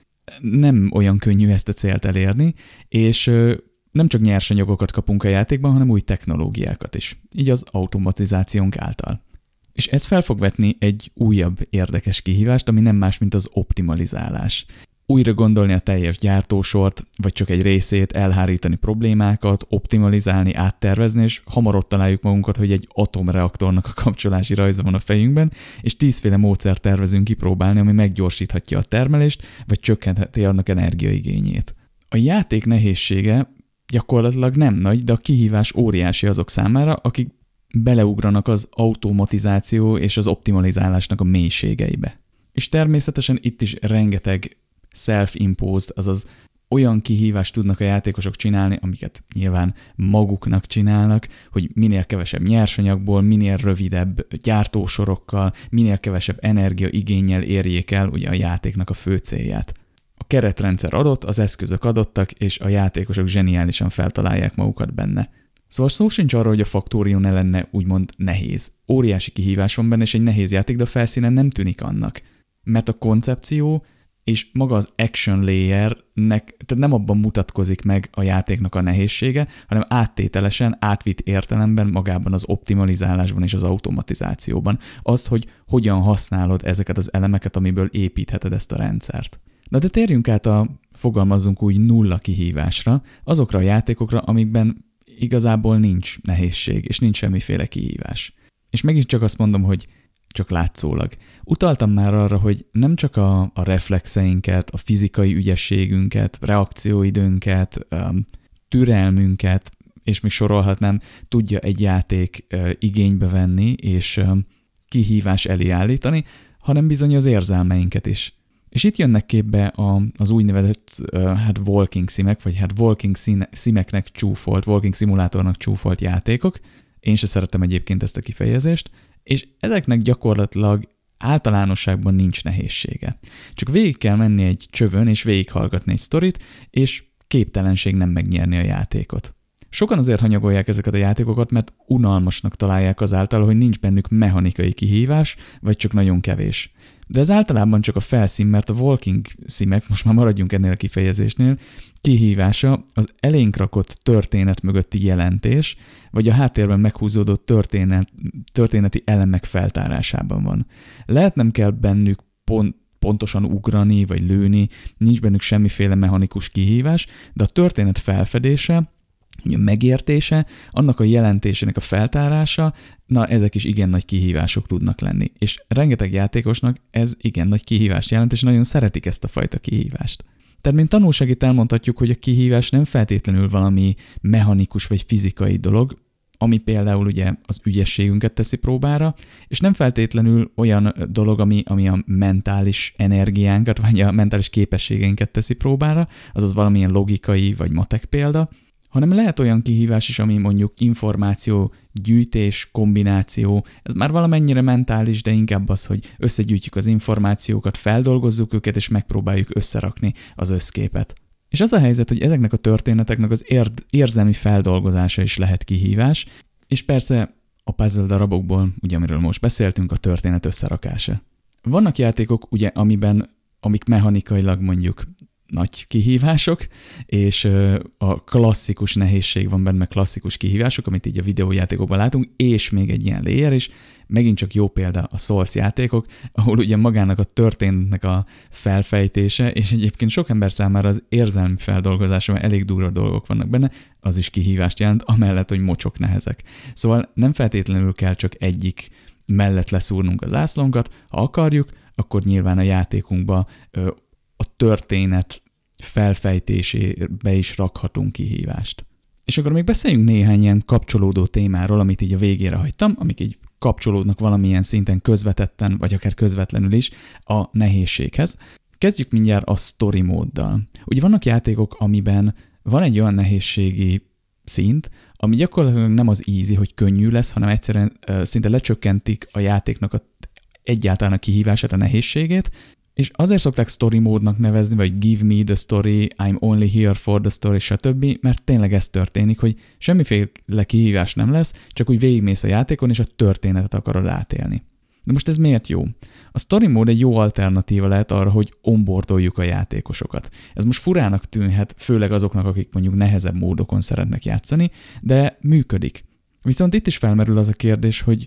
nem olyan könnyű ezt a célt elérni, és nem csak nyersanyagokat kapunk a játékban, hanem új technológiákat is, így az automatizációnk által. És ez fel fog vetni egy újabb érdekes kihívást, ami nem más, mint az optimalizálás. Újra gondolni a teljes gyártósort, vagy csak egy részét, elhárítani problémákat, optimalizálni, áttervezni, és hamar ott találjuk magunkat, hogy egy atomreaktornak a kapcsolási rajza van a fejünkben, és 10 féle módszert tervezünk kipróbálni, ami meggyorsíthatja a termelést, vagy csökkentheti annak energiaigényét. A játék nehézsége gyakorlatilag nem nagy, de a kihívás óriási azok számára, akik beleugranak az automatizáció és az optimalizálásnak a mélységeibe. És természetesen itt is rengeteg self-imposed, azaz olyan kihívást tudnak a játékosok csinálni, amiket nyilván maguknak csinálnak, hogy minél kevesebb nyersanyagból, minél rövidebb gyártósorokkal, minél kevesebb energiaigénnyel érjék el ugye a játéknak a fő célját. A keretrendszer adott, az eszközök adottak, és a játékosok zseniálisan feltalálják magukat benne. Szóval szó sincs arról, hogy a Factorio ne lenne úgymond nehéz. Óriási kihívás van benne, és egy nehéz játék, de a felszínen nem tűnik annak. Mert a koncepció és maga az action layernek, tehát nem abban mutatkozik meg a játéknak a nehézsége, hanem áttételesen, átvitt értelemben magában az optimalizálásban és az automatizációban. Azt, hogy hogyan használod ezeket az elemeket, amiből építheted ezt a rendszert. Na de térjünk át fogalmazzunk úgy nulla kihívásra, azokra a játékokra, amikben igazából nincs nehézség, és nincs semmiféle kihívás. És megint csak azt mondom, hogy csak látszólag. Utaltam már arra, hogy nem csak a reflexeinket, a fizikai ügyességünket, reakcióidőnket, türelmünket, és még sorolhatnám, tudja egy játék igénybe venni, és kihívás elé állítani, hanem bizony az érzelmeinket is. És itt jönnek képbe az úgynevezett walking simek, vagy walking simeknek csúfolt, walking szimulátornak csúfolt játékok. Én se szeretem egyébként ezt a kifejezést, és ezeknek gyakorlatilag általánosságban nincs nehézsége. Csak végig kell menni egy csövön, és végighallgatni egy sztorit, és képtelenség nem megnyerni a játékot. Sokan azért hanyagolják ezeket a játékokat, mert unalmasnak találják azáltal, hogy nincs bennük mechanikai kihívás, vagy csak nagyon kevés. De ez általában csak a felszín, mert a walking simek, most már maradjunk ennél a kifejezésnél, kihívása az elénk rakott történet mögötti jelentés, vagy a háttérben meghúzódó történeti elemek feltárásában van. Lehet nem kell bennük pontosan ugrani, vagy lőni, nincs bennük semmiféle mechanikus kihívás, de a történet felfedése, a megértése, annak a jelentésének a feltárása, na ezek is igen nagy kihívások tudnak lenni. És rengeteg játékosnak ez igen nagy kihívást jelent, és nagyon szeretik ezt a fajta kihívást. Tehát mint tanulság elmondhatjuk, hogy a kihívás nem feltétlenül valami mechanikus vagy fizikai dolog, ami például ugye az ügyességünket teszi próbára, és nem feltétlenül olyan dolog, ami a mentális energiánkat, vagy a mentális képességeinket teszi próbára, azaz valamilyen logikai vagy matek példa, hanem lehet olyan kihívás is, ami mondjuk információ, gyűjtés, kombináció, ez már valamennyire mentális, de inkább az, hogy összegyűjtjük az információkat, feldolgozzuk őket, és megpróbáljuk összerakni az összképet. És az a helyzet, hogy ezeknek a történeteknek az érzelmi feldolgozása is lehet kihívás, és persze a puzzle darabokból, ugye amiről most beszéltünk, a történet összerakása. Vannak játékok, ugye, amik mechanikailag mondjuk nagy kihívások, és a klasszikus nehézség van benne, klasszikus kihívások, amit így a videójátékokban látunk, és még egy ilyen layer is, megint csak jó példa a Souls játékok, ahol ugye magának a történetnek a felfejtése, és egyébként sok ember számára az érzelmi feldolgozása, mert elég durva dolgok vannak benne, az is kihívást jelent, amellett, hogy mocsok nehezek. Szóval nem feltétlenül kell csak egyik mellett leszúrnunk az zászlónkat, ha akarjuk, akkor nyilván a játékunkba a történet felfejtésébe is rakhatunk kihívást. És akkor még beszéljünk néhány ilyen kapcsolódó témáról, amit így a végére hagytam, amik így kapcsolódnak valamilyen szinten közvetetten, vagy akár közvetlenül is a nehézséghez. Kezdjük mindjárt a story móddal. Ugye vannak játékok, amiben van egy olyan nehézségi szint, ami gyakorlatilag nem az easy, hogy könnyű lesz, hanem egyszerűen szinte lecsökkentik a játéknak egyáltalán a kihívását, a nehézségét, és azért szokták story módnak nevezni, vagy give me the story, I'm only here for the story, stb., mert tényleg ez történik, hogy semmiféle kihívás nem lesz, csak úgy végigmész a játékon, és a történetet akarod átélni. De most ez miért jó? A story mód egy jó alternatíva lehet arra, hogy onboardoljuk a játékosokat. Ez most furának tűnhet, főleg azoknak, akik mondjuk nehezebb módokon szeretnek játszani, de működik. Viszont itt is felmerül az a kérdés, hogy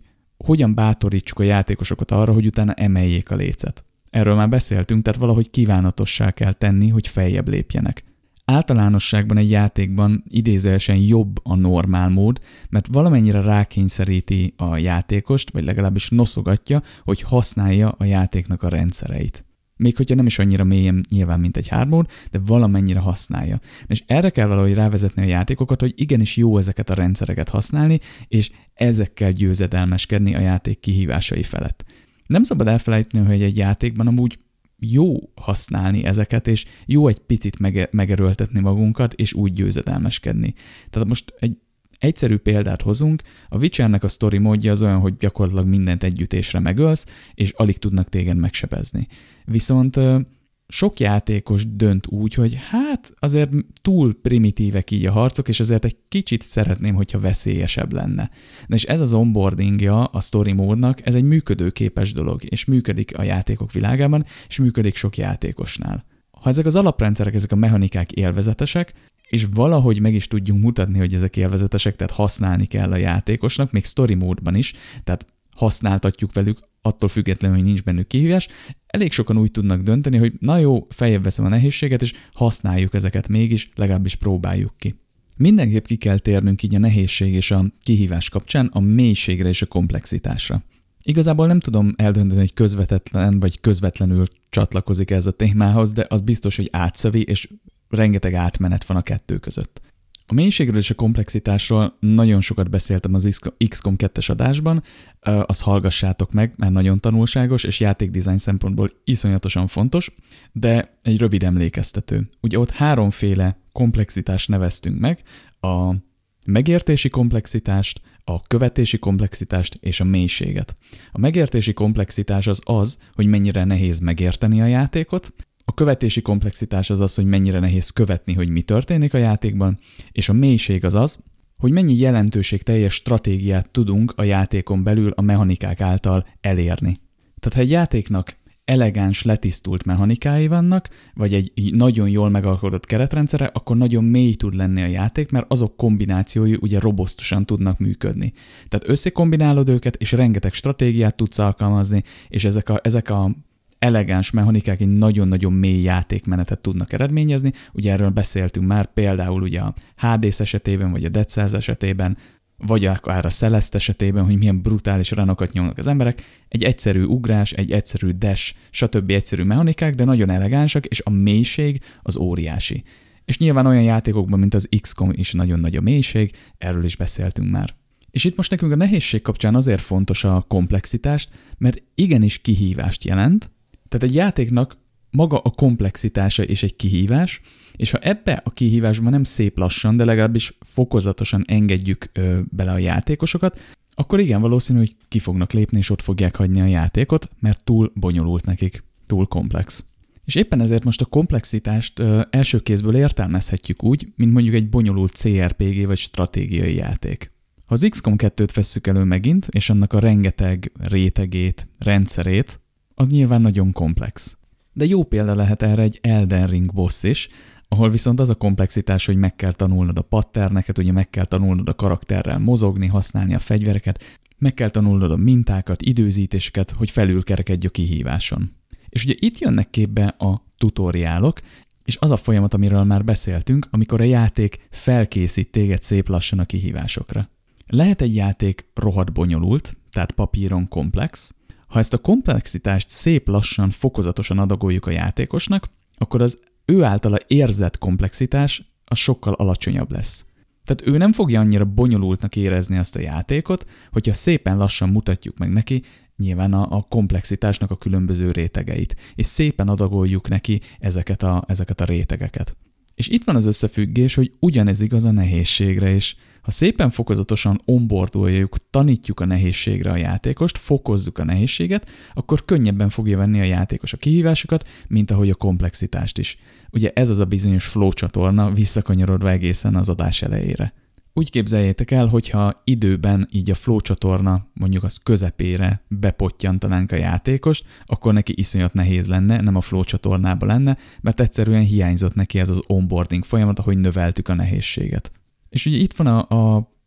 hogyan bátorítsuk a játékosokat arra, hogy utána emeljék a lécet. Erről már beszéltünk, tehát valahogy kívánatossá kell tenni, hogy feljebb lépjenek. Általánosságban egy játékban idézőjelesen jobb a normál mód, mert valamennyire rákényszeríti a játékost, vagy legalábbis noszogatja, hogy használja a játéknak a rendszereit. Még hogyha nem is annyira mélyen nyilván, mint egy hard mód, de valamennyire használja. És erre kell valahogy rávezetni a játékokat, hogy igenis jó ezeket a rendszereket használni, és ezekkel győzedelmeskedni a játék kihívásai felett. Nem szabad elfelejteni, hogy egy játékban amúgy jó használni ezeket, és jó egy picit megerőltetni magunkat, és úgy győzedelmeskedni. Tehát most egy egyszerű példát hozunk, a Witchernek a story módja az olyan, hogy gyakorlatilag mindent együttésre megölsz, és alig tudnak téged megsebezni. Viszont sok játékos dönt úgy, hogy hát azért túl primitívek így a harcok, és azért egy kicsit szeretném, hogyha veszélyesebb lenne. Na és ez az onboardingja a story módnak, ez egy működőképes dolog, és működik a játékok világában, és működik sok játékosnál. Ha ezek az alaprendszerek, ezek a mechanikák élvezetesek, és valahogy meg is tudjunk mutatni, hogy ezek élvezetesek, tehát használni kell a játékosnak, még story módban is, tehát használtatjuk velük, attól függetlenül, hogy nincs bennük kihívás, elég sokan úgy tudnak dönteni, hogy na jó, feljebb veszem a nehézséget, és használjuk ezeket mégis, legalábbis próbáljuk ki. Mindenképp ki kell térnünk így a nehézség és a kihívás kapcsán a mélységre és a komplexitásra. Igazából nem tudom eldönteni, hogy közvetlen vagy közvetlenül csatlakozik ez a témához, de az biztos, hogy átszövi, és rengeteg átmenet van a kettő között. A mélységről és a komplexitásról nagyon sokat beszéltem az XCOM 2-es adásban, azt hallgassátok meg, mert nagyon tanulságos, és játékdizájn szempontból iszonyatosan fontos, de egy rövid emlékeztető. Ugye ott háromféle komplexitást neveztünk meg, a megértési komplexitást, a követési komplexitást és a mélységet. A megértési komplexitás az, hogy mennyire nehéz megérteni a játékot, a követési komplexitás az, hogy mennyire nehéz követni, hogy mi történik a játékban, és a mélység az, hogy mennyi jelentőségteljes stratégiát tudunk a játékon belül a mechanikák által elérni. Tehát ha egy játéknak elegáns, letisztult mechanikái vannak, vagy egy nagyon jól megalkotott keretrendszere, akkor nagyon mély tud lenni a játék, mert azok kombinációi ugye robosztusan tudnak működni. Tehát összekombinálod őket, és rengeteg stratégiát tudsz alkalmazni, és ezek a elegáns mechanikák egy nagyon-nagyon mély játékmenetet tudnak eredményezni. Ugye erről beszéltünk már például ugye a Hades esetében, vagy a Dead Cells esetében, vagy akár a Celeste esetében, hogy milyen brutális runokat nyomnak az emberek. Egy egyszerű ugrás, egy egyszerű dash, stb. Egyszerű mechanikák, de nagyon elegánsak, és a mélység az óriási. És nyilván olyan játékokban, mint az XCOM is nagyon nagy a mélység, erről is beszéltünk már. És itt most nekünk a nehézség kapcsán azért fontos a komplexitást, mert igenis kihívást jelent. Tehát egy játéknak maga a komplexitása és egy kihívás, és ha ebbe a kihívásban nem szép lassan, de legalábbis fokozatosan engedjük bele a játékosokat, akkor igen valószínű, hogy ki fognak lépni, és ott fogják hagyni a játékot, mert túl bonyolult nekik, túl komplex. És éppen ezért most a komplexitást első kézből értelmezhetjük úgy, mint mondjuk egy bonyolult CRPG vagy stratégiai játék. Ha az XCOM 2-t vesszük elő megint, és annak a rengeteg rétegét, rendszerét, az nyilván nagyon komplex. De jó példa lehet erre egy Elden Ring boss is, ahol viszont az a komplexitás, hogy meg kell tanulnod a patterneket, ugye meg kell tanulnod a karakterrel mozogni, használni a fegyvereket, meg kell tanulnod a mintákat, időzítéseket, hogy felülkerekedj a kihíváson. És ugye itt jönnek képbe a tutoriálok, és az a folyamat, amiről már beszéltünk, amikor a játék felkészít téged szép lassan a kihívásokra. Lehet egy játék rohadt bonyolult, tehát papíron komplex. Ha ezt a komplexitást szép lassan, fokozatosan adagoljuk a játékosnak, akkor az ő általa érzett komplexitás az sokkal alacsonyabb lesz. Tehát ő nem fogja annyira bonyolultnak érezni azt a játékot, hogyha szépen lassan mutatjuk meg neki nyilván a komplexitásnak a különböző rétegeit, és szépen adagoljuk neki ezeket a rétegeket. És itt van az összefüggés, hogy ugyanez igaz a nehézségre is. Ha szépen fokozatosan onboardoljuk, tanítjuk a nehézségre a játékost, fokozzuk a nehézséget, akkor könnyebben fogja venni a játékos a kihívásokat, mint ahogy a komplexitást is. Ugye ez az a bizonyos flow csatorna, visszakanyarodva egészen az adás elejére. Úgy képzeljétek el, hogyha időben így a flow csatorna mondjuk az közepére bepottyantanánk a játékost, akkor neki iszonyat nehéz lenne, nem a flow csatornába lenne, mert egyszerűen hiányzott neki ez az onboarding folyamat, ahogy növeltük a nehézséget. És ugye itt van a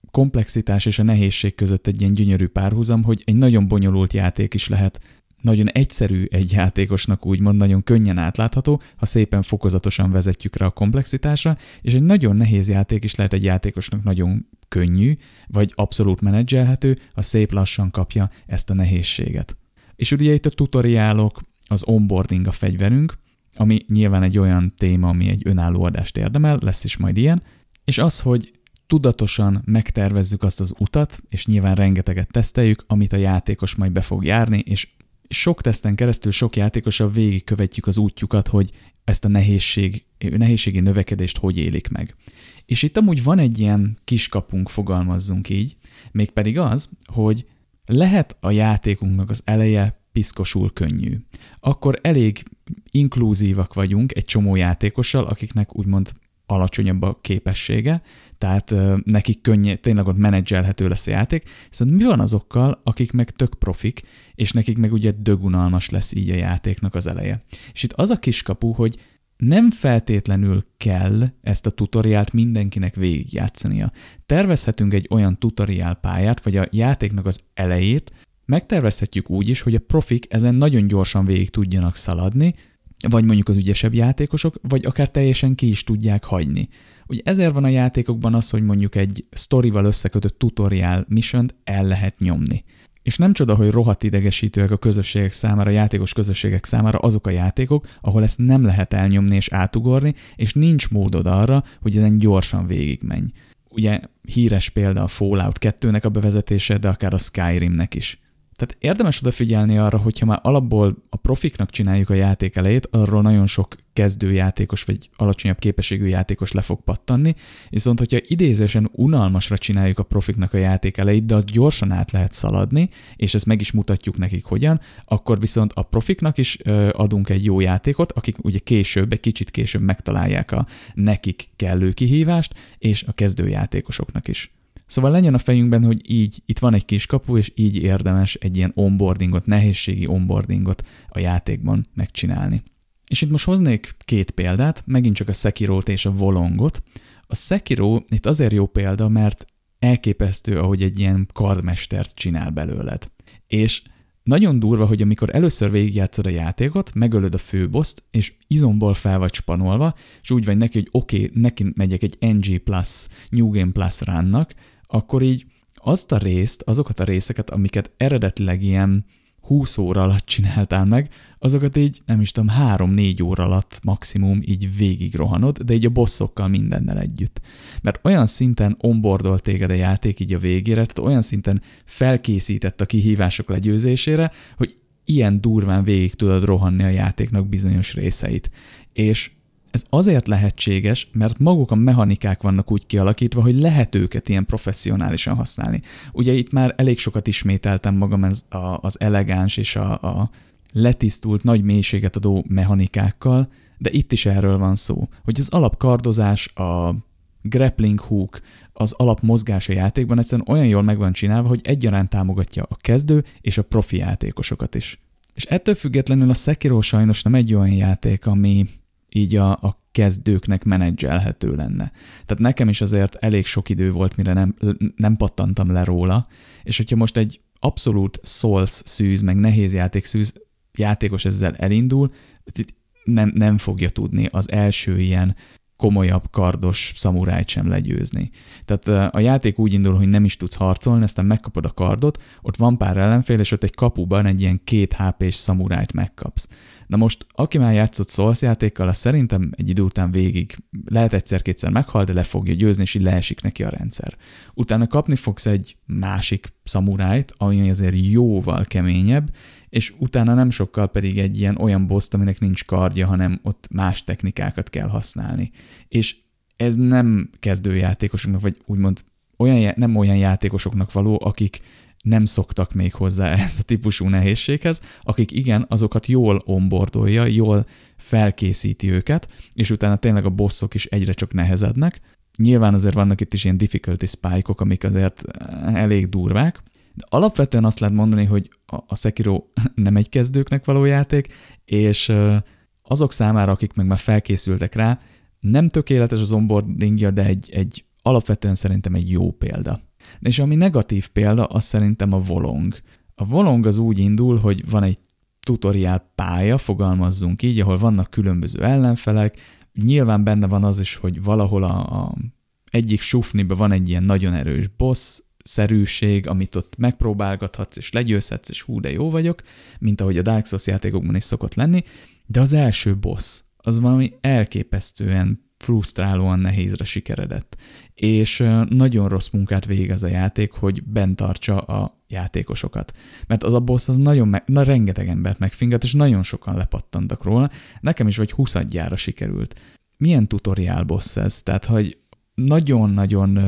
komplexitás és a nehézség között egy ilyen gyönyörű párhuzam, hogy egy nagyon bonyolult játék is lehet nagyon egyszerű egy játékosnak, úgymond nagyon könnyen átlátható, ha szépen fokozatosan vezetjük rá a komplexitásra, és egy nagyon nehéz játék is lehet egy játékosnak nagyon könnyű, vagy abszolút menedzselhető, ha szép lassan kapja ezt a nehézséget. És ugye itt a tutoriálok, az onboarding a fegyverünk, ami nyilván egy olyan téma, ami egy önálló adást érdemel, lesz is majd ilyen, és az, hogy tudatosan megtervezzük azt az utat, és nyilván rengeteget teszteljük, amit a játékos majd be fog járni, és sok teszten keresztül sok játékossal végigkövetjük az útjukat, hogy ezt a nehézségi növekedést hogy élik meg. És itt amúgy van egy ilyen kiskapunk, fogalmazzunk így, mégpedig az, hogy lehet a játékunknak az eleje piszkosul könnyű. Akkor elég inkluzívak vagyunk egy csomó játékossal, akiknek úgymond alacsonyabb a képessége, tehát nekik tényleg ott menedzselhető lesz a játék, viszont mi van azokkal, akik meg tök profik, és nekik meg ugye dögunalmas lesz így a játéknak az eleje. És itt az a kiskapu, hogy nem feltétlenül kell ezt a tutoriált mindenkinek végigjátszania. Tervezhetünk egy olyan tutoriál pályát, vagy a játéknak az elejét, megtervezhetjük úgy is, hogy a profik ezen nagyon gyorsan végig tudjanak szaladni, vagy mondjuk az ügyesebb játékosok, vagy akár teljesen ki is tudják hagyni. Ugye ezért van a játékokban az, hogy mondjuk egy sztorival összekötött tutorial missiont el lehet nyomni. És nem csoda, hogy rohadt idegesítőek a közösségek számára, a játékos közösségek számára azok a játékok, ahol ezt nem lehet elnyomni és átugorni, és nincs módod arra, hogy ezen gyorsan végigmenj. Ugye híres példa a Fallout 2-nek a bevezetése, de akár a Skyrimnek is. Tehát érdemes odafigyelni arra, hogyha már alapból a profiknak csináljuk a játék elejét, arról nagyon sok kezdőjátékos vagy alacsonyabb képességű játékos le fog pattanni, viszont hogyha idézősen unalmasra csináljuk a profiknak a játék elejét, de azt gyorsan át lehet szaladni, és ezt meg is mutatjuk nekik hogyan, akkor viszont a profiknak is adunk egy jó játékot, akik ugye egy kicsit később megtalálják a nekik kellő kihívást, és a kezdőjátékosoknak is. Szóval legyen a fejünkben, hogy így itt van egy kis kapu, és így érdemes egy ilyen onboardingot, nehézségi onboardingot a játékban megcsinálni. És itt most hoznék 2 példát, megint csak a Sekirót és a Wolongot. A Sekiro itt azért jó példa, mert elképesztő, ahogy egy ilyen kardmestert csinál belőled. És nagyon durva, hogy amikor először végigjátszod a játékot, megölöd a főboszt, és izomból fel vagy spanolva, és úgy vagy neki, hogy oké, neki megyek egy NG+, New Game Plus runnak, akkor így azokat a részeket, amiket eredetileg ilyen 20 óra alatt csináltál meg, azokat így, nem is tudom, 3-4 óra alatt maximum így végig rohanod, de így a bosszokkal mindennel együtt. Mert olyan szinten onboardol téged a játék így a végére, tehát olyan szinten felkészített a kihívások legyőzésére, hogy ilyen durván végig tudod rohanni a játéknak bizonyos részeit. És ez azért lehetséges, mert maguk a mechanikák vannak úgy kialakítva, hogy lehet őket ilyen professzionálisan használni. Ugye itt már elég sokat ismételtem magam az elegáns és a letisztult, nagy mélységet adó mechanikákkal, de itt is erről van szó, hogy az alapkardozás, a grappling hook, az alapmozgás a játékban egyszerűen olyan jól meg van csinálva, hogy egyaránt támogatja a kezdő és a profi játékosokat is. És ettől függetlenül a Sekiro sajnos nem egy olyan játék, ami így a kezdőknek menedzselhető lenne. Tehát nekem is azért elég sok idő volt, mire nem pattantam le róla, és hogyha most egy abszolút Souls szűz, meg nehéz játékos ezzel elindul, nem fogja tudni az első ilyen komolyabb kardos szamurájt sem legyőzni. Tehát a játék úgy indul, hogy nem is tudsz harcolni, aztán megkapod a kardot, ott van pár ellenfél, és ott egy kapuban egy ilyen 2 HP-s szamurájt megkapsz. Na most, aki már játszott Souls játékkal, az szerintem egy idő után végig lehet egyszer-kétszer meghal, de le fogja győzni, és így leesik neki a rendszer. Utána kapni fogsz egy másik szamurájt, ami azért jóval keményebb, és utána nem sokkal pedig egy ilyen olyan boszt, aminek nincs kardja, hanem ott más technikákat kell használni. És ez nem kezdőjátékosoknak, vagy úgymond nem olyan játékosoknak való, akik nem szoktak még hozzá ez a típusú nehézséghez, akik igen, azokat jól onboardolja, jól felkészíti őket, és utána tényleg a bosszok is egyre csak nehezednek. Nyilván azért vannak itt is ilyen difficulty spike-ok, amik azért elég durvák, de alapvetően azt lehet mondani, hogy a Sekiro nem egy kezdőknek való játék, és azok számára, akik meg már felkészültek rá, nem tökéletes az onboardingja, de egy alapvetően szerintem egy jó példa. És ami negatív példa, az szerintem a Volong. A Volong az úgy indul, hogy van egy tutoriál pálya, fogalmazzunk így, ahol vannak különböző ellenfelek, nyilván benne van az is, hogy valahol a egyik sufniben van egy ilyen nagyon erős boss-szerűség, amit ott megpróbálgathatsz, és legyőzhetsz, és hú, de jó vagyok, mint ahogy a Dark Souls játékokban is szokott lenni, de az első boss, az valami elképesztően frusztrálóan nehézre sikeredett. És nagyon rossz munkát végez a játék, hogy bent tartsa a játékosokat. Mert az a boss az rengeteg embert megfingat, és nagyon sokan lepattantak róla. Nekem is vagy 20-adjára sikerült. Milyen tutoriál boss ez? Tehát, hogy nagyon-nagyon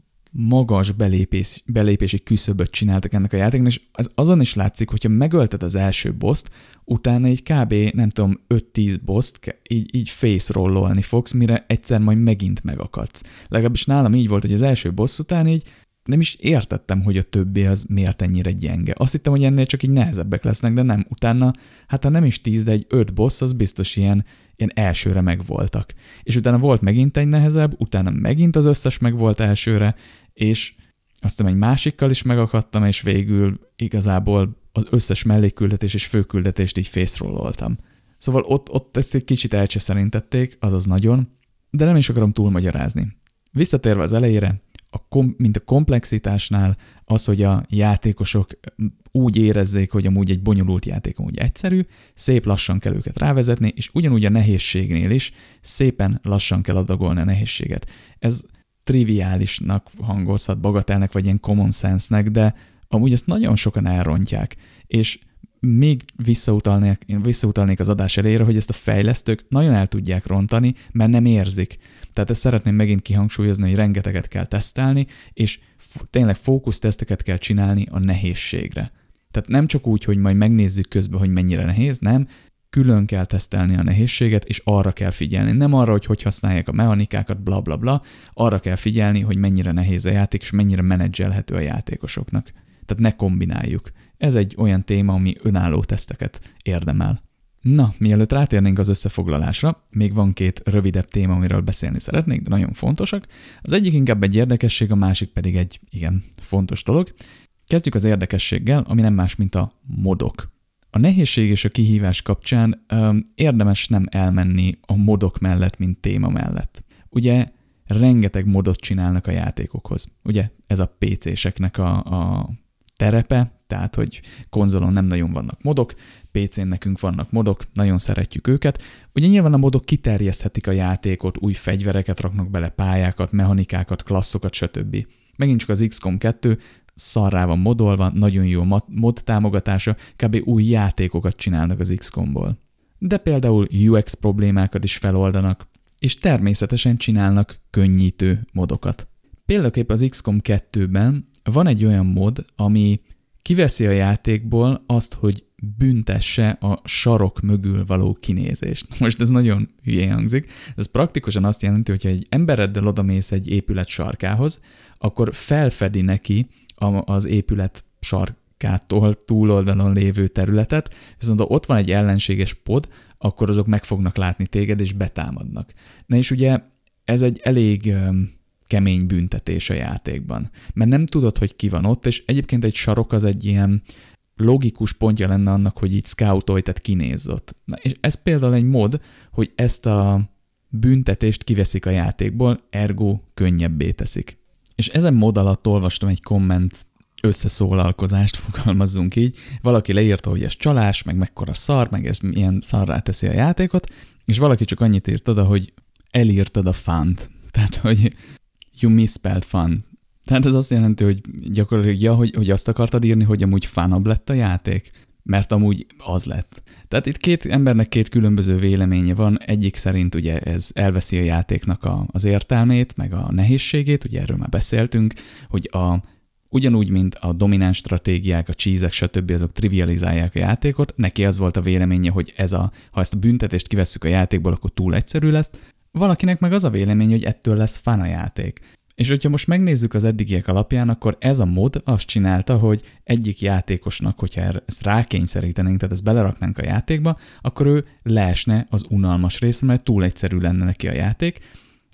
magas belépési küszöböt csináltak ennek a játéknak, és azon is látszik, hogyha megölted az első bosst, utána egy kb. Nem tudom, 5-10 bosst így face-rollolni fogsz, mire egyszer majd megint megakadsz. Legalábbis nálam így volt, hogy az első boss után így nem is értettem, hogy a többi az miért ennyire gyenge. Azt hittem, hogy ennél csak így nehezebbek lesznek, de nem. Utána, hát ha nem is 10, de egy 5 boss, az biztos ilyen elsőre megvoltak. És utána volt megint egy nehezebb, utána megint az összes megvolt elsőre, és aztán egy másikkal is megakadtam, és végül igazából az összes mellékküldetés és főküldetést így face-rolloltam. Szóval ott ezt egy kicsit elcseszerintették, azaz nagyon, de nem is akarom túlmagyarázni. Visszatérve az elejére, mint a komplexitásnál az, hogy a játékosok úgy érezzék, hogy amúgy egy bonyolult játék amúgy egyszerű, szép lassan kell őket rávezetni, és ugyanúgy a nehézségnél is szépen lassan kell adagolni a nehézséget. Ez triviálisnak hangozhat, bagatelnek, vagy ilyen common sense-nek, de amúgy ezt nagyon sokan elrontják, és még visszautalnék az adás elejére, hogy ezt a fejlesztők nagyon el tudják rontani, mert nem érzik. Tehát ezt szeretném megint kihangsúlyozni, hogy rengeteget kell tesztelni, és tényleg fókuszteszteket kell csinálni a nehézségre. Tehát nem csak úgy, hogy majd megnézzük közben, hogy mennyire nehéz, nem, külön kell tesztelni a nehézséget, és arra kell figyelni. Nem arra, hogy használják a mechanikákat, bla bla bla, arra kell figyelni, hogy mennyire nehéz a játék, és mennyire menedzselhető a játékosoknak. Tehát ne kombináljuk. Ez egy olyan téma, ami önálló teszteket érdemel. Na, mielőtt rátérnénk az összefoglalásra, még van 2 rövidebb téma, amiről beszélni szeretnék, de nagyon fontosak. Az egyik inkább egy érdekesség, a másik pedig egy igen fontos dolog. Kezdjük az érdekességgel, ami nem más, mint a modok. A nehézség és a kihívás kapcsán érdemes nem elmenni a modok mellett, mint téma mellett. Ugye rengeteg modot csinálnak a játékokhoz. Ugye ez a PC-seknek a terepe, tehát hogy konzolon nem nagyon vannak modok, PC-n nekünk vannak modok, nagyon szeretjük őket. Ugye nyilván a modok kiterjeszthetik a játékot, új fegyvereket raknak bele, pályákat, mechanikákat, klasszokat, stb. Megint csak az XCOM 2 szarrá van modolva, nagyon jó mod támogatása, kb. Új játékokat csinálnak az XCOM-ból. De például UX problémákat is feloldanak, és természetesen csinálnak könnyítő modokat. Példaképp az XCOM 2-ben van egy olyan mod, ami kiveszi a játékból azt, hogy büntesse a sarok mögül való kinézést. Most ez nagyon hülyén hangzik. Ez praktikusan azt jelenti, hogyha egy embereddel odamész egy épület sarkához, akkor felfedi neki az épület sarkától túloldalon lévő területet, viszont ha ott van egy ellenséges pod, akkor azok meg fognak látni téged és betámadnak. Na és ugye ez egy elég kemény büntetés a játékban, mert nem tudod, hogy ki van ott, és egyébként egy sarok az egy ilyen logikus pontja lenne annak, hogy így scoutolj, tehát kinézz ott. Na, és ez például egy mod, hogy ezt a büntetést kiveszik a játékból, ergo könnyebbé teszik. És ezen mod alatt olvastam egy komment összeszólalkozást, fogalmazzunk így. Valaki leírta, hogy ez csalás, meg mekkora szar, meg ez milyen szarrá teszi a játékot, és valaki csak annyit írt oda, hogy elírtad a fun-t. Tehát, hogy you misspelled fun. Tehát ez azt jelenti, hogy gyakorlatilag, hogy azt akartad írni, hogy amúgy funabb lett a játék, mert amúgy az lett. Tehát itt 2 embernek 2 különböző véleménye van, egyik szerint ugye ez elveszi a játéknak az értelmét, meg a nehézségét, ugye erről már beszéltünk, hogy ugyanúgy, mint a domináns stratégiák, a cheese-ek, stb. Azok trivializálják a játékot, neki az volt a véleménye, hogy ha ezt a büntetést kivesszük a játékból, akkor túl egyszerű lesz. Valakinek meg az a vélemény, hogy ettől lesz fun a játék. És hogyha most megnézzük az eddigiek alapján, akkor ez a mod azt csinálta, hogy egyik játékosnak, hogyha ezt rákényszerítenénk, tehát ezt beleraknánk a játékba, akkor ő leesne az unalmas része, mert túl egyszerű lenne neki a játék.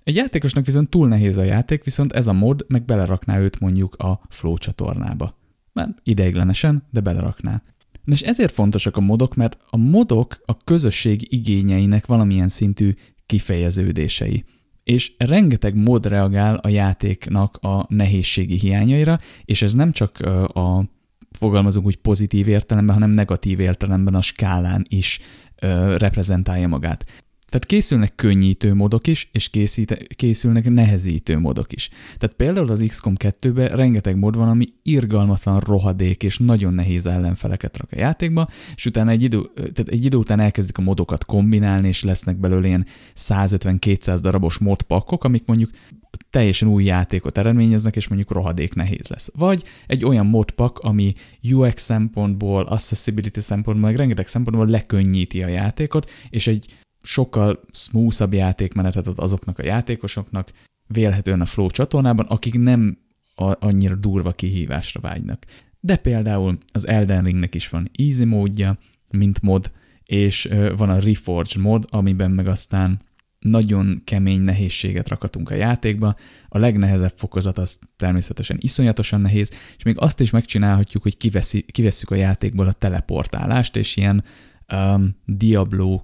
Egy játékosnak viszont túl nehéz a játék, viszont ez a mod meg belerakná őt mondjuk a Flow csatornába. Már ideiglenesen, de belerakná. És ezért fontosak a modok, mert a modok a közösség igényeinek valamilyen szintű kifejeződései. És rengeteg mod reagál a játéknak a nehézségi hiányaira, és ez nem csak fogalmazunk úgy pozitív értelemben, hanem negatív értelemben a skálán is reprezentálja magát. Tehát készülnek könnyítő modok is, és készülnek nehezítő modok is. Tehát például az XCOM 2-ben rengeteg mod van, ami irgalmatlan rohadék és nagyon nehéz ellenfeleket rak a játékba, és utána egy idő után elkezdik a modokat kombinálni, és lesznek belőle ilyen 150-200 darabos modpakkok, amik mondjuk teljesen új játékot eredményeznek, és mondjuk rohadék nehéz lesz. Vagy egy olyan modpak, ami UX szempontból, accessibility szempontból, meg rengeteg szempontból lekönnyíti a játékot, és egy sokkal smoothabb játékmenetet ad azoknak a játékosoknak, vélhetően a Flow csatornában, akik nem annyira durva kihívásra vágynak. De például az Elden Ringnek is van easy módja, mint mod, és van a Reforged mod, amiben meg aztán nagyon kemény nehézséget rakatunk a játékba. A legnehezebb fokozat az természetesen iszonyatosan nehéz, és még azt is megcsinálhatjuk, hogy kivesszük a játékból a teleportálást, és ilyen Diablo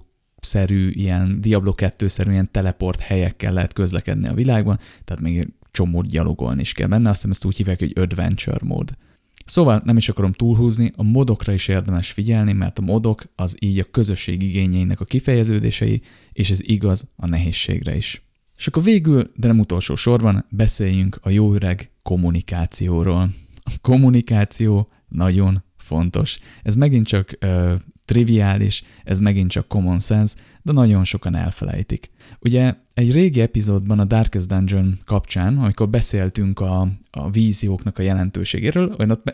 2-szerű ilyen teleport helyekkel lehet közlekedni a világban, tehát még csomót gyalogolni is kell benne, azt hiszem ezt úgy hívják, hogy Adventure mód. Szóval nem is akarom túlhúzni, a modokra is érdemes figyelni, mert a modok az így a közösség igényeinek a kifejeződései, és ez igaz a nehézségre is. És akkor végül, de nem utolsó sorban, beszéljünk a jó öreg kommunikációról. A kommunikáció nagyon fontos. Ez megint csak triviális, ez megint csak common sense, de nagyon sokan elfelejtik. Ugye egy régi epizódban a Darkest Dungeon kapcsán, amikor beszéltünk a vízióknak a jelentőségéről, én ott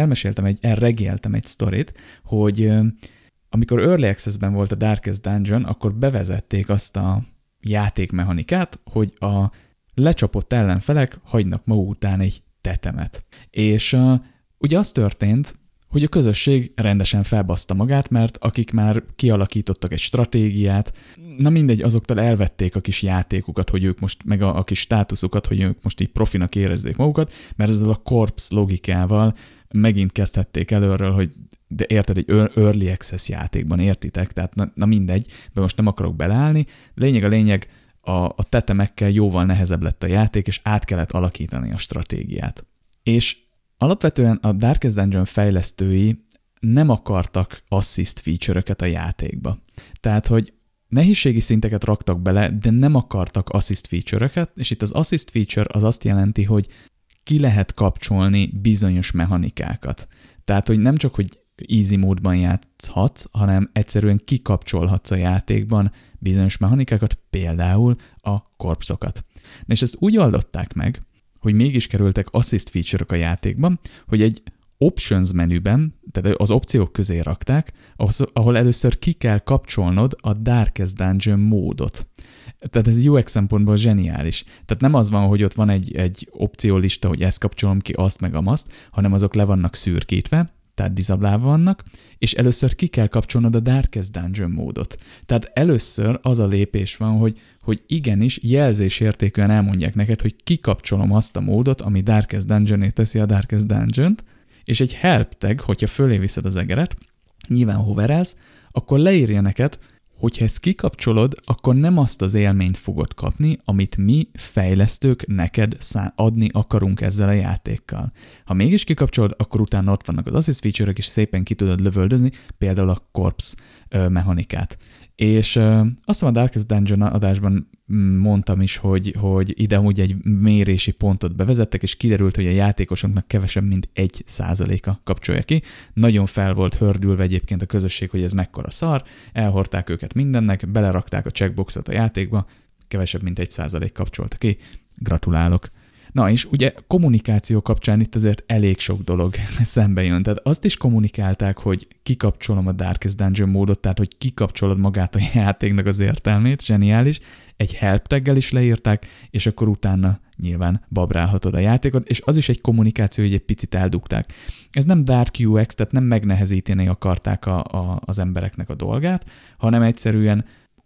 regéltem egy sztorit, hogy amikor Early Access-ben volt a Darkest Dungeon, akkor bevezették azt a játékmechanikát, hogy a lecsapott ellenfelek hagynak maguk után egy tetemet. És ugye az történt, hogy a közösség rendesen felbaszta magát, mert akik már kialakítottak egy stratégiát, na mindegy, azoktól elvették a kis játékukat, hogy ők most, meg a kis státuszukat, hogy ők most így profinak érezzék magukat, mert ezzel a corps logikával megint kezdhették előről, hogy de érted, egy early access játékban, értitek? Tehát na mindegy, de most nem akarok beleállni. Lényeg a tetemekkel jóval nehezebb lett a játék, és át kellett alakítani a stratégiát. És alapvetően a Darkest Dungeon fejlesztői nem akartak assist feature-öket a játékba. Tehát, hogy nehézségi szinteket raktak bele, de nem akartak assist feature-öket, és itt az assist feature az azt jelenti, hogy ki lehet kapcsolni bizonyos mechanikákat. Tehát, hogy nem csak, hogy easy módban játszhatsz, hanem egyszerűen kikapcsolhatsz a játékban bizonyos mechanikákat, például a korpszokat. És ezt úgy oldották meg, hogy mégis kerültek assist feature-ok a játékban, hogy egy options menüben, tehát az opciók közé rakták, ahol először ki kell kapcsolnod a Darkest Dungeon módot. Tehát ez UX szempontból zseniális. Tehát nem az van, hogy ott van egy opciólista, hogy ezt kapcsolom ki, azt meg amazt, hanem azok le vannak szürkítve, tehát dizablálva vannak, és először ki kell kapcsolnod a Darkest Dungeon módot. Tehát először az a lépés van, hogy igenis jelzésértékűen elmondják neked, hogy kikapcsolom azt a módot, ami Darkest Dungeon-é teszi a Darkest Dungeon-t, és egy help tag, hogyha fölé viszed az egeret, nyilván hoverelsz, akkor leírja neked, hogyha ezt kikapcsolod, akkor nem azt az élményt fogod kapni, amit mi fejlesztők neked adni akarunk ezzel a játékkal. Ha mégis kikapcsolod, akkor utána ott vannak az assist feature-ök, és szépen ki tudod lövöldözni, például a corpse mechanikát. És azt hiszem a Darkest Dungeon adásban mondtam is, hogy ide úgy egy mérési pontot bevezettek, és kiderült, hogy a játékosoknak kevesebb, mint 1%-a kapcsolja ki. Nagyon fel volt hördülve egyébként a közösség, hogy ez mekkora szar, elhordták őket mindennek, belerakták a checkboxot a játékba, kevesebb, mint 1% kapcsolta ki. Gratulálok! Na és ugye kommunikáció kapcsán itt azért elég sok dolog szembe jön. Tehát azt is kommunikálták, hogy kikapcsolom a Darkest Dungeon módot, tehát hogy kikapcsolod magát a játéknak az értelmét, zseniális. Egy help taggel is leírták, és akkor utána nyilván babrálhatod a játékot, és az is egy kommunikáció, hogy egy picit eldugták. Ez nem dark UX, tehát nem megnehezíteni akarták az embereknek a dolgát, hanem egyszerűen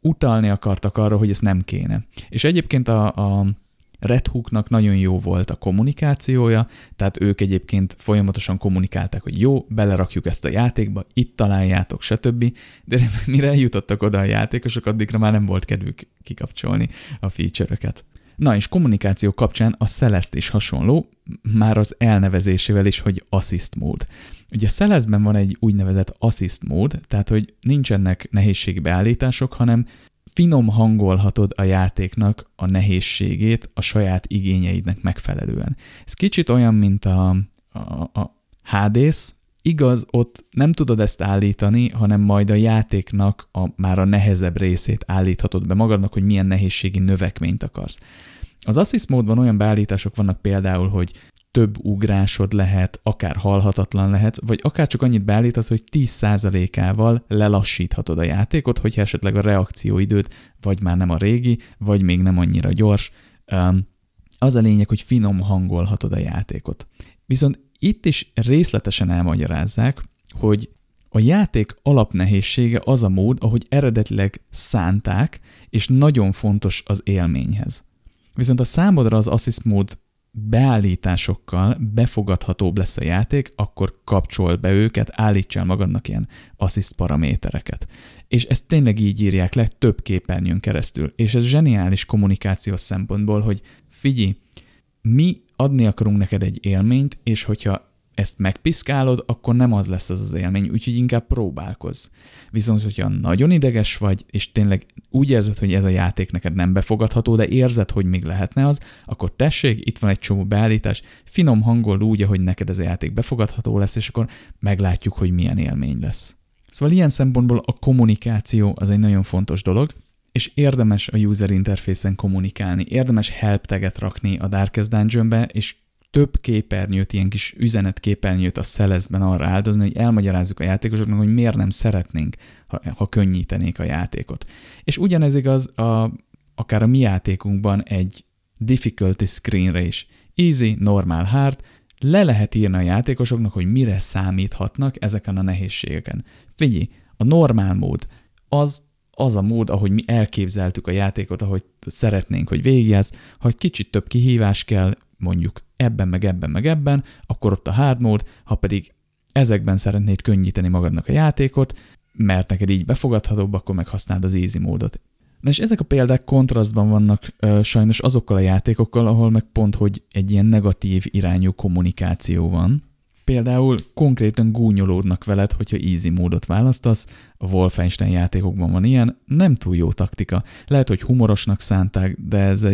utalni akartak arra, hogy ez nem kéne. És egyébként a Red Hooknak nagyon jó volt a kommunikációja, tehát ők egyébként folyamatosan kommunikálták, hogy jó, belerakjuk ezt a játékba, itt találjátok, stb. De mire eljutottak oda a játékosok, addigra már nem volt kedvük kikapcsolni a feature-öket. Na és kommunikáció kapcsán a Celeste is hasonló, már az elnevezésével is, hogy Assist Mode. Ugye a Celeste-ben van egy úgynevezett Assist Mode, tehát hogy nincsenek nehézségbeállítások, hanem finom hangolhatod a játéknak a nehézségét a saját igényeidnek megfelelően. Ez kicsit olyan, mint a Hades. Igaz, ott nem tudod ezt állítani, hanem majd a játéknak már a nehezebb részét állíthatod be magadnak, hogy milyen nehézségi növekményt akarsz. Az Assist módban olyan beállítások vannak például, hogy több ugrásod lehet, akár halhatatlan lehetsz, vagy akár csak annyit beállítasz, hogy 10%-ával lelassíthatod a játékot, hogyha esetleg a reakcióidőd vagy már nem a régi, vagy még nem annyira gyors. Az a lényeg, hogy finom hangolhatod a játékot. Viszont itt is részletesen elmagyarázzák, hogy a játék alapnehézsége az a mód, ahogy eredetileg szánták, és nagyon fontos az élményhez. Viszont a számodra az Assist mód beállításokkal befogadhatóbb lesz a játék, akkor kapcsol be őket, állítsál magadnak ilyen assist paramétereket. És ezt tényleg így írják le több képernyőn keresztül. És ez zseniális kommunikációs szempontból, hogy figyelj, mi adni akarunk neked egy élményt, és hogyha ezt megpiszkálod, akkor nem az lesz az élmény, úgyhogy inkább próbálkozz. Viszont, hogyha nagyon ideges vagy, és tényleg úgy érzed, hogy ez a játék neked nem befogadható, de érzed, hogy még lehetne az, akkor tessék, itt van egy csomó beállítás, finom hangol úgy, ahogy neked ez a játék befogadható lesz, és akkor meglátjuk, hogy milyen élmény lesz. Szóval ilyen szempontból a kommunikáció az egy nagyon fontos dolog, és érdemes a user interfészen kommunikálni, érdemes help taget rakni a Darkest Dungeonbe, és több képernyőt, ilyen kis üzenetképernyőt a Celeste-ben arra áldozni, hogy elmagyarázzuk a játékosoknak, hogy miért nem szeretnénk, ha könnyítenék a játékot. És ugyanez igaz akár a mi játékunkban egy difficulty screenre is. Easy, normal, hard, le lehet írni a játékosoknak, hogy mire számíthatnak ezeken a nehézségeken. Figyelj, a normál mód az a mód, ahogy mi elképzeltük a játékot, ahogy szeretnénk, hogy végigjázz, ha egy kicsit több kihívás kell, mondjuk ebben, meg ebben, meg ebben, akkor ott a hard mód, ha pedig ezekben szeretnéd könnyíteni magadnak a játékot, mert neked így befogadhatóbb, akkor meghasználd az easy módot. Na és ezek a példák kontrasztban vannak sajnos azokkal a játékokkal, ahol meg pont, hogy egy ilyen negatív irányú kommunikáció van. Például konkrétan gúnyolódnak veled, hogyha easy módot választasz, a Wolfenstein játékokban van ilyen, nem túl jó taktika. Lehet, hogy humorosnak szánták, de ez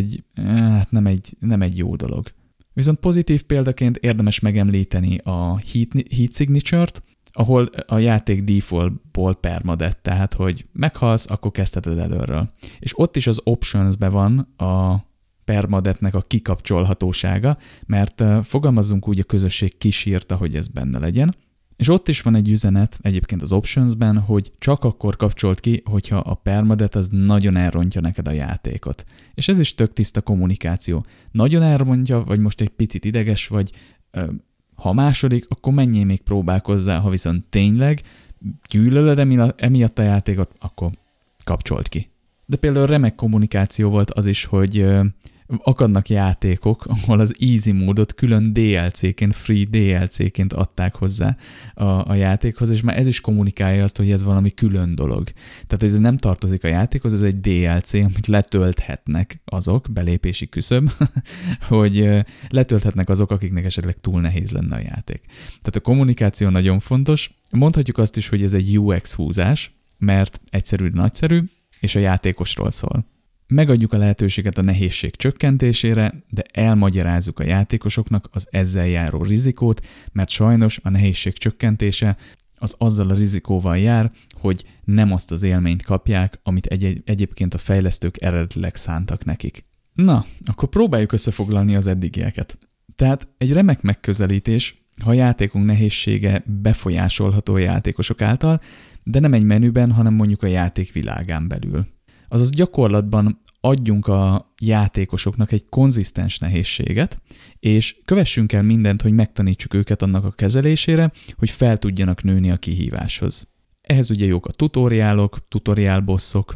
nem egy jó dolog. Viszont pozitív példaként érdemes megemlíteni a Heat Signature-t, ahol a játék defaultból permadeath, tehát hogy meghalsz, akkor kezdheted előről. És ott is az options-be van a permadeathnek a kikapcsolhatósága, mert fogalmazzunk úgy, a közösség kísírta, hogy ez benne legyen. És ott is van egy üzenet egyébként az optionsben, hogy csak akkor kapcsolt ki, hogyha a permadeath az nagyon elrontja neked a játékot. És ez is tök tiszta kommunikáció. Nagyon elrontja, vagy most egy picit ideges vagy, ha második, akkor menjél még próbálkozzál, ha viszont tényleg gyűlölöd emiatt a játékot, akkor kapcsolt ki. De például remek kommunikáció volt az is, hogy akadnak játékok, ahol az easy módot külön DLC-ként, free DLC-ként adták hozzá a játékhoz, és már ez is kommunikálja azt, hogy ez valami külön dolog. Tehát ez nem tartozik a játékhoz, ez egy DLC, amit letölthetnek azok, belépési küszöb, hogy letölthetnek azok, akiknek esetleg túl nehéz lenne a játék. Tehát a kommunikáció nagyon fontos. Mondhatjuk azt is, hogy ez egy UX húzás, mert egyszerű, nagyszerű, és a játékosról szól. Megadjuk a lehetőséget a nehézség csökkentésére, de elmagyarázzuk a játékosoknak az ezzel járó rizikót, mert sajnos a nehézség csökkentése az azzal a rizikóval jár, hogy nem azt az élményt kapják, amit egyébként a fejlesztők eredetileg szántak nekik. Na, akkor próbáljuk összefoglalni az eddigieket. Tehát egy remek megközelítés, ha a játékunk nehézsége befolyásolható a játékosok által, de nem egy menüben, hanem mondjuk a játék világán belül. Azaz gyakorlatban adjunk a játékosoknak egy konzisztens nehézséget, és kövessünk el mindent, hogy megtanítsuk őket annak a kezelésére, hogy fel tudjanak nőni a kihíváshoz. Ehhez ugye jók a tutoriálok, tutoriálbosszok,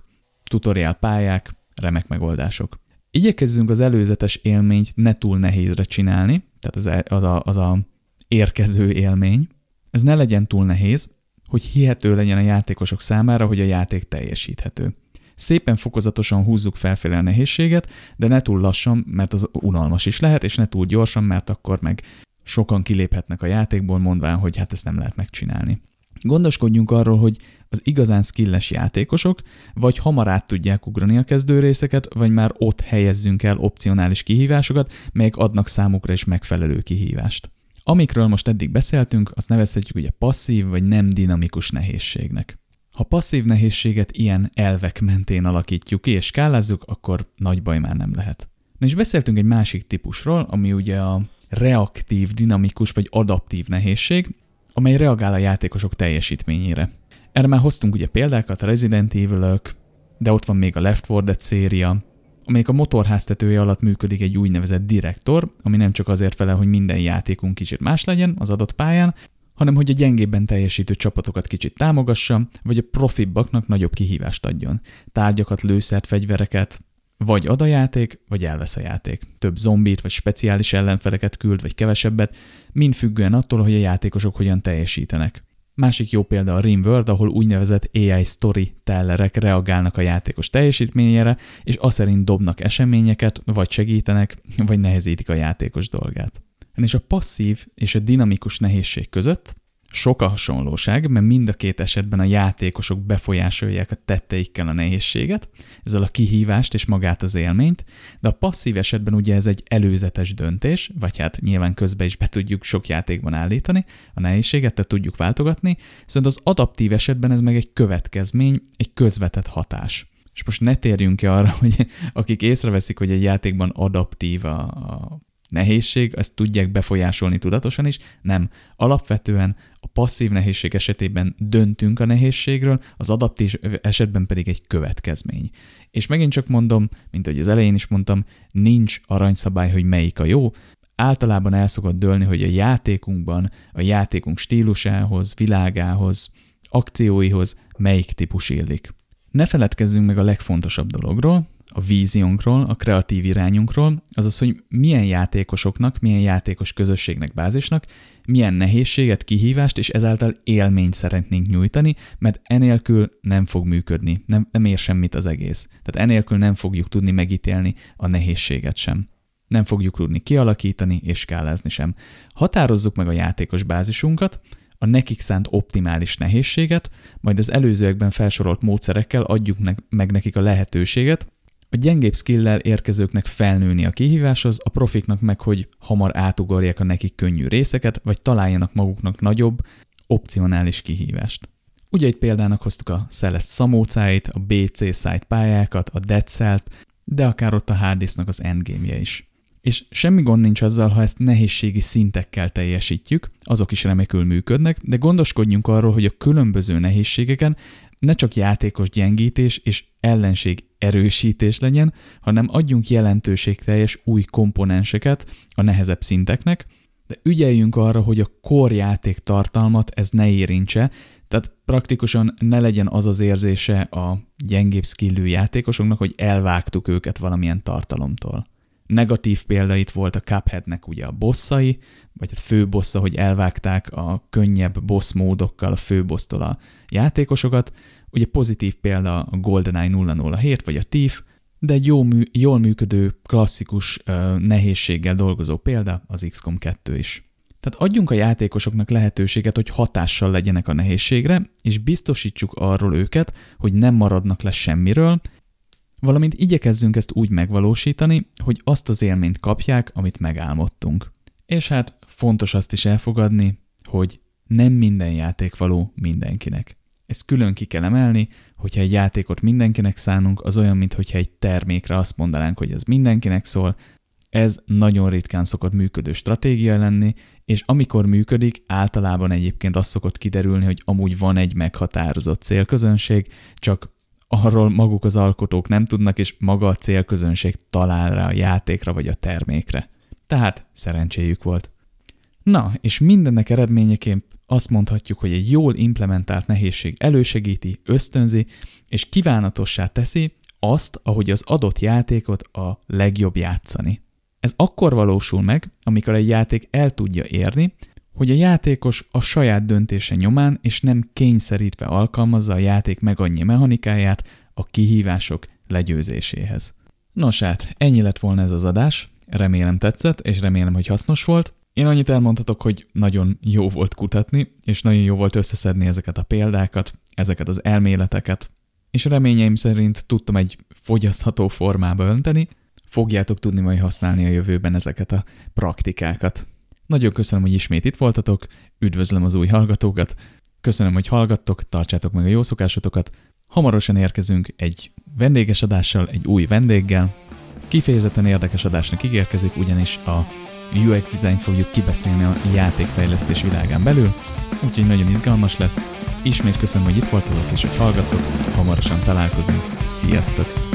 tutoriál pályák, remek megoldások. Igyekezzünk az előzetes élményt ne túl nehézre csinálni, tehát az a érkező élmény. Ez ne legyen túl nehéz, hogy hihető legyen a játékosok számára, hogy a játék teljesíthető. Szépen fokozatosan húzzuk felfelé a nehézséget, de ne túl lassan, mert az unalmas is lehet, és ne túl gyorsan, mert akkor meg sokan kiléphetnek a játékból, mondván, hogy hát ezt nem lehet megcsinálni. Gondoskodjunk arról, hogy az igazán skilles játékosok vagy hamar át tudják ugrani a kezdőrészeket, vagy már ott helyezzünk el opcionális kihívásokat, melyek adnak számukra is megfelelő kihívást. Amikről most eddig beszéltünk, azt nevezhetjük ugye passzív vagy nem dinamikus nehézségnek. Ha passzív nehézséget ilyen elvek mentén alakítjuk ki és skálázzuk, akkor nagy baj már nem lehet. Na és beszéltünk egy másik típusról, ami ugye a reaktív, dinamikus vagy adaptív nehézség, amely reagál a játékosok teljesítményére. Erre már hoztunk ugye példákat, a Resident Evil-ök, de ott van még a Left 4 Dead széria, amelyik a motorháztetője alatt működik egy úgynevezett direktor, ami nem csak azért felel, hogy minden játékunk kicsit más legyen az adott pályán, hanem hogy a gyengébben teljesítő csapatokat kicsit támogassa, vagy a profibbaknak nagyobb kihívást adjon. Tárgyakat, lőszert, fegyvereket, vagy ad a játék, vagy elvesz a játék. Több zombit, vagy speciális ellenfeleket küld, vagy kevesebbet, mind függően attól, hogy a játékosok hogyan teljesítenek. Másik jó példa a RimWorld, ahol úgynevezett AI storytellerek reagálnak a játékos teljesítményére, és azt szerint dobnak eseményeket, vagy segítenek, vagy nehezítik a játékos dolgát. És a passzív és a dinamikus nehézség között sok a hasonlóság, mert mind a két esetben a játékosok befolyásolják a tetteikkel a nehézséget, ezzel a kihívást és magát az élményt, de a passzív esetben ugye ez egy előzetes döntés, vagy hát nyilván közben is be tudjuk sok játékban állítani a nehézséget, tehát tudjuk váltogatni, viszont az adaptív esetben ez meg egy következmény, egy közvetett hatás. És most ne térjünk ki arra, hogy akik észreveszik, hogy egy játékban adaptív a nehézség, ezt tudják befolyásolni tudatosan is, nem. Alapvetően a passzív nehézség esetében döntünk a nehézségről, az adaptív esetben pedig egy következmény. És megint csak mondom, mint ahogy az elején is mondtam, nincs aranyszabály, hogy melyik a jó. Általában el szokott dőlni, hogy a játékunkban, a játékunk stílusához, világához, akcióihoz melyik típus illik. Ne feledkezzünk meg a legfontosabb dologról, a víziónkról, a kreatív irányunkról, azaz, hogy milyen játékosoknak, milyen játékos közösségnek, bázisnak, milyen nehézséget, kihívást és ezáltal élményt szeretnénk nyújtani, mert enélkül nem fog működni, nem ér semmit az egész. Tehát enélkül nem fogjuk tudni megítélni a nehézséget sem. Nem fogjuk tudni kialakítani és skálázni sem. Határozzuk meg a játékos bázisunkat, a nekik szánt optimális nehézséget, majd az előzőekben felsorolt módszerekkel adjuk meg nekik a lehetőséget, a gyengébb skill-lel érkezőknek felnőni a kihíváshoz, a profiknak meg, hogy hamar átugorják a nekik könnyű részeket, vagy találjanak maguknak nagyobb, opcionális kihívást. Ugye egy példának hoztuk a Celeste szamócáit, a BC side pályákat, a Dead Cell-t, de akár ott a Hardisnak az endgame-je is. És semmi gond nincs azzal, ha ezt nehézségi szintekkel teljesítjük, azok is remekül működnek, de gondoskodjunk arról, hogy a különböző nehézségeken ne csak játékos gyengítés és ellenség erősítés legyen, hanem adjunk jelentőségteljes új komponenseket a nehezebb szinteknek, de ügyeljünk arra, hogy a core játék tartalmat ez ne érintse, tehát praktikusan ne legyen az az érzése a gyengébb skillű játékosoknak, hogy elvágtuk őket valamilyen tartalomtól. Negatív példa itt volt a Cupheadnek ugye a bosszai, vagy a főbossza, hogy elvágták a könnyebb boss módokkal a főbossztól a játékosokat. Ugye pozitív példa a GoldenEye 007 vagy a Thief, de egy jól működő, klasszikus nehézséggel dolgozó példa az XCOM 2 is. Tehát adjunk a játékosoknak lehetőséget, hogy hatással legyenek a nehézségre, és biztosítsuk arról őket, hogy nem maradnak le semmiről, valamint igyekezzünk ezt úgy megvalósítani, hogy azt az élményt kapják, amit megálmodtunk. És hát fontos azt is elfogadni, hogy nem minden játék való mindenkinek. Ezt külön ki kell emelni, hogyha egy játékot mindenkinek szánunk, az olyan, mintha egy termékre azt mondanánk, hogy ez mindenkinek szól. Ez nagyon ritkán szokott működő stratégia lenni, és amikor működik, általában egyébként az szokott kiderülni, hogy amúgy van egy meghatározott célközönség, csak arról maguk az alkotók nem tudnak, és maga a célközönség talál rá a játékra vagy a termékre. Tehát szerencséjük volt. Na, és mindennek eredményeként azt mondhatjuk, hogy egy jól implementált nehézség elősegíti, ösztönzi, és kívánatossá teszi azt, ahogy az adott játékot a legjobb játszani. Ez akkor valósul meg, amikor egy játék el tudja érni, hogy a játékos a saját döntése nyomán és nem kényszerítve alkalmazza a játék meg annyi mechanikáját a kihívások legyőzéséhez. Nos hát, ennyi lett volna ez az adás, remélem tetszett, és remélem, hogy hasznos volt. Én annyit elmondhatok, hogy nagyon jó volt kutatni, és nagyon jó volt összeszedni ezeket a példákat, ezeket az elméleteket, és reményeim szerint tudtam egy fogyasztható formába önteni, fogjátok tudni majd használni a jövőben ezeket a praktikákat. Nagyon köszönöm, hogy ismét itt voltatok, üdvözlöm az új hallgatókat, köszönöm, hogy hallgattok, tartsátok meg a jó szokásotokat, hamarosan érkezünk egy vendéges adással, egy új vendéggel, kifejezetten érdekes adásnak ígérkezik, ugyanis a UX design fogjuk kibeszélni a játékfejlesztés világán belül, úgyhogy nagyon izgalmas lesz. Ismét köszönöm, hogy itt voltatok és hogy hallgattok, hamarosan találkozunk, sziasztok!